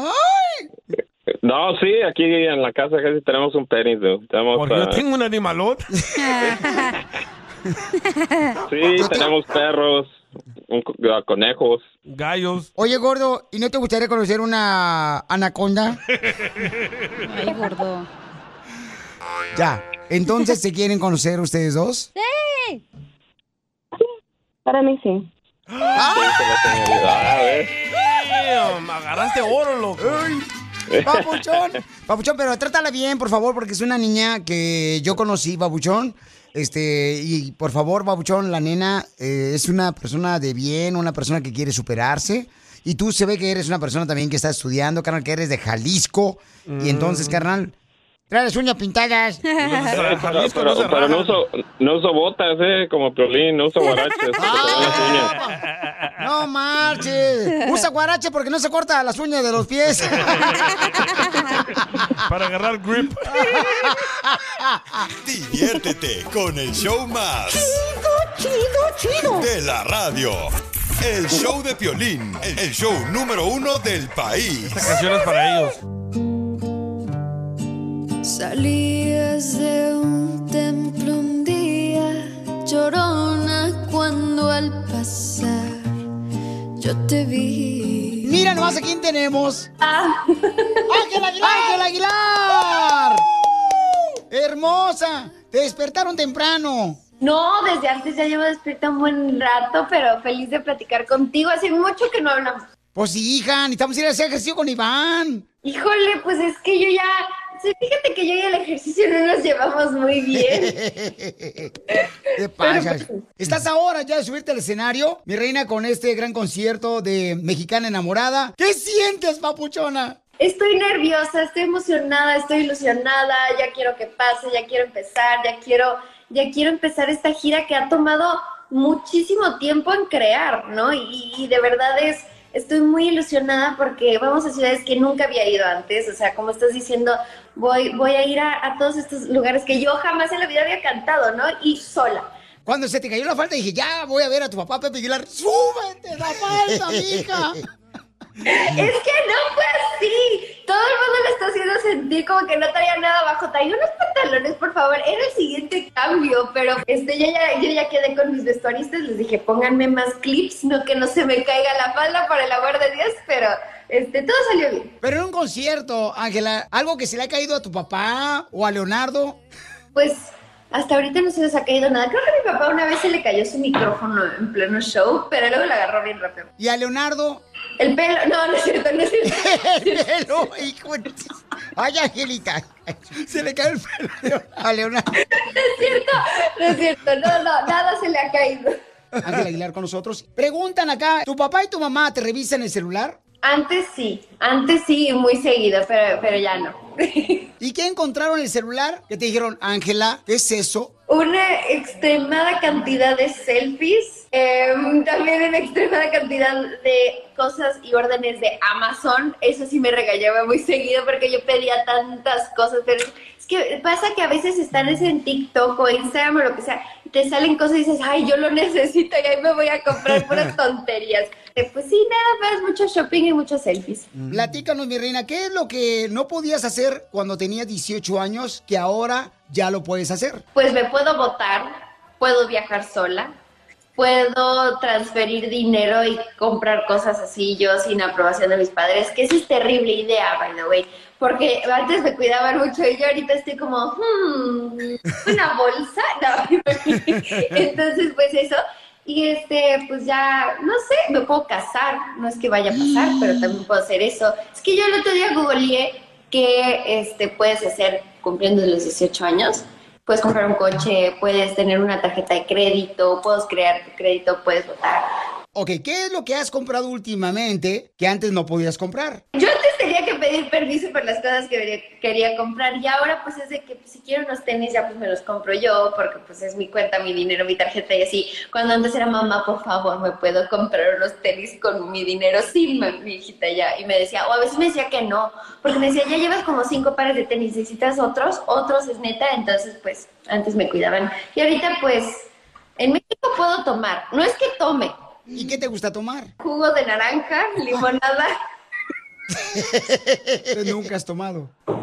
S9: No, sí, aquí en la casa casi tenemos un perito. Tenemos,
S4: Porque yo
S9: ah,
S4: tengo un animalón.
S9: sí, tenemos perros. un, uh, conejos.
S4: Gallos.
S3: Oye, gordo, ¿y no te gustaría conocer una anaconda?
S5: Ay, gordo.
S3: Ya, entonces, ¿se quieren conocer ustedes dos?
S5: ¡Sí!
S8: Para mí sí.
S9: Ah, a ver.
S4: Me agarraste oro, loco.
S3: Papuchón, Papuchón, pero trátala bien, por favor, porque es una niña que yo conocí, Papuchón. Este, y por favor, Papuchón, la nena eh, es una persona de bien, una persona que quiere superarse. Y tú se ve que eres una persona también que está estudiando, carnal, que eres de Jalisco. Mm. Y entonces, carnal, trae las uñas pintadas.
S9: Pero, pero, pero, pero no, uso, no uso botas, eh, como Piolín, no uso guaraches.
S3: Ah, no marches. Usa guarache porque no se corta las uñas de los pies.
S4: Para agarrar grip.
S7: Diviértete con el show más
S3: chido, chido, chido
S7: de la radio. El show de Piolín, el show número uno del país.
S4: Esta canción es para ellos.
S11: Salías de un templo un día, llorona, cuando al pasar yo te vi.
S3: Mira nomás a quién tenemos. Ah. ¡Ángel Aguilar! ¡Ángel Aguilar! ¡Hermosa! Te despertaron temprano.
S10: No, desde antes ya llevo despierta un buen rato, pero feliz de platicar contigo. Hace mucho que no hablamos.
S3: Pues sí, hija, necesitamos ir a hacer ejercicio con Iván.
S10: Híjole, pues es que yo ya... Sí, fíjate que yo y el ejercicio no nos llevamos muy bien.
S3: ¿Qué pasa? Pero... ¿Estás ahora ya de subirte al escenario, mi reina, con este gran concierto de Mexicana Enamorada? ¿Qué sientes, papuchona?
S10: Estoy nerviosa, estoy emocionada, estoy ilusionada. Ya quiero que pase, ya quiero empezar, ya quiero, ya quiero empezar esta gira que ha tomado muchísimo tiempo en crear, ¿no? Y, y de verdad es... Estoy muy ilusionada porque vamos a ciudades que nunca había ido antes. O sea, como estás diciendo, voy, voy a ir a, a todos estos lugares que yo jamás en la vida había cantado, ¿no? Y sola.
S3: Cuando se te cayó la falda dije, ya voy a ver a tu papá Pepe Aguilar. ¡Súbete la falda, mija!
S10: Es que no fue así. Todo el mundo me está haciendo sentir como que no traía nada abajo. Traía unos pantalones, por favor. Era el siguiente cambio, pero este, yo, ya, yo ya quedé con mis vestuaristas. Les dije, pónganme más clips, no que no se me caiga la falda, por el amor de Dios. Pero este, todo salió bien.
S3: Pero en un concierto, Ángela, ¿algo que se le ha caído a tu papá o a Leonardo?
S10: Pues... hasta ahorita no se les ha caído nada. Creo que a mi papá una vez se le cayó su micrófono en pleno show, pero luego lo agarró bien rápido.
S3: ¿Y a Leonardo?
S10: El pelo, no, no es cierto, no es cierto.
S3: El pelo, hijo de... Ay, Angelita, se le cayó el pelo a Leonardo.
S10: No es cierto, no es cierto, no, no, nada se le ha caído.
S3: Ángel Aguilar con nosotros. Preguntan acá, ¿tu papá y tu mamá te revisan el celular?
S10: Antes sí, antes sí, muy seguido, pero, pero ya no.
S3: ¿Y qué encontraron en el celular? Que te dijeron, Ángela, ¿qué es eso?
S10: Una extremada cantidad de selfies, eh, también una extremada cantidad de cosas y órdenes de Amazon. Eso sí me regañaba muy seguido porque yo pedía tantas cosas, pero es que pasa que a veces están en TikTok o Instagram o lo que sea, y te salen cosas y dices, ay, yo lo necesito y ahí me voy a comprar puras tonterías. Pues sí, nada más, mucho shopping y muchos selfies.
S3: Platícanos, mi reina, ¿qué es lo que no podías hacer cuando tenías dieciocho años que ahora ya lo puedes hacer?
S10: Pues me puedo votar, puedo viajar sola, puedo transferir dinero y comprar cosas así yo sin aprobación de mis padres, que esa es terrible idea, by the way, porque antes me cuidaban mucho y yo ahorita estoy como, hmm, ¿una bolsa? No. Entonces, pues eso... Y este, pues ya, no sé, me puedo casar, no es que vaya a pasar, pero también puedo hacer eso. Es que yo el otro día googleé que este, puedes hacer cumpliendo los dieciocho años. Puedes comprar un coche, puedes tener una tarjeta de crédito, puedes crear tu crédito, puedes votar.
S3: Ok, ¿qué es lo que has comprado últimamente que antes no podías comprar?
S10: Yo antes tenía que pedir permiso por las cosas que quería comprar y ahora pues es de que pues, si quiero unos tenis ya pues me los compro yo porque pues es mi cuenta, mi dinero, mi tarjeta y así. Cuando antes era mamá, por favor, ¿me puedo comprar unos tenis con mi dinero? Sí, mi hijita ya. Y me decía, o a veces me decía que no, porque me decía, ya llevas como cinco pares de tenis, ¿necesitas otros? Otros es neta, entonces pues antes me cuidaban. Y ahorita pues en México puedo tomar, no es que tome.
S3: ¿Y qué te gusta tomar?
S10: Jugo de naranja, limonada.
S3: ¿Nunca has tomado?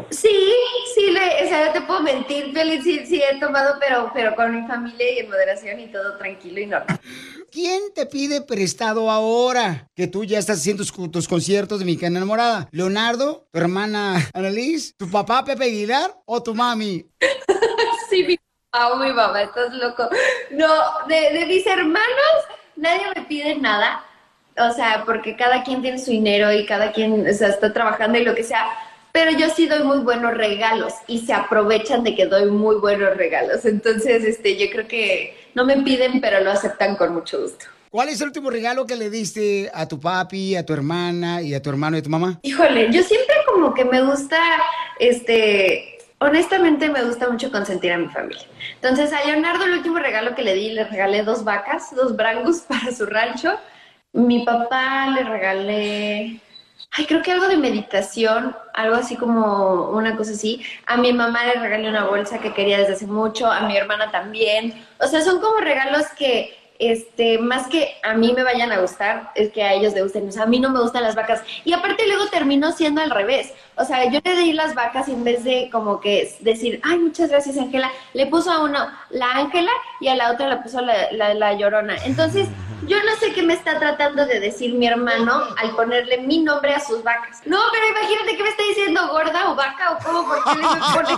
S10: Sí, sí, le, o sea, no te puedo mentir, Feliz, sí, sí he tomado, pero, pero con mi familia y en moderación y todo tranquilo y normal.
S3: ¿Quién te pide prestado ahora que tú ya estás haciendo tus, tus conciertos de Mexicana Enamorada? ¿Leonardo, tu hermana Annalise, tu papá Pepe Aguilar o tu mami?
S10: Sí, mi papá o mi mamá, estás loco. No, de, de mis hermanos nadie me pide nada, o sea, porque cada quien tiene su dinero y cada quien, o sea, está trabajando y lo que sea. Pero yo sí doy muy buenos regalos y se aprovechan de que doy muy buenos regalos. Entonces, este, yo creo que no me piden, pero lo aceptan con mucho gusto.
S3: ¿Cuál es el último regalo que le diste a tu papi, a tu hermana y a tu hermano y a tu mamá?
S10: Híjole, yo siempre como que me gusta, este, honestamente me gusta mucho consentir a mi familia. Entonces, a Leonardo el último regalo que le di, le regalé dos vacas, dos brangus para su rancho. Mi papá le regalé... Ay, creo que algo de meditación, algo así como una cosa así. A mi mamá le regalé una bolsa que quería desde hace mucho, a mi hermana también. O sea, son como regalos que, este, más que a mí me vayan a gustar, es que a ellos les gusten. O sea, a mí no me gustan las vacas. Y aparte luego terminó siendo al revés. O sea, yo le di las vacas y en vez de como que decir, ay, muchas gracias, Ángela, le puso a uno la Ángela y a la otra le puso la, la, la Llorona. Entonces... yo no sé qué me está tratando de decir mi hermano al ponerle mi nombre a sus vacas. No, pero imagínate que me está diciendo gorda o vaca o cómo, ¿por qué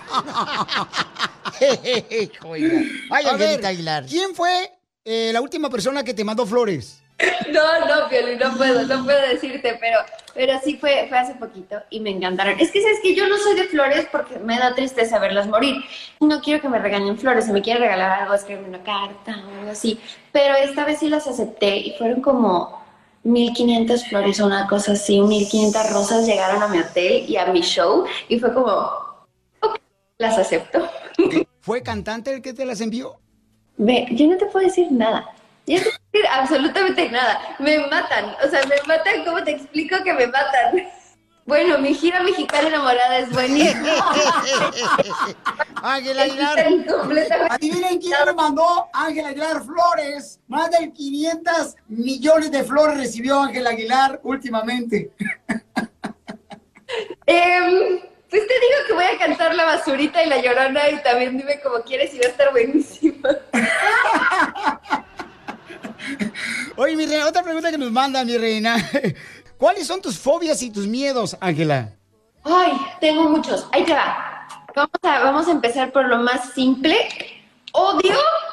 S10: le pone?
S3: Ay, Angelita Aguilar, ¿quién fue eh, la última persona que te mandó flores?
S10: No, no, Pioli, no puedo, no puedo decirte, pero, pero sí fue, fue hace poquito y me encantaron. Es que, ¿sabes que yo no soy de flores porque me da tristeza verlas morir. No quiero que me regalen flores, si me quiere regalar algo, escribirme una carta o algo así. Pero esta vez sí las acepté y fueron como mil quinientas flores o una cosa así, mil quinientas rosas llegaron a mi hotel y a mi show y fue como, ok, las acepto.
S3: ¿Fue cantante el que te las envió?
S10: Ve, yo no te puedo decir nada. Yo no te puedo decir absolutamente nada. Me matan, o sea, me matan, ¿cómo te explico que me matan? Bueno, mi gira Mexicana Enamorada es buenísima.
S3: Ángela Aguilar. Adivinen quién le mandó Ángela Aguilar flores. Más de quinientos millones de flores recibió Ángela Aguilar últimamente.
S10: Eh, pues te digo que voy a cantar La Basurita y La Llorona y también dime como quieres y va a estar buenísima.
S3: Oye, mi reina, otra pregunta que nos manda mi reina. ¿Cuáles son tus fobias y tus miedos, Ángela?
S10: Ay, tengo muchos. Ahí te va. Vamos a, vamos a empezar por lo más simple. Odio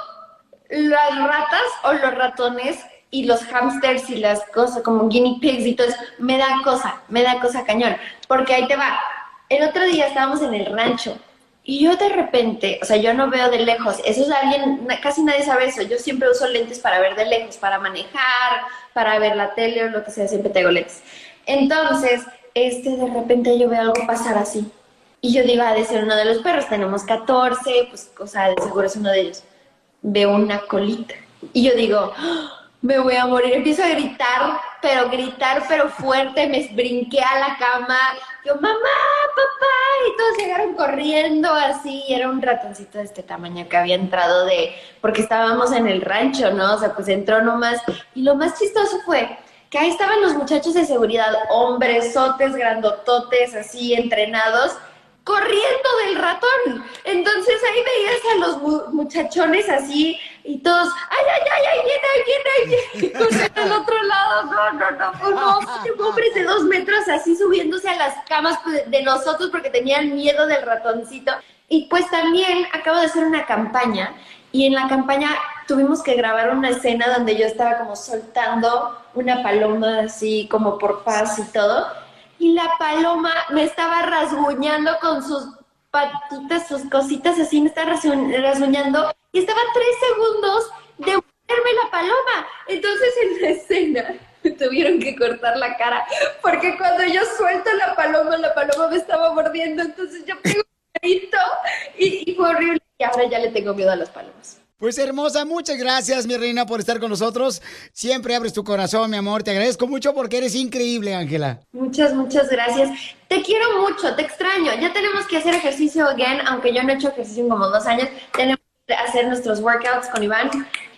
S10: las ratas o los ratones y los hamsters y las cosas como guinea pigs y todo eso. Me da cosa, me da cosa cañón. Porque ahí te va. El otro día estábamos en el rancho y yo de repente, o sea, yo no veo de lejos. Eso es alguien, casi nadie sabe eso. Yo siempre uso lentes para ver de lejos, para manejar, para ver la tele o lo que sea, siempre tengo lentes. Entonces, este, de repente yo veo algo pasar así. Y yo digo, ha de ser uno de los perros. Tenemos catorce, pues, o sea, de seguro es uno de ellos. Veo una colita. Y yo digo, ¡oh! Me voy a morir. Empiezo a gritar, pero gritar, pero fuerte. Me brinqué a la cama. Yo, mamá, papá. Y todos llegaron corriendo así. Y era un ratoncito de este tamaño que había entrado de... Porque estábamos en el rancho, ¿no? O sea, pues entró nomás. Y lo más chistoso fue que ahí estaban los muchachos de seguridad. Hombres, sotes, grandototes, así, entrenados. Corriendo del ratón. Entonces ahí veías a los mu- muchachones así y todos, ay, ay, ay, ay, viene, ay, viene, ay, viene. Corriendo al otro lado, no, no, no, no, no, hombres de dos metros así subiéndose a las camas de nosotros porque tenían miedo del ratoncito. Y pues también acabo de hacer una campaña y en la campaña tuvimos que grabar una escena donde yo estaba como soltando una paloma así como por paz y todo. Y la paloma me estaba rasguñando con sus patitas, sus cositas así, me estaba rasguñando. Y estaba tres segundos de morderme la paloma. Entonces en la escena me tuvieron que cortar la cara. Porque cuando yo suelto la paloma, la paloma me estaba mordiendo. Entonces yo pego un grito y, y fue horrible. Y ahora ya le tengo miedo a las palomas.
S3: Pues hermosa, muchas gracias, mi reina, por estar con nosotros. Siempre abres tu corazón, mi amor. Te agradezco mucho porque eres increíble, Ángela.
S10: Muchas, muchas gracias. Te quiero mucho, te extraño. Ya tenemos que hacer ejercicio again, aunque yo no he hecho ejercicio en como dos años. Tenemos que hacer nuestros workouts con Iván.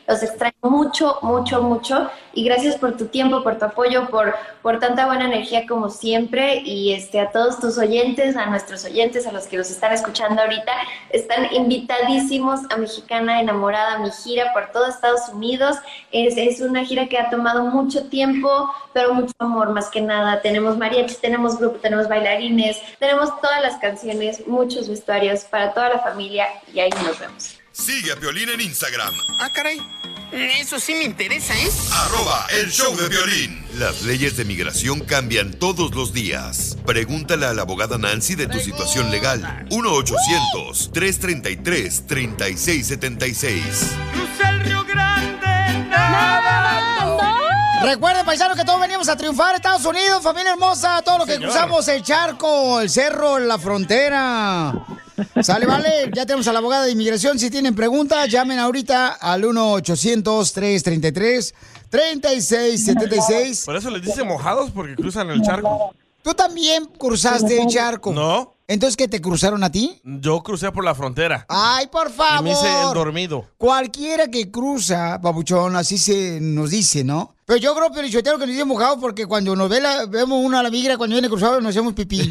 S10: Los extraño mucho, mucho, mucho. Y gracias por tu tiempo, por tu apoyo, por, por tanta buena energía como siempre. Y este, a todos tus oyentes, a nuestros oyentes, a los que los están escuchando ahorita, están invitadísimos a Mexicana Enamorada, mi gira por todo Estados Unidos. Es, es una gira que ha tomado mucho tiempo, pero mucho amor más que nada. Tenemos mariachis, tenemos grupo, tenemos bailarines, tenemos todas las canciones, muchos vestuarios para toda la familia y ahí nos vemos.
S7: Sigue a Piolín en Instagram.
S15: Ah, caray. Eso sí me interesa, ¿eh?
S7: Arroba el show de Piolín. Las leyes de migración cambian todos los días. Pregúntale a la abogada Nancy de tu situación legal. uno ochocientos, tres treinta y tres, treinta y seis setenta y seis.
S11: Crucé el Río Grande nadando.
S3: Recuerden, paisanos, que todos venimos a triunfar, Estados Unidos, familia hermosa, todos los que
S11: Señor.
S3: cruzamos el charco, el cerro, la frontera. Sale, vale, ya tenemos a la abogada de inmigración. Si tienen preguntas, llamen ahorita al uno ochocientos, tres treinta y tres, treinta y seis setenta y seis.
S4: Por eso les dice mojados, porque cruzan el charco.
S3: ¿Tú también cruzaste el charco?
S4: No.
S3: ¿Entonces qué, te cruzaron a ti?
S4: Yo crucé por la frontera.
S3: Ay, por favor.
S4: Y me hice el dormido.
S3: Cualquiera que cruza, papuchón, así se nos dice, ¿no? Pero yo creo, Pelichotero, que nos dice mojados porque cuando nos ve la, vemos una a la migra, cuando viene cruzado, nos hacemos pipí.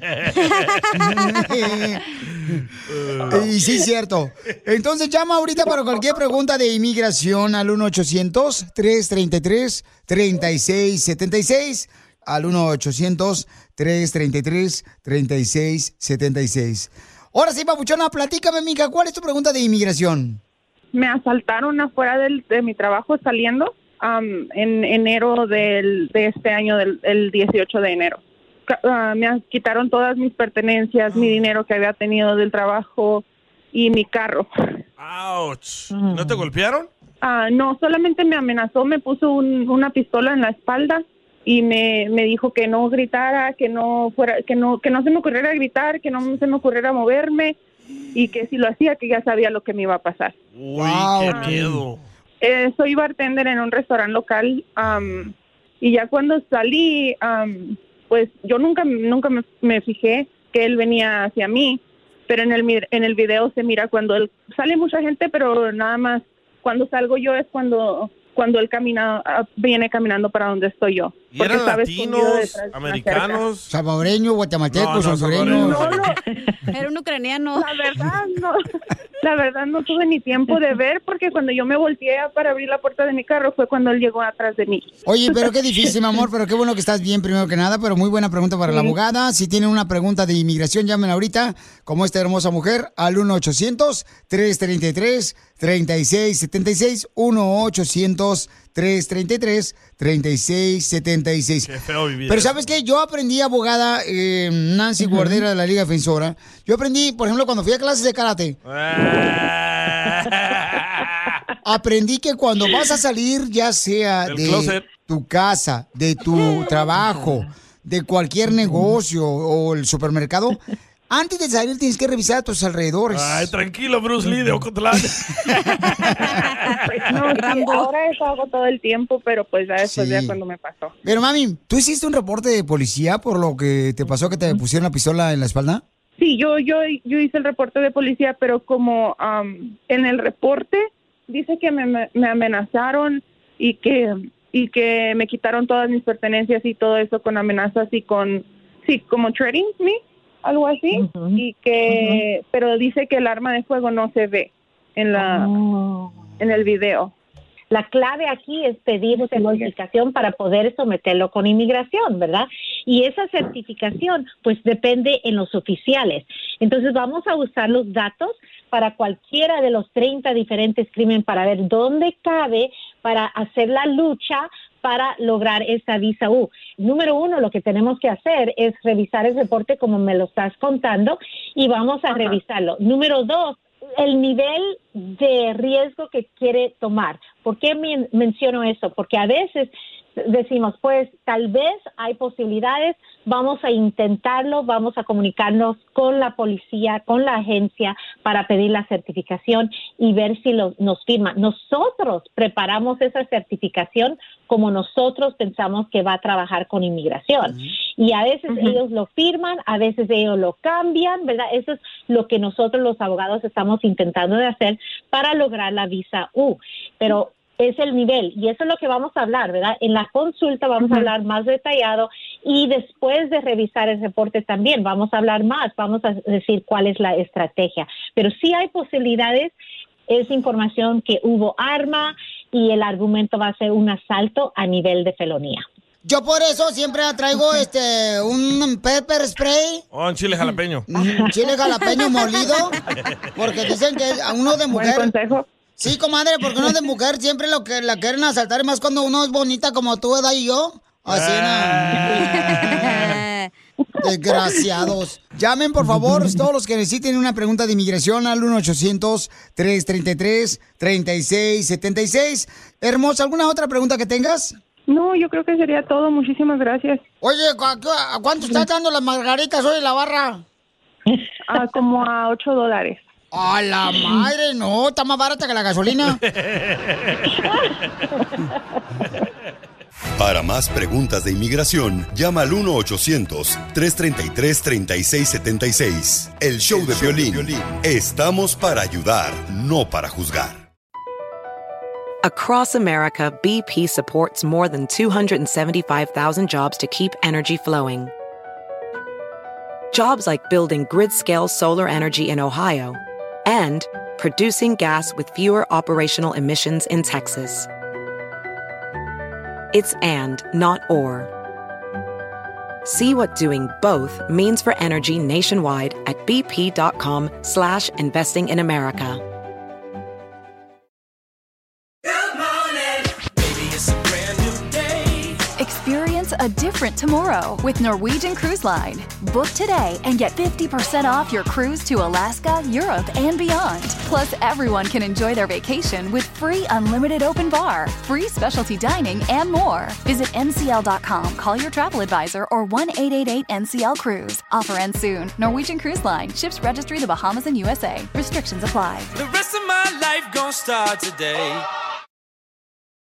S3: Y sí, es cierto. Entonces llama ahorita para cualquier pregunta de inmigración al uno ochocientos, tres treinta y tres, treinta y seis setenta y seis. Al uno ochocientos, tres treinta y tres, treinta y seis setenta y seis. Ahora sí, papuchona, platícame, mija, ¿cuál es tu pregunta de inmigración?
S16: Me asaltaron afuera del, de mi trabajo saliendo um, en enero del, de este año, del el dieciocho de enero. Ca- uh, me quitaron todas mis pertenencias, mi dinero que había tenido del trabajo y mi carro.
S4: ¡Auch! ¿No te golpearon?
S16: Uh, no, solamente me amenazó, me puso un, una pistola en la espalda y me, me dijo que no gritara, que no fuera, que no, que no se me ocurriera gritar, que no se me ocurriera moverme y que si lo hacía que ya sabía lo que me iba a pasar.
S4: Uy, qué miedo.
S16: Eh, soy bartender en un restaurante local um, y ya cuando salí, um, pues yo nunca, nunca me, me fijé que él venía hacia mí, pero en el mi- en el video se mira cuando él sale mucha gente, pero nada más cuando salgo yo es cuando cuando él camina ah, viene caminando para donde estoy yo.
S4: ¿Y
S16: porque
S4: eran
S16: estaba escondido
S4: latinos,
S16: detrás de una
S4: americanos?
S3: Salvadoreño, guatemalteco,
S4: No, no,
S3: hondureño.
S16: No, no.
S5: Era un ucraniano.
S16: La verdad, no. La verdad, no tuve ni tiempo de ver porque cuando yo me volteé para abrir la puerta de mi carro fue cuando él llegó atrás de mí.
S3: Oye, pero qué difícil, mi amor, pero qué bueno que estás bien primero que nada, pero muy buena pregunta para la
S16: Sí.
S3: abogada. Si tienen una pregunta de inmigración, llamen ahorita, como esta hermosa mujer, al uno ochocientos, tres treinta y tres, treinta y seis setenta y seis, uno ochocientos, tres treinta y tres, treinta y seis setenta y seis.
S4: Qué feo vivir.
S3: Pero
S4: eso.
S3: ¿sabes qué? Yo aprendí, abogada, eh, Nancy Guardera de la Liga Defensora, yo aprendí, por ejemplo, cuando fui a clases de karate, aprendí que cuando vas a salir, ya sea
S4: Del
S3: de
S4: closet.
S3: tu casa, de tu trabajo, de cualquier negocio o el supermercado, antes de salir tienes que revisar a tus alrededores.
S4: Ay, tranquilo, Bruce Lee de Ocotlán.
S16: No, sí, ahora eso hago todo el tiempo, pero pues ya después
S3: Sí.
S16: ya cuando me pasó.
S3: Pero mami, ¿tú hiciste un reporte de policía por lo que te pasó que te pusieron la pistola en la espalda?
S16: Sí, yo yo yo hice el reporte de policía, pero como am, en el reporte dice que me, me, me amenazaron y que y que me quitaron todas mis pertenencias y todo eso con amenazas y con sí, como threatening me, algo así, y que pero dice que el arma de fuego no se ve en la en el video.
S20: La clave aquí es pedir certificación para poder someterlo con inmigración, ¿verdad? Y esa certificación, pues, depende en los oficiales. Entonces, vamos a usar los datos para cualquiera de los treinta diferentes crímenes para ver dónde cabe para hacer la lucha para lograr esa visa U. Número uno, lo que tenemos que hacer es revisar el reporte como me lo estás contando y vamos a revisarlo. Número dos, el nivel de riesgo que quiere tomar. ¿Por qué men- menciono eso? Porque a veces decimos, pues tal vez hay posibilidades, vamos a intentarlo, vamos a comunicarnos con la policía, con la agencia para pedir la certificación y ver si lo, nos firma. Nosotros preparamos esa certificación como nosotros pensamos que va a trabajar con inmigración. Y a veces
S16: Ujú.
S20: ellos lo firman, a veces ellos lo cambian, ¿verdad? Eso es lo que nosotros los abogados estamos intentando de hacer para lograr la visa U. pero es el nivel, y eso es lo que vamos a hablar, ¿verdad? En la consulta vamos a hablar más detallado, y después de revisar el reporte también vamos a hablar más, vamos a decir cuál es la estrategia. Pero sí hay posibilidades, es información que hubo arma, y el argumento va a ser un asalto a nivel de felonía.
S3: Yo por eso siempre traigo este un pepper spray.
S4: Oh, un chile jalapeño.
S3: Un chile jalapeño molido. Porque dicen que a uno de mujer.
S16: Buen consejo.
S3: Sí, comadre, porque uno de mujer siempre lo que la quieren asaltar, más cuando uno es bonita como tú, Edad, y yo. Así no. Desgraciados. Llamen, por favor, todos los que necesiten una pregunta de inmigración al uno ochocientos, tres treinta y tres, treinta y seis setenta y seis. Hermosa, ¿alguna otra pregunta que tengas?
S16: No, yo creo que sería todo. Muchísimas gracias.
S3: Oye, ¿a cuánto estás dando las margaritas hoy en la barra?
S16: Ah, como a ocho dólares.
S3: ¡A la madre! No, está más barata que la gasolina.
S7: Para más preguntas de inmigración, llama al uno ochocientos, tres treinta y tres, treinta y seis setenta y seis. El show de Piolín. Estamos para ayudar, no para juzgar.
S17: Across America, B P supports more than two hundred seventy-five thousand jobs to keep energy flowing. Jobs like building grid-scale solar energy in Ohio and producing gas with fewer operational emissions in Texas. It's and, not or. See what doing both means for energy nationwide at bp.com slash investing in America.
S18: Experience a different tomorrow with Norwegian Cruise Line. Book today and get fifty percent off your cruise to Alaska, Europe, and beyond. Plus, everyone can enjoy their vacation with free unlimited open bar, free specialty dining, and more. Visit N C L dot com, call your travel advisor, or one eight eight eight N C L Cruise. Offer ends soon. Norwegian Cruise Line. Ships registry the Bahamas and U S A. Restrictions apply.
S11: The rest of my life gon' start today.